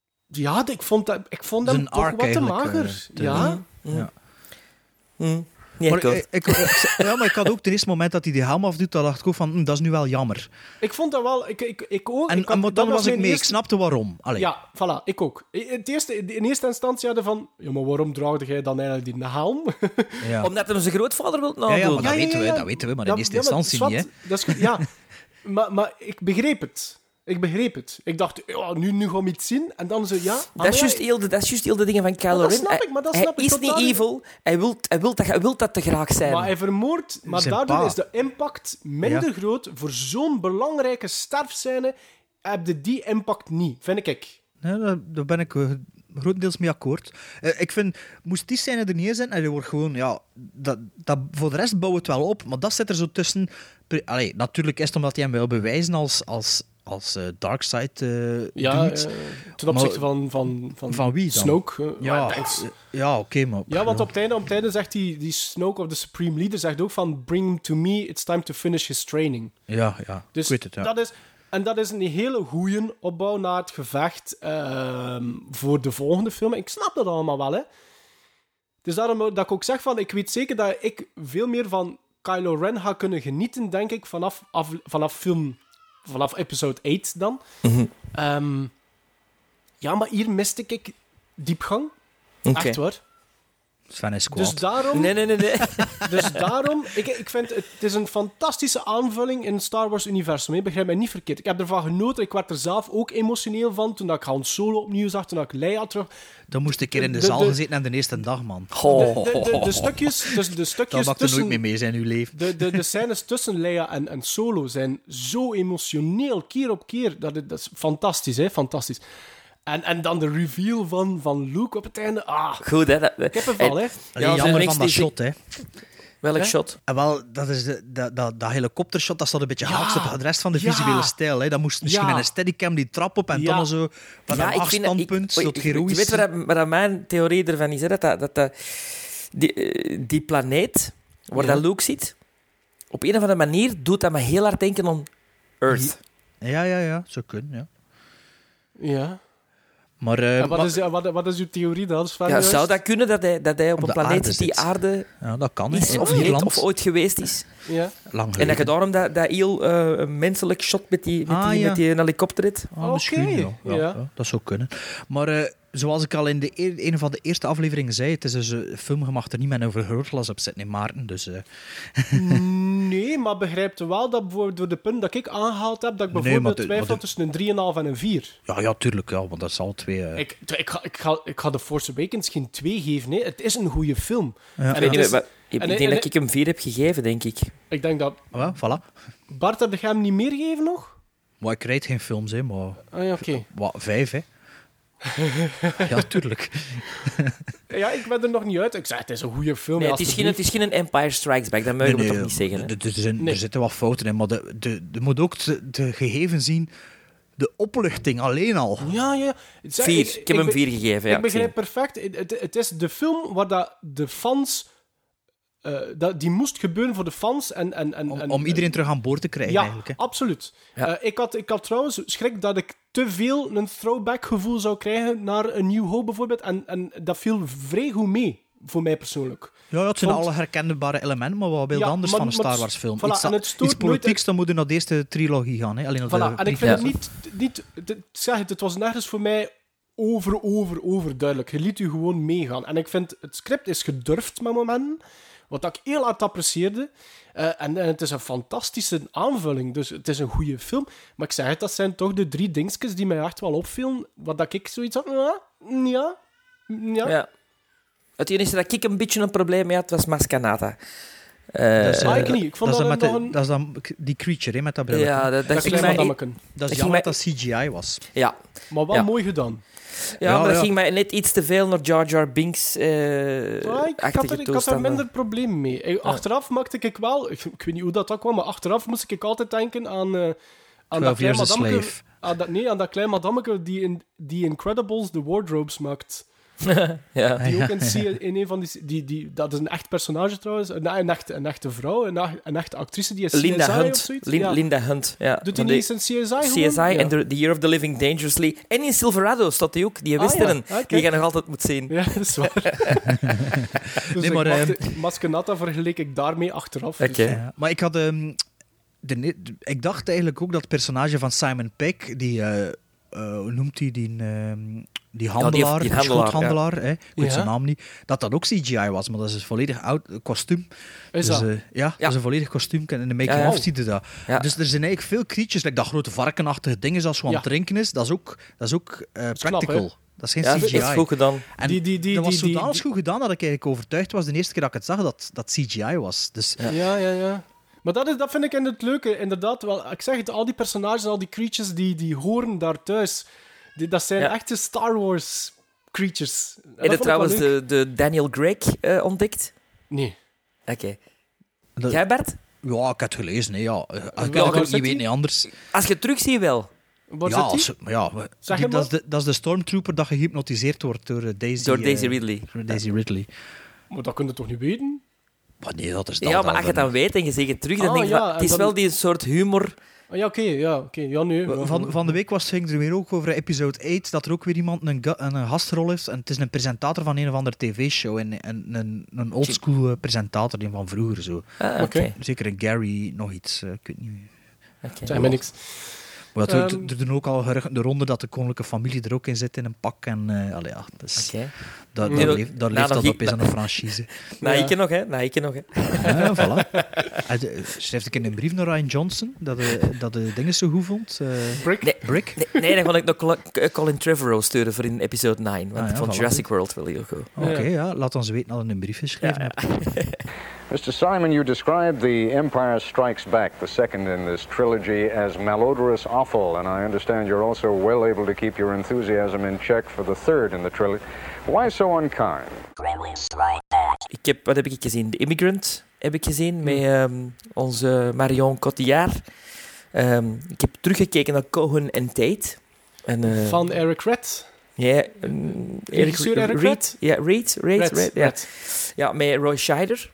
Speaker 4: Ja, ik vond, dat, ik vond hem
Speaker 5: Zijn
Speaker 4: toch
Speaker 5: arc
Speaker 4: wat te
Speaker 5: eigenlijk,
Speaker 4: mager.
Speaker 5: eh, te-
Speaker 4: ja.
Speaker 6: Mm.
Speaker 5: Ja.
Speaker 6: Mm. niet
Speaker 5: maar,
Speaker 6: akkoord.
Speaker 5: ik, ik, ik, ja, maar ik had ook het eerste moment dat hij die helm afdoet, dan dacht ik ook van, hm, dat is nu wel jammer.
Speaker 4: Ik vond dat wel... Ik, ik, ik ook.
Speaker 5: En,
Speaker 4: ik had,
Speaker 5: en
Speaker 4: dat
Speaker 5: dan was ik
Speaker 4: mijn
Speaker 5: mee,
Speaker 4: eerste...
Speaker 5: ik snapte waarom. Allee.
Speaker 4: Ja, voilà, ik ook. Het eerste, in eerste instantie hadden van... Ja, maar waarom draagde jij dan eigenlijk die helm?
Speaker 5: Ja.
Speaker 6: Omdat hij zijn grootvader wil
Speaker 5: Ja,
Speaker 6: nadoen.
Speaker 5: ja, maar dat,
Speaker 4: Ja, ja,
Speaker 5: weten we,
Speaker 4: ja.
Speaker 5: dat weten we, maar
Speaker 4: Ja,
Speaker 5: in eerste
Speaker 4: ja, maar
Speaker 5: instantie
Speaker 4: zwart,
Speaker 5: niet. Hè.
Speaker 4: Dat is, goed, ja, maar, maar ik begreep het. Ik begreep het. Ik dacht, ja, nu, nu gaan we iets zien. En dan zo, ja...
Speaker 6: Dat is juist heel de, dat is juist heel de dingen van Kylo
Speaker 4: Maar dat
Speaker 6: Ren.
Speaker 4: snap ik, maar dat
Speaker 6: hij
Speaker 4: snap ik
Speaker 6: is
Speaker 4: totaal
Speaker 6: niet
Speaker 4: niet.
Speaker 6: evil. Hij wil, hij wil, dat, hij wil dat te graag zijn.
Speaker 4: Maar hij vermoordt... Maar
Speaker 5: Zijn
Speaker 4: daardoor
Speaker 5: pa.
Speaker 4: is de impact minder
Speaker 6: Ja.
Speaker 4: groot. Voor zo'n belangrijke sterfscène heb je die impact niet, vind ik.
Speaker 5: Ja, daar, daar ben ik uh, grotendeels mee akkoord. Uh, ik vind, moest die scène er niet zijn en je wordt gewoon, ja, dat, dat, voor de rest bouwt het wel op, maar dat zit er zo tussen. Pre- Allee, natuurlijk is het omdat hij hem wil bewijzen als, als, als uh, Darkseid uh,
Speaker 4: Ja,
Speaker 5: doet.
Speaker 4: eh, ten opzichte van, van, van,
Speaker 5: Van wie dan?
Speaker 4: Snoke. eh,
Speaker 5: Ja,
Speaker 4: maar thanks.
Speaker 5: uh, ja oké, okay, maar...
Speaker 4: Ja, want op het einde, op het einde zegt die, die Snoke of de Supreme Leader zegt ook van bring him to me, it's time to finish his training.
Speaker 5: Ja, ja,
Speaker 4: Dus
Speaker 5: ik weet het, ja.
Speaker 4: dat is, en dat is een hele goeie opbouw na het gevecht ehm, voor de volgende film. Ik snap dat allemaal wel, hè. Dus daarom dat ik ook zeg van, ik weet zeker dat ik veel meer van Kylo Ren ga kunnen genieten, denk ik, vanaf, af, vanaf film, vanaf episode acht dan.
Speaker 6: Mhm.
Speaker 4: Ehm, ja, maar hier miste ik diepgang.
Speaker 6: Oké.
Speaker 4: Echt waar.
Speaker 5: Sven is kwaad.
Speaker 4: Dus daarom...
Speaker 6: Nee, nee, nee. nee.
Speaker 4: Dus daarom... Ik, ik vind het, het is een fantastische aanvulling in het Star Wars-universum. hè. Begrijp mij niet verkeerd. Ik heb ervan genoten. Ik werd er zelf ook emotioneel van toen ik Han Solo opnieuw zag, toen ik Leia terug...
Speaker 5: Dan moest ik er in de,
Speaker 4: De-
Speaker 5: zaal
Speaker 4: de-
Speaker 5: gezeten aan de eerste dag, man.
Speaker 4: De, de, de, de stukjes, dus de
Speaker 5: Dat
Speaker 4: stukjes
Speaker 5: mag er nooit
Speaker 4: tussen...
Speaker 5: meer mee zijn in uw leven.
Speaker 4: De, de, de scènes tussen Leia en, en Solo zijn zo emotioneel, keer op keer. Dat, is- dat is fantastisch, hè? Fantastisch. En, en dan de reveal van, van Luke op het einde. Ah,
Speaker 6: Goed, hè. Dat,
Speaker 4: ik heb er wel, hè?
Speaker 5: Allee,
Speaker 6: Ja,
Speaker 5: jammer
Speaker 6: niks
Speaker 5: van dat
Speaker 6: die-
Speaker 5: shot, hè.
Speaker 6: Welk
Speaker 4: Hè?
Speaker 6: shot?
Speaker 5: En wel, dat, is de, dat, dat, dat helikoptershot, dat staat een beetje
Speaker 4: Ja.
Speaker 5: haaks op de rest van de
Speaker 4: Ja.
Speaker 5: visuele stijl. Hè. Dat moest misschien
Speaker 4: Ja.
Speaker 5: in een steadicam die trap op en
Speaker 4: Ja.
Speaker 5: dan zo van
Speaker 6: Ja,
Speaker 5: een
Speaker 6: ik vind dat-
Speaker 5: afstandpunt,
Speaker 6: ik-
Speaker 5: zo
Speaker 6: ik-
Speaker 5: het
Speaker 6: ik-
Speaker 5: heroïsche.
Speaker 6: Je weet wat, dat- wat mijn theorie ervan is, hè? Dat, dat, dat, dat die, eh, die planeet waar
Speaker 4: Ja.
Speaker 6: dat Luke zit, op een of andere manier doet dat me heel hard denken aan Earth.
Speaker 5: Ja, ja, ja, zo kunnen, ja.
Speaker 4: Ja.
Speaker 5: Maar, uh,
Speaker 4: En wat, is, wat, wat is uw theorie dan? Sven,
Speaker 6: Ja,
Speaker 4: juist?
Speaker 6: zou dat kunnen dat hij, dat hij op,
Speaker 5: Op
Speaker 6: een
Speaker 5: de
Speaker 6: planeet
Speaker 5: aarde
Speaker 6: zit die
Speaker 5: zit.
Speaker 6: aarde
Speaker 5: ja, dat kan, hè.
Speaker 6: is
Speaker 5: In
Speaker 6: of
Speaker 5: Ierland.
Speaker 6: heet of ooit geweest is?
Speaker 4: Ja.
Speaker 5: Lang
Speaker 6: En dat je
Speaker 5: geleden.
Speaker 6: daarom dat, dat heel uh, menselijk shot met die, met
Speaker 5: Ah,
Speaker 6: die,
Speaker 5: ja.
Speaker 6: met die helikopter hebt?
Speaker 5: Ah, misschien,
Speaker 4: Oké,
Speaker 5: ja. Ja,
Speaker 4: ja.
Speaker 5: ja, dat zou kunnen. Maar uh, zoals ik al in de e- een van de eerste afleveringen zei, het is dus een film, je mag er niet met een vergrootglas op zitten in Maarten. Dus, uh...
Speaker 4: Nee, maar begrijpt u wel dat bijvoorbeeld door de punt dat ik aangehaald heb, dat ik
Speaker 5: Nee,
Speaker 4: bijvoorbeeld
Speaker 5: maar de-
Speaker 4: twijfel
Speaker 5: maar de-
Speaker 4: tussen een drie komma vijf en een vier.
Speaker 5: Ja, ja, tuurlijk, ja, want dat is al twee... Uh...
Speaker 4: Ik, ik, ga, ik, ga, ik ga The Force Awakens geen twee geven. Nee. Het is een goede film.
Speaker 5: Ja.
Speaker 4: En
Speaker 6: Ik, weet
Speaker 4: het
Speaker 6: niet,
Speaker 4: is-
Speaker 6: maar, ik
Speaker 4: en-
Speaker 6: denk
Speaker 4: en-
Speaker 6: dat ik hem vier heb gegeven, denk ik.
Speaker 4: Ik denk dat...
Speaker 5: Ja, voilà.
Speaker 4: Bart, heb je hem niet meer gegeven nog?
Speaker 5: Maar ik rijd geen films, hè, maar...
Speaker 4: Ah ja, oké.
Speaker 5: Wat, vijf, hè? Ja, tuurlijk.
Speaker 4: Ja, ik ben er nog niet uit. Ik zeg, het is een goede film.
Speaker 6: Nee,
Speaker 4: ja,
Speaker 6: het, is geen, het
Speaker 4: alsjeblieft.
Speaker 6: is geen Empire Strikes Back, dat mogen we toch niet zeggen. Hè?
Speaker 5: Er, er, zijn,
Speaker 4: Nee.
Speaker 5: er zitten wat fouten in, maar de, de, je moet ook de, de gegeven zien. De opluchting alleen al.
Speaker 4: Ja, ja. Zeg,
Speaker 6: Vier. Ik heb hem
Speaker 4: be-
Speaker 6: vier gegeven, ja,
Speaker 4: Ik begrijp
Speaker 6: vier.
Speaker 4: perfect. Het, het, het is de film waar dat de fans... eh, dat, die moest gebeuren voor de fans. En, en, en,
Speaker 5: Om,
Speaker 4: en,
Speaker 5: om iedereen terug aan boord te krijgen,
Speaker 4: Ja,
Speaker 5: eigenlijk. Hè.
Speaker 4: absoluut.
Speaker 6: Ja.
Speaker 4: Eh, ik, had, ik had trouwens schrik dat ik te veel een throwback gevoel zou krijgen naar een New Hope bijvoorbeeld. En, en dat viel vrij goed mee, voor mij persoonlijk.
Speaker 5: Ja, ja, het zijn
Speaker 4: Want-
Speaker 5: alle herkenbare elementen, maar wat wil
Speaker 4: Ja,
Speaker 5: anders
Speaker 4: maar-
Speaker 5: van een
Speaker 4: maar
Speaker 5: Star
Speaker 4: het-
Speaker 5: Wars film.
Speaker 4: voilà,
Speaker 5: iets
Speaker 4: en
Speaker 5: dat-
Speaker 4: het stoort
Speaker 5: iets politieks,
Speaker 4: nooit-
Speaker 5: dan moet je naar de eerste trilogie gaan. Hè. Alleen naar
Speaker 4: Voilà.
Speaker 5: de
Speaker 4: En ik vind het niet... niet het, zeg het, het was nergens voor mij over, over, over duidelijk. Je liet u gewoon meegaan. En ik vind, het script is gedurfd met momenten, wat ik heel hard apprecieerde. Uh, en, en het is een fantastische aanvulling. Dus het is een goede film. Maar ik zeg het, dat zijn toch de drie dingetjes die mij echt wel opvielen. Wat dat ik zoiets had... Ja, ja, ja.
Speaker 6: Ja. Het enige dat ik een beetje een probleem mee had, was Maskanata. Uh,
Speaker 5: Dat is,
Speaker 4: Ah,
Speaker 5: eh,
Speaker 4: ik niet. Ik vond
Speaker 5: dat is
Speaker 4: dat
Speaker 5: dan
Speaker 4: nog
Speaker 5: met
Speaker 4: een-
Speaker 5: de- dat is dan die creature, hè, met dat brilletje.
Speaker 6: Ja, dat, dat,
Speaker 4: Dat
Speaker 6: ging
Speaker 4: klein
Speaker 6: mij...
Speaker 4: madammeken.
Speaker 5: Dat is
Speaker 6: ging
Speaker 5: jammer
Speaker 6: mij-
Speaker 5: dat dat C G I was.
Speaker 6: Ja,
Speaker 4: Maar wel
Speaker 6: Ja.
Speaker 4: mooi gedaan.
Speaker 6: ja,
Speaker 5: Ja,
Speaker 6: maar dat
Speaker 5: ja.
Speaker 6: ging mij net iets te veel naar Jar Jar Binks uh,
Speaker 4: Ja, ik, ik, had er,
Speaker 6: achtige
Speaker 4: ik had er
Speaker 6: toestanden.
Speaker 4: minder probleem mee. Eh, Achteraf maakte ik wel... Ik, ik weet niet hoe dat, dat kwam, maar achteraf moest ik altijd denken aan... uh, aan dat
Speaker 5: twaalf
Speaker 4: klein
Speaker 5: Years a
Speaker 4: madammeke...
Speaker 5: Slave.
Speaker 4: Aan dat, nee, aan dat klein madammeke die in die Incredibles de wardrobes maakt.
Speaker 6: ja.
Speaker 4: Die ook in, C- in een van die, die, die... Dat is een echt personage trouwens. Een, een, echte, een echte vrouw. Een, een echte actrice die is
Speaker 6: Linda
Speaker 4: C S I
Speaker 6: Hunt.
Speaker 4: of zoiets.
Speaker 6: Lin-
Speaker 4: ja.
Speaker 6: Linda Hunt, ja.
Speaker 4: Doet hij
Speaker 6: Van
Speaker 4: niet eens in C S I gewoon?
Speaker 6: C S I en
Speaker 4: Ja.
Speaker 6: the, the Year of the Living Dangerously. En in Silverado staat hij ook, die
Speaker 4: Ah,
Speaker 6: western.
Speaker 4: ja. Ah,
Speaker 6: die je
Speaker 4: kijk.
Speaker 6: nog altijd moet zien.
Speaker 4: Ja, dat is waar. dus
Speaker 5: Nee, maar,
Speaker 4: ik
Speaker 5: ehm,
Speaker 4: maakte- Maskenata vergeleek ik daarmee achteraf.
Speaker 6: Oké.
Speaker 4: Dus,
Speaker 5: Ja, maar ik had... ehm, de, ne- ik dacht eigenlijk ook dat het personage van Simon Pegg, die... eh, eh, hoe noemt hij die... ehm, die handelaar,
Speaker 6: die
Speaker 5: die
Speaker 6: handelaar,
Speaker 5: schothandelaar, hè? Ik weet
Speaker 4: Ja.
Speaker 5: zijn naam niet, dat dat ook C G I was, maar dat is een volledig oud kostuum.
Speaker 4: Is
Speaker 5: Dus,
Speaker 4: dat?
Speaker 5: eh, ja, dat is een volledig kostuum. En in de making-of
Speaker 6: Ja, ja.
Speaker 5: zie je dat.
Speaker 6: Ja.
Speaker 5: Dus er zijn eigenlijk veel creatures, like dat grote varkenachtige ding als zo aan het
Speaker 4: Ja.
Speaker 5: drinken is, dat is ook, dat is ook eh,
Speaker 4: is knap,
Speaker 5: practical.
Speaker 4: hè?
Speaker 5: dat is geen
Speaker 6: Ja,
Speaker 5: C
Speaker 6: dat
Speaker 5: G I.
Speaker 6: is goed gedaan.
Speaker 5: En
Speaker 4: Die- die- die-
Speaker 5: dat was
Speaker 4: die- die-
Speaker 5: zodanig
Speaker 4: die-
Speaker 5: goed gedaan dat ik eigenlijk overtuigd was de eerste keer dat ik het zag dat dat C G I was. Dus
Speaker 6: Ja.
Speaker 4: Ja, ja, ja. Maar dat, is, dat vind ik in het leuke, inderdaad. Wel, ik zeg het, al die personages, al die creatures, die, die horen daar thuis. Die, dat zijn
Speaker 6: Ja.
Speaker 4: echte Star Wars creatures. En dat
Speaker 6: Heb je
Speaker 4: vond ik
Speaker 6: trouwens
Speaker 4: wel leuk.
Speaker 6: de, de Daniel Craig eh, ontdekt?
Speaker 4: Nee.
Speaker 6: Oké.
Speaker 5: Dat-
Speaker 6: Jij, Bert?
Speaker 5: ja, ik heb het gelezen. Hè, ja. Ik
Speaker 4: waar
Speaker 5: kan het ook
Speaker 4: zit
Speaker 5: niet
Speaker 4: hij?
Speaker 5: weten, niet anders.
Speaker 6: Als je het terug ziet wel.
Speaker 4: Waar
Speaker 5: ja,
Speaker 4: zit die?
Speaker 5: als- ja, we-
Speaker 4: Zeg
Speaker 5: die-
Speaker 4: hem
Speaker 5: dat, is
Speaker 4: maar.
Speaker 5: de, dat is de stormtrooper dat gehypnotiseerd wordt door eh, Daisy,
Speaker 6: Door Daisy
Speaker 5: eh,
Speaker 6: Ridley.
Speaker 5: door Daisy Ridley.
Speaker 4: Maar dat kun je toch niet weten?
Speaker 5: Maar nee, dat is dat.
Speaker 6: Ja, maar
Speaker 5: dat-
Speaker 6: als je het dan weet en je zegt het terug, dan
Speaker 4: Ah,
Speaker 6: denk je,
Speaker 4: ja,
Speaker 6: van, het
Speaker 4: en
Speaker 6: is
Speaker 4: dan-
Speaker 6: wel die soort humor.
Speaker 4: Ah, ja, oké. ja, oké. Ja, nee.
Speaker 5: Van, van de week was, ging er weer ook over episode acht dat er ook weer iemand een, ga- een gastrol heeft. En het is een presentator van een of andere tv-show. En, en een, een oldschool eh, presentator, die van vroeger zo.
Speaker 6: Ah, oké.
Speaker 4: Oké.
Speaker 5: Zeker een Gary, nog iets. eh, ik weet niet.
Speaker 6: Oké.
Speaker 4: Zeg maar niks.
Speaker 5: Maar dat,
Speaker 4: Ehm.
Speaker 5: er, er doen ook al geruchten de ronde dat de koninklijke familie er ook in zit in een pak. En uh, allee, ja, dus,
Speaker 6: Oké.
Speaker 5: dat,
Speaker 6: Nee,
Speaker 5: dat
Speaker 6: nog-
Speaker 5: leeft, dat
Speaker 6: nou,
Speaker 5: leeft
Speaker 6: nog
Speaker 5: dat
Speaker 6: ik-
Speaker 5: op is aan een franchise.
Speaker 6: Nou,
Speaker 4: Ja.
Speaker 6: ik nog, hè. Nou, ik nog, hè.
Speaker 5: Ja, voilà. Hij de- schrijft ik in een brief naar Ryan Johnson dat de, dat de dingen zo goed vond. eh,
Speaker 4: Brick?
Speaker 6: Nee.
Speaker 5: Brick?
Speaker 6: Nee, nee, dan kon ik nog Col- eh, Colin Trevorrow sturen voor in episode negen. Want
Speaker 5: Ah, ja,
Speaker 6: ik vond
Speaker 5: voilà.
Speaker 6: Jurassic World wel heel goed.
Speaker 5: Oké, ja, laat ons weten dat hij een brief geschreven hebt.
Speaker 17: Mister Simon, you described The Empire Strikes Back, the second in this trilogy, as malodorous awful, and I understand you're also well able to keep your enthusiasm in check for the third in the trilogy. Why so unkind?
Speaker 6: Ik heb, wat heb ik gezien? The Immigrant heb ik gezien met ehm, onze Marion Cotillard. Ehm, ik heb teruggekeken naar Cohen en Tate. En, eh,
Speaker 4: Van Eric Red.
Speaker 6: Ja, um,
Speaker 4: Regisseur Eric Red?
Speaker 6: Ja, Reed. Reed,
Speaker 4: Red,
Speaker 6: Reed, ja.
Speaker 4: Red.
Speaker 6: Ja, met Roy Scheider.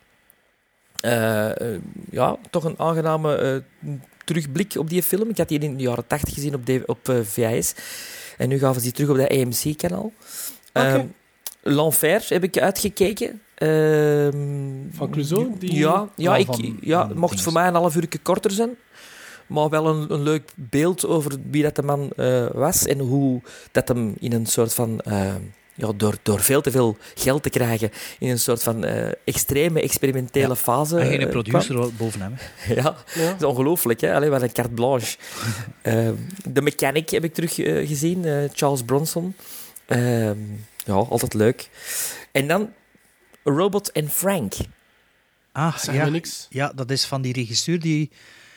Speaker 6: Eh, eh, ja, toch een aangename eh, terugblik op die film. Ik had die in de jaren tachtig gezien op, de, op uh, V H S. En nu gaven ze die terug op dat A M C-kanaal.
Speaker 4: Okay.
Speaker 6: Um, L'Enfer heb ik uitgekeken. Um,
Speaker 4: Van Clouseau? Die...
Speaker 6: Ja, ja,
Speaker 5: Ah,
Speaker 6: ik,
Speaker 5: van-
Speaker 6: ja
Speaker 5: van
Speaker 6: mocht
Speaker 5: Dings.
Speaker 6: voor mij een half uur korter zijn. Maar wel een, een leuk beeld over wie dat de man uh, was. En hoe dat hem in een soort van... Uh, ja, door, door veel te veel geld te krijgen in een soort van uh, extreme, experimentele
Speaker 5: Ja.
Speaker 6: fase.
Speaker 5: En geen
Speaker 6: uh,
Speaker 5: producer
Speaker 6: kwam.
Speaker 5: boven hem.
Speaker 6: Ja,
Speaker 4: Ja.
Speaker 6: dat is ongelooflijk, hè? Allee, wat een carte blanche. uh, The Mechanic heb ik terug uh, gezien, uh, Charles Bronson. Uh, ja, altijd leuk. En dan Robot en Frank.
Speaker 5: Ah,
Speaker 4: Zeg
Speaker 5: ja,
Speaker 4: me niks.
Speaker 5: ja, dat is van die regisseur die...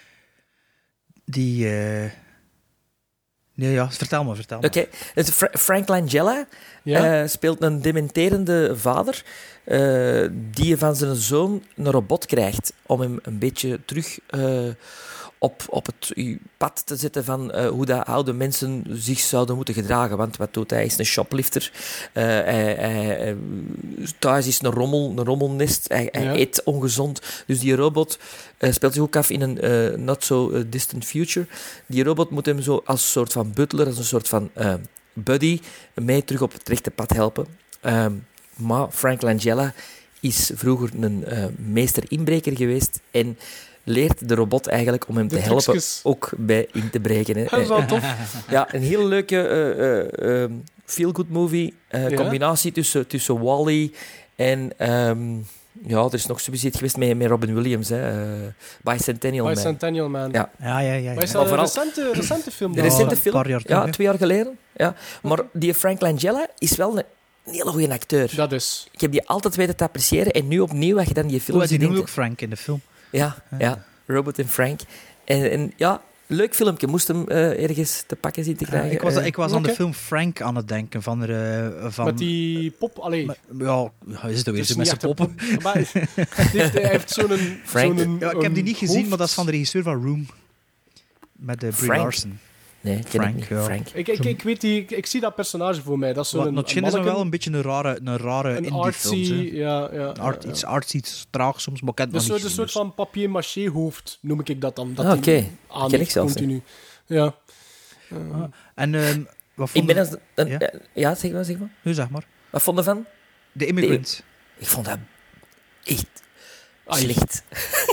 Speaker 5: die uh... Nee, ja, vertel maar, vertel maar.
Speaker 6: Oké, okay. Fra- Frank Langella
Speaker 4: Ja?
Speaker 6: uh, speelt een dementerende vader uh, die van zijn zoon een robot krijgt om hem een beetje terug uh, op, op het pad te zetten van uh, hoe dat oude mensen zich zouden moeten gedragen. Want wat doet hij? Hij is een shoplifter. Uh, hij, hij, hij, thuis is een, rommel, een rommelnest. Hij, hij
Speaker 4: Ja.
Speaker 6: eet ongezond. Dus die robot uh, speelt zich ook af in een uh, not so distant future. Die robot moet hem zo als soort van butler, als een soort van uh, buddy, mee terug op het rechte pad helpen. Um, maar Frank Langella is vroeger een uh, meester inbreker geweest en leert de robot eigenlijk om hem
Speaker 4: De
Speaker 6: te helpen
Speaker 4: trucjes.
Speaker 6: ook bij in te breken. Hè.
Speaker 4: Dat is wel tof.
Speaker 6: Ja, een hele leuke uh, uh, um, feel-good movie. Uh,
Speaker 4: Ja.
Speaker 6: Combinatie tussen, tussen Wall-E en... Um, ja, er is nog subsidie geweest met, met Robin Williams, hè. Uh, Bicentennial Man.
Speaker 4: Bicentennial Man.
Speaker 6: Ja.
Speaker 5: Ja, ja, ja.
Speaker 4: Maar is
Speaker 5: ja.
Speaker 4: dat een
Speaker 6: vooral-
Speaker 4: recente, recente film?
Speaker 6: De
Speaker 4: dan?
Speaker 6: recente
Speaker 5: een
Speaker 6: film,
Speaker 5: paar jaar
Speaker 6: ja,
Speaker 5: terug, hè.
Speaker 6: twee jaar geleden. Ja. Maar die Frank Langella is wel een, een hele goede acteur.
Speaker 4: Dat is.
Speaker 6: Ik heb die altijd weten te appreciëren. En nu opnieuw, als je dan die film
Speaker 5: Oh, die
Speaker 6: ziet,
Speaker 5: noemt
Speaker 6: denk
Speaker 5: ook Frank in de film.
Speaker 6: je- Ja, ja, Robot en Frank. En, en ja, leuk filmpje. Moest hem uh, ergens te pakken zien te
Speaker 5: Ja,
Speaker 6: krijgen.
Speaker 5: ik was,
Speaker 6: Uh,
Speaker 5: ik was aan
Speaker 4: oké.
Speaker 5: de film Frank aan het denken. Van, er, uh, van,
Speaker 4: Met die pop... Allee.
Speaker 5: Maar- ja, ja, is het
Speaker 4: Het
Speaker 5: weer
Speaker 4: is
Speaker 5: zo
Speaker 4: niet
Speaker 5: met zijn
Speaker 4: echt een
Speaker 5: poppen.
Speaker 4: pop, maar hij heeft, hij heeft zo'n...
Speaker 6: Frank.
Speaker 4: zo'n,
Speaker 5: Ja, ik heb die niet
Speaker 4: um,
Speaker 5: gezien,
Speaker 4: hoofd.
Speaker 5: maar dat is van de regisseur van Room. Met de Brie
Speaker 6: Frank.
Speaker 5: Larson.
Speaker 6: Nee, ik ken
Speaker 5: Frank,
Speaker 6: het niet.
Speaker 5: ja.
Speaker 6: Frank.
Speaker 4: Ik, ik, ik weet die, ik, ik zie dat personage voor mij. Dat is zo'n een,
Speaker 5: Het schijnt is
Speaker 4: manneken-
Speaker 5: wel een beetje een rare, een rare
Speaker 4: een
Speaker 5: indie
Speaker 4: artsy,
Speaker 5: films. hè.
Speaker 4: ja, ja,
Speaker 5: Art,
Speaker 4: ja,
Speaker 5: Iets
Speaker 4: ja.
Speaker 5: artsy, iets traag soms, maar ik heb het
Speaker 4: Dus
Speaker 5: nog
Speaker 4: een
Speaker 5: niet
Speaker 4: soort
Speaker 5: gezien,
Speaker 4: van papier-maché hoofd, noem ik dat dan. Dat
Speaker 6: Ah,
Speaker 4: die
Speaker 6: oké.
Speaker 4: aanneemt
Speaker 6: Ken ik zelfs
Speaker 4: continu. Ja.
Speaker 5: dus. Ah, En ehm, wat
Speaker 6: Ik
Speaker 5: vond
Speaker 6: ben
Speaker 5: je...
Speaker 6: als... Een,
Speaker 5: Ja?
Speaker 6: ja? ja, zeg maar, zeg maar.
Speaker 5: Nu zeg maar.
Speaker 6: Wat vond je van?
Speaker 5: The Immigrant.
Speaker 6: Ik vond dat echt
Speaker 4: Ai.
Speaker 6: slecht.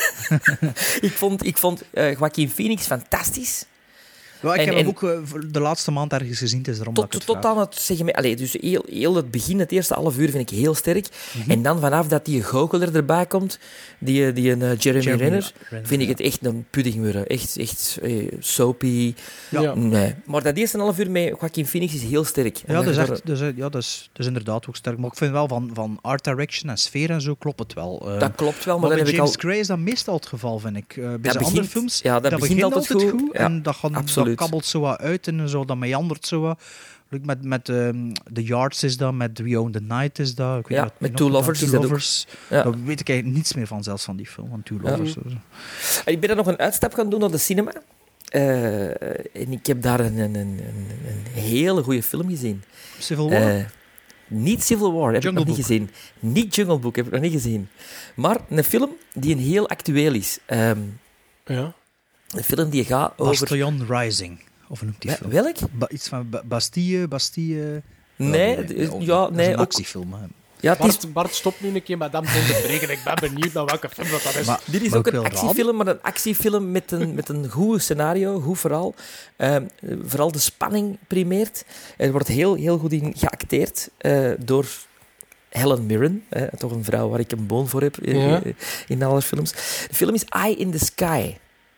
Speaker 6: ik vond, ik vond uh, Joaquin Phoenix fantastisch.
Speaker 5: Ja, ik
Speaker 6: En-
Speaker 5: heb
Speaker 6: en-
Speaker 5: hem ook eh, voor de laatste maand ergens gezien, het is daarom dat ik
Speaker 6: Tot,
Speaker 5: het
Speaker 6: tot
Speaker 5: vraag.
Speaker 6: aan het segment... Allee, dus heel, heel het begin, het eerste half uur, vind ik heel sterk.
Speaker 5: Mhm.
Speaker 6: En dan vanaf dat die goochelaar erbij komt, die, die een uh, Jeremy,
Speaker 5: Jeremy
Speaker 6: Renner,
Speaker 5: Renner,
Speaker 6: vind ik
Speaker 5: ja.
Speaker 6: het echt een puddingmurren. Echt, echt eh, soapy.
Speaker 5: Ja.
Speaker 6: Nee. Maar dat eerste half uur met Joaquin Phoenix is heel sterk.
Speaker 5: Ja, dat is,
Speaker 6: Daar-
Speaker 5: echt, dat, is, ja dat, is, dat is inderdaad ook sterk. Maar ik vind wel van, van art direction en sfeer en zo klopt het wel. Uh,
Speaker 6: Dat klopt wel, maar
Speaker 5: bij
Speaker 6: dan heb ik
Speaker 5: James
Speaker 6: al...
Speaker 5: Gray is dat meestal het geval, vind ik. Uh, bij zijn
Speaker 6: begint-
Speaker 5: andere films,
Speaker 6: ja, dat begint altijd goed. Ja,
Speaker 5: en dat, gaat, dat
Speaker 6: absoluut.
Speaker 5: kabbelt zo wat uit en zo, dat meandert zo wat. Like Met, met um, The Yards is dat, met We Own the Night is dat. Ik weet
Speaker 6: Ja,
Speaker 5: niet wat-
Speaker 6: met
Speaker 5: nog
Speaker 6: Two
Speaker 5: gedaan.
Speaker 6: Lovers
Speaker 5: Two
Speaker 6: is dat ook.
Speaker 5: Lovers.
Speaker 6: Ja.
Speaker 5: Daar weet ik eigenlijk niets meer van, zelfs van die film, van Two
Speaker 6: Ja.
Speaker 5: Lovers. zo.
Speaker 6: Ik ben er nog een uitstap gaan doen naar de cinema. Uh, en ik heb daar een, een, een, een hele goede film gezien.
Speaker 5: Civil War?
Speaker 6: Uh, niet Civil War, heb
Speaker 5: Jungle
Speaker 6: ik nog niet gezien. Niet Jungle Book, heb ik nog niet gezien. Maar een film die een heel actueel is. Um,
Speaker 4: ja.
Speaker 6: Een film die gaat over...
Speaker 5: Bastion Rising. Of hoe noemt die film?
Speaker 6: Welk?
Speaker 5: Ba- iets van ba- Bastille, Bastille...
Speaker 6: Nee,
Speaker 5: Oh,
Speaker 6: d-
Speaker 5: nee,
Speaker 6: ja,
Speaker 5: dat is
Speaker 6: nee,
Speaker 5: een
Speaker 6: ook-
Speaker 5: actiefilm. Hè.
Speaker 6: Ja, het is,
Speaker 4: Bart, Bart, stop nu een keer met hem te onderbreken. Ik ben benieuwd naar welke film dat, dat is.
Speaker 5: Maar-
Speaker 6: dit is
Speaker 5: maar
Speaker 6: ook
Speaker 5: ik
Speaker 6: een
Speaker 5: wil
Speaker 6: actiefilm, maar een actiefilm met een, met een goed scenario, goed verhaal. Um, vooral de spanning primeert. Er wordt heel, heel goed in geacteerd uh, door Helen Mirren. Uh, toch een vrouw waar ik een boon voor heb uh,
Speaker 4: Ja.
Speaker 6: in alle films. De film is Eye in the Sky.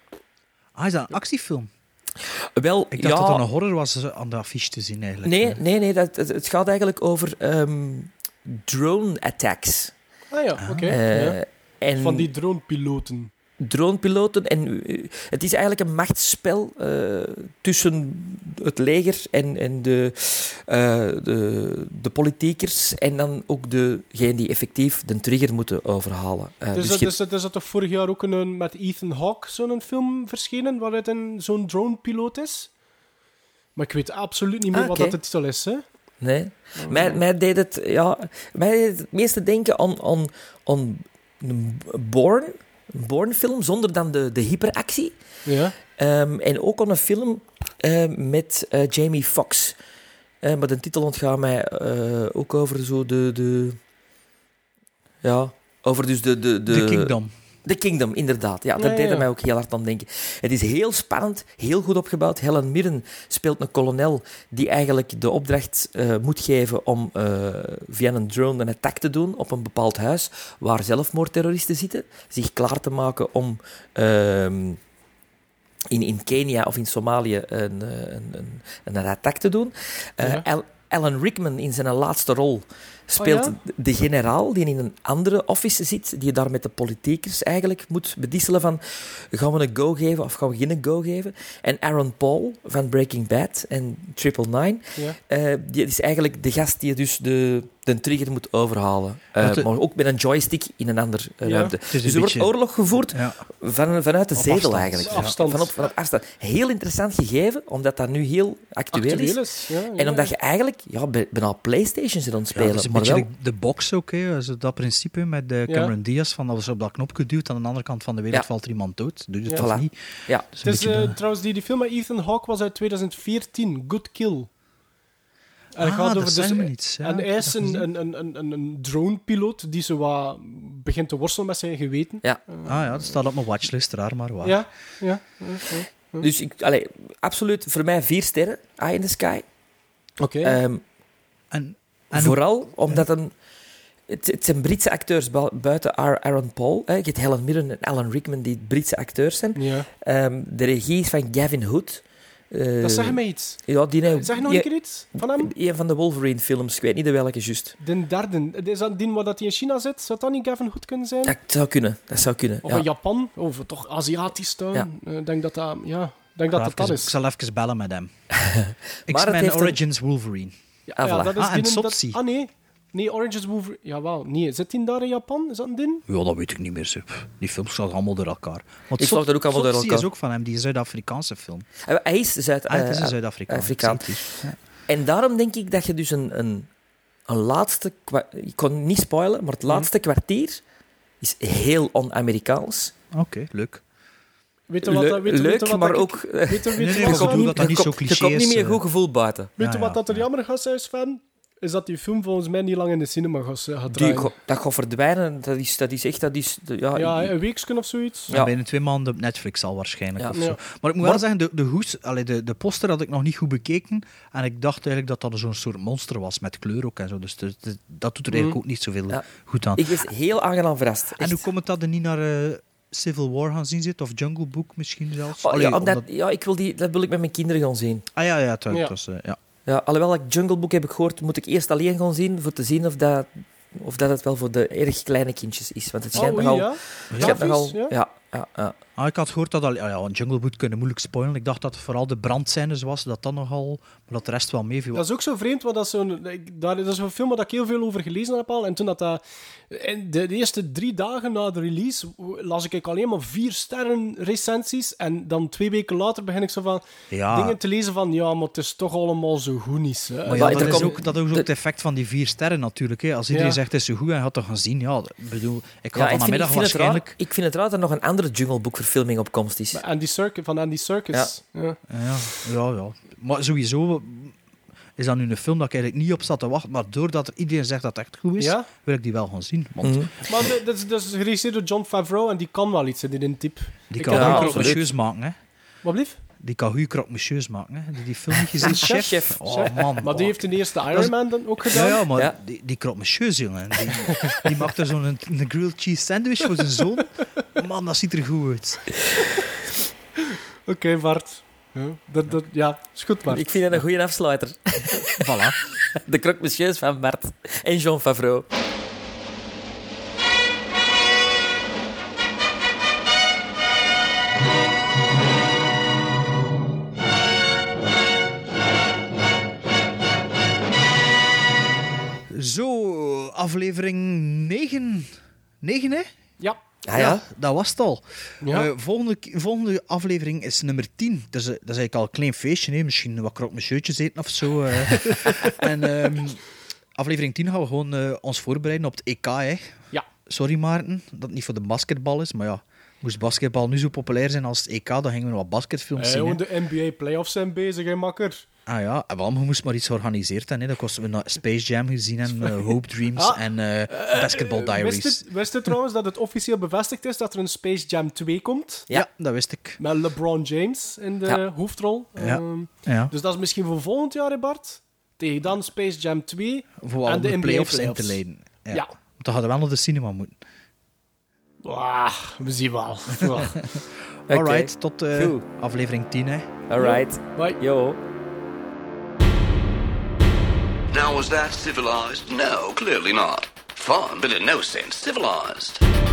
Speaker 5: Ah, is dat een actiefilm?
Speaker 6: Wel,
Speaker 5: Ik dacht
Speaker 6: ja,
Speaker 5: dat het een horror was aan de affiche te zien, eigenlijk.
Speaker 6: Nee, nee, nee dat, het, het gaat eigenlijk over um, drone attacks.
Speaker 4: Ah ja, oké.
Speaker 6: Uh,
Speaker 4: ja.
Speaker 6: en
Speaker 4: Van die dronepiloten.
Speaker 6: dronepiloten. En uh, het is eigenlijk een machtsspel uh, tussen het leger en, en de, uh, de, de politiekers en dan ook degene die effectief de trigger moeten overhalen. Uh,
Speaker 4: Dus,
Speaker 6: dus
Speaker 4: dus,
Speaker 6: je-
Speaker 4: dus, dus is dat toch vorig jaar ook een, met Ethan Hawke zo'n film verschenen, waaruit een, zo'n dronepiloot is? Maar ik weet absoluut niet meer
Speaker 6: Ah,
Speaker 4: wat
Speaker 6: oké.
Speaker 4: dat de titel is, hè?
Speaker 6: Nee. Mij, mij deed het, ja, mij deed het, het meeste denken aan, aan, aan een Bourne, een Bourne-film, zonder dan de, de hyperactie.
Speaker 4: Ja.
Speaker 6: Um, en ook aan een film uh, met uh, Jamie Foxx. Uh, maar de titel ontgaat mij uh, ook over zo de, de... Ja, over dus de... De, de,
Speaker 5: The Kingdom.
Speaker 6: The Kingdom, inderdaad. Ja, dat
Speaker 4: Ja,
Speaker 6: deed
Speaker 4: ja.
Speaker 6: mij ook heel hard aan denken. Het is heel spannend, heel goed opgebouwd. Helen Mirren speelt een kolonel die eigenlijk de opdracht uh, moet geven om uh, via een drone een attack te doen op een bepaald huis waar zelfmoordterroristen zitten. Zich klaar te maken om uh, in, in Kenia of in Somalië een, een, een, een attack te doen. Uh,
Speaker 4: Ja.
Speaker 6: Al- Alan Rickman in zijn laatste rol speelt
Speaker 4: Oh ja?
Speaker 6: de generaal die in een andere office zit, die daar met de politiekers eigenlijk moet bedisselen van gaan we een go geven of gaan we geen go geven. En Aaron Paul van Breaking Bad en Triple Nine,
Speaker 4: Ja.
Speaker 6: uh, die is eigenlijk de gast die dus de, de trigger moet overhalen. Uh,
Speaker 5: Want de-
Speaker 6: maar ook met een joystick in een andere uh,
Speaker 4: Ja.
Speaker 6: ruimte.
Speaker 5: Het is een
Speaker 6: Dus er wordt
Speaker 5: beetje-
Speaker 6: oorlog gevoerd
Speaker 5: Ja.
Speaker 6: van, vanuit de
Speaker 5: Op
Speaker 6: zedel
Speaker 5: afstand.
Speaker 6: eigenlijk.
Speaker 4: Afstand.
Speaker 6: Van, op, van op afstand. Heel interessant gegeven, omdat dat nu heel actueel,
Speaker 4: Actueel
Speaker 6: is.
Speaker 4: is, ja, ja.
Speaker 6: En omdat je eigenlijk ja, bij- bijna PlayStation zit aan het
Speaker 5: Ja,
Speaker 6: spelen.
Speaker 5: dat is een
Speaker 6: maar
Speaker 5: beetje
Speaker 6: wel,
Speaker 5: like de box ook, hè. Also, dat principe met de
Speaker 4: Ja.
Speaker 5: Cameron Diaz, van als je op dat knopje duwt, aan de andere kant van de wereld
Speaker 6: Ja.
Speaker 5: valt er iemand dood. Doe je het
Speaker 4: Ja.
Speaker 5: toch
Speaker 6: Voilà.
Speaker 5: niet?
Speaker 6: ja.
Speaker 5: Dat is een
Speaker 4: Het is
Speaker 5: beetje
Speaker 4: eh,
Speaker 5: de-
Speaker 4: trouwens, die, die film met Ethan Hawke was uit twintig veertien, Good Kill. En het
Speaker 5: Ah,
Speaker 4: gaat
Speaker 5: dat
Speaker 4: over
Speaker 5: zei
Speaker 4: dus,
Speaker 5: me iets, ja.
Speaker 4: en
Speaker 5: Ik
Speaker 4: hij
Speaker 5: heb
Speaker 4: is
Speaker 5: dat
Speaker 4: een,
Speaker 5: gezien.
Speaker 4: een, een, een, een dronepiloot die zo wat begint te worstelen met zijn geweten.
Speaker 6: Ja.
Speaker 5: Ah ja, dat staat op mijn watchlist, raar maar waar.
Speaker 4: Ja, ja. ja, ja.
Speaker 6: Dus ik, allee, absoluut voor mij vier sterren, Eye in the Sky.
Speaker 4: Oké.
Speaker 6: Ehm,
Speaker 5: En, en
Speaker 6: vooral omdat een, het, het zijn Britse acteurs bu- buiten Aaron Paul. Hè. Je hebt Helen Mirren en Alan Rickman die Britse acteurs zijn.
Speaker 4: Ja.
Speaker 6: Ehm, de regie is van Gavin Hood. Eh,
Speaker 4: Dat zeg mij iets.
Speaker 6: Ja, die, nou-
Speaker 4: Zeg nog
Speaker 6: die-
Speaker 4: een keer iets van hem?
Speaker 6: Een van de Wolverine-films, ik weet niet de welke, juist.
Speaker 4: De derde. Is dat die waar dat hij in China zit? Zou dat niet Gavin Hood kunnen zijn?
Speaker 6: Dat zou kunnen, dat zou kunnen.
Speaker 4: Of
Speaker 6: ja.
Speaker 4: in Japan? Of toch Aziatisch tuin?
Speaker 6: Ja.
Speaker 4: Ik denk dat dat... Ja, ik denk
Speaker 5: ik
Speaker 4: dat
Speaker 5: zal
Speaker 4: het dat
Speaker 5: even-
Speaker 4: is.
Speaker 5: Ik zal even bellen met hem.
Speaker 6: het
Speaker 5: X-Men
Speaker 6: heeft een-
Speaker 5: Origins Wolverine.
Speaker 4: Ja,
Speaker 6: Ah,
Speaker 4: ja,
Speaker 6: voilà.
Speaker 4: dat is
Speaker 5: Ah, en
Speaker 4: die- dat-
Speaker 5: Sotsi.
Speaker 4: Ah, nee. Nee, Orange is the New... Jawel, nee. Zit die daar in Japan? Is dat een ding?
Speaker 5: Ja, dat weet ik niet meer. Zo. Die films staan allemaal door elkaar. Want
Speaker 6: Ik slag dat ook allemaal door
Speaker 5: Sotsi
Speaker 6: elkaar.
Speaker 5: is ook van hem, die Zuid-Afrikaanse film.
Speaker 6: Hij is Zuid-
Speaker 5: Ah, het is een
Speaker 6: eh,
Speaker 5: Zuid-Afrikaan.
Speaker 6: Afrikaan.
Speaker 5: Ja.
Speaker 6: En daarom denk ik dat je dus een, een, een laatste... kwa- Ik kon niet spoilen, maar het laatste kwartier is heel on-Amerikaans.
Speaker 5: Oké, okay, leuk.
Speaker 4: Weet je wat,
Speaker 6: Le-
Speaker 4: dat- weet je-
Speaker 6: leuk,
Speaker 4: weet je wat
Speaker 6: maar
Speaker 4: dat
Speaker 6: ook...
Speaker 4: ik- weet je- weet je
Speaker 5: Nee, nee,
Speaker 4: wat
Speaker 5: maar
Speaker 4: zo-
Speaker 5: ik bedoel dat dat niet
Speaker 6: je
Speaker 5: zo
Speaker 6: komt-
Speaker 5: cliché
Speaker 6: Je komt niet
Speaker 5: is,
Speaker 6: meer
Speaker 5: eh.
Speaker 6: goed gevoel buiten.
Speaker 4: Weet
Speaker 5: Ja,
Speaker 4: je
Speaker 5: ja,
Speaker 4: wat dat er
Speaker 5: ja.
Speaker 4: jammer gaat zijn, Sven? Is dat die film volgens mij niet lang in de cinema gaat, gaat
Speaker 6: Die,
Speaker 4: draaien.
Speaker 6: go- dat gaat verdwijnen. Dat is, dat is echt... Dat is, ja,
Speaker 4: Ja,
Speaker 6: ik-
Speaker 4: een weekje of zoiets.
Speaker 5: Ja.
Speaker 6: Ja.
Speaker 5: Binnen twee maanden op Netflix al waarschijnlijk.
Speaker 6: Ja.
Speaker 5: Of zo.
Speaker 4: Ja.
Speaker 5: Maar ik moet wel zeggen, de, de, hoes, allee, de, de poster had ik nog niet goed bekeken. En ik dacht eigenlijk dat dat zo'n soort monster was, met kleur ook en zo. Dus de, de- dat doet er eigenlijk
Speaker 4: Mm.
Speaker 5: ook niet zoveel
Speaker 6: Ja.
Speaker 5: goed aan.
Speaker 6: ik was heel aangenaam verrast.
Speaker 5: En
Speaker 6: echt.
Speaker 5: hoe komt het dat je niet naar eh, Civil War gaan zien zit? Of Jungle Book misschien zelfs?
Speaker 6: Oh,
Speaker 5: Allee,
Speaker 6: ja, omdat,
Speaker 5: omdat-
Speaker 6: ja, ik wil die, dat wil ik met mijn kinderen gaan zien.
Speaker 5: Ah ja, ja, het,
Speaker 4: Ja.
Speaker 5: het was... eh, ja.
Speaker 6: Ja, alhoewel ik Jungle Book heb ik gehoord, moet ik eerst alleen gaan zien voor te zien of dat, of dat het wel voor de erg kleine kindjes is. Want het schijnt
Speaker 4: Oh,
Speaker 6: nogal...
Speaker 4: ja?
Speaker 6: Het schijnt nogal
Speaker 4: Grafisch, ja?
Speaker 6: ja, ja, ja.
Speaker 5: Ah, ik had gehoord dat al, ah ja, een Jungle Book kunnen moeilijk spoilen. Ik dacht dat het vooral de brandscènes was, dat dat nogal, maar dat de rest wel meeviel.
Speaker 4: Dat is ook zo vreemd, want dat is zo'n ik- daar- dat is een film waar ik heel veel over gelezen heb al. En toen dat, dat in de, de eerste drie dagen na de release las ik alleen maar vier sterren recensies. En dan twee weken later begin ik zo van
Speaker 5: Ja.
Speaker 4: dingen te lezen van ja, maar het is toch allemaal zo goed niet. Hè.
Speaker 5: Maar ja,
Speaker 6: Maar
Speaker 5: dat
Speaker 6: er
Speaker 5: is,
Speaker 6: komt-
Speaker 5: ook, dat is ook het effect van die vier sterren natuurlijk. Hè. Als iedereen
Speaker 4: Ja.
Speaker 5: zegt het is zo goed en je had dat gaan zien, ja, ik bedoel, ik
Speaker 6: Ja,
Speaker 5: had
Speaker 6: ik, vind, ik,
Speaker 5: vanmiddag
Speaker 6: vind het raar,
Speaker 5: waarschijnlijk...
Speaker 6: ik vind het raar dat er nog een andere Jungle Book verfilming op komst is.
Speaker 4: Bij Andy Serkis, van Andy Serkis. Ja.
Speaker 5: Ja, ja, ja. Maar sowieso is dat nu een film dat ik eigenlijk niet op zat te wachten, maar doordat er iedereen zegt dat het echt goed is,
Speaker 4: Ja?
Speaker 5: wil ik die wel gaan zien. Want
Speaker 6: Mhm.
Speaker 4: Maar de- dat is, dat is geregisseerd door Jon Favreau en die kan wel iets, hè, die type.
Speaker 5: die
Speaker 4: Ik
Speaker 5: kan
Speaker 4: heb-
Speaker 6: Ja,
Speaker 5: goede
Speaker 6: absoluut.
Speaker 5: croque-monsieurs maken, hè.
Speaker 4: Wat blieft?
Speaker 5: Die kan goede croque-monsieurs maken, hè. Die die film niet gezien,
Speaker 4: Chef.
Speaker 5: chef.
Speaker 6: Chef.
Speaker 5: Oh man.
Speaker 4: Maar die heeft de eerste
Speaker 5: is-
Speaker 4: Iron Man dan ook
Speaker 5: Ja,
Speaker 4: gedaan.
Speaker 5: ja, maar
Speaker 6: Ja.
Speaker 5: die, die croque-monsieurs, jongen, die, die maakt er zo'n een, een grilled cheese sandwich voor zijn zoon. Man, dat ziet er goed uit.
Speaker 4: Oké, Bart. Ja, dat, dat, ja, is goed, Bart.
Speaker 6: Ik vind dat een goede afsluiter.
Speaker 5: Voilà.
Speaker 6: De croque-monsieurs van Bart en Jon Favreau.
Speaker 5: Zo, aflevering negen. negen, hè?
Speaker 4: Ja.
Speaker 6: Ah, ja?
Speaker 5: dat was het al.
Speaker 4: Ja.
Speaker 5: Eh, volgende, volgende aflevering is nummer tien. Dat is, dat is eigenlijk al een klein feestje. Hè? Misschien wat croque-monsieurtjes eten of zo. eh. en ehm, aflevering tien gaan we gewoon eh, ons voorbereiden op het E K. Hè?
Speaker 4: Ja.
Speaker 5: Sorry Maarten, dat het niet voor de basketbal is. Maar ja, moest basketbal nu zo populair zijn als het E K, dan gingen we wat basketfilms
Speaker 4: Eh,
Speaker 5: zien.
Speaker 4: gewoon
Speaker 5: Hè?
Speaker 4: de N B A playoffs zijn bezig, hè, makker.
Speaker 5: Ah ja, en wel, je moest maar iets georganiseerd hebben. Hè? Dat kost we naar Space Jam gezien en eh, Hope Dreams
Speaker 4: Ah,
Speaker 5: en eh, Basketball Diaries.
Speaker 4: Wist je, wist je trouwens dat het officieel bevestigd is dat er een Space Jam twee komt?
Speaker 5: Ja. dat wist ik.
Speaker 4: Met LeBron James in de
Speaker 6: Ja.
Speaker 4: hoofdrol.
Speaker 5: Ja.
Speaker 4: Ehm,
Speaker 5: Ja.
Speaker 4: Dus dat is misschien voor volgend jaar, hè, Bart? Tegen dan Space Jam twee
Speaker 5: Voor
Speaker 4: en
Speaker 5: al
Speaker 4: de
Speaker 5: de
Speaker 4: N B A
Speaker 5: playoffs in
Speaker 4: playoffs.
Speaker 5: te leiden. Ja.
Speaker 4: Ja.
Speaker 5: Want dan hadden we wel naar de cinema moeten.
Speaker 4: Ah, we zien wel.
Speaker 6: Oké.
Speaker 5: Alright, tot eh,
Speaker 6: Goed.
Speaker 5: aflevering tien. Hè.
Speaker 6: Alright.
Speaker 4: Bye.
Speaker 6: Yo.
Speaker 18: Now, was that civilized? No, clearly not. Fun, but in no sense civilized.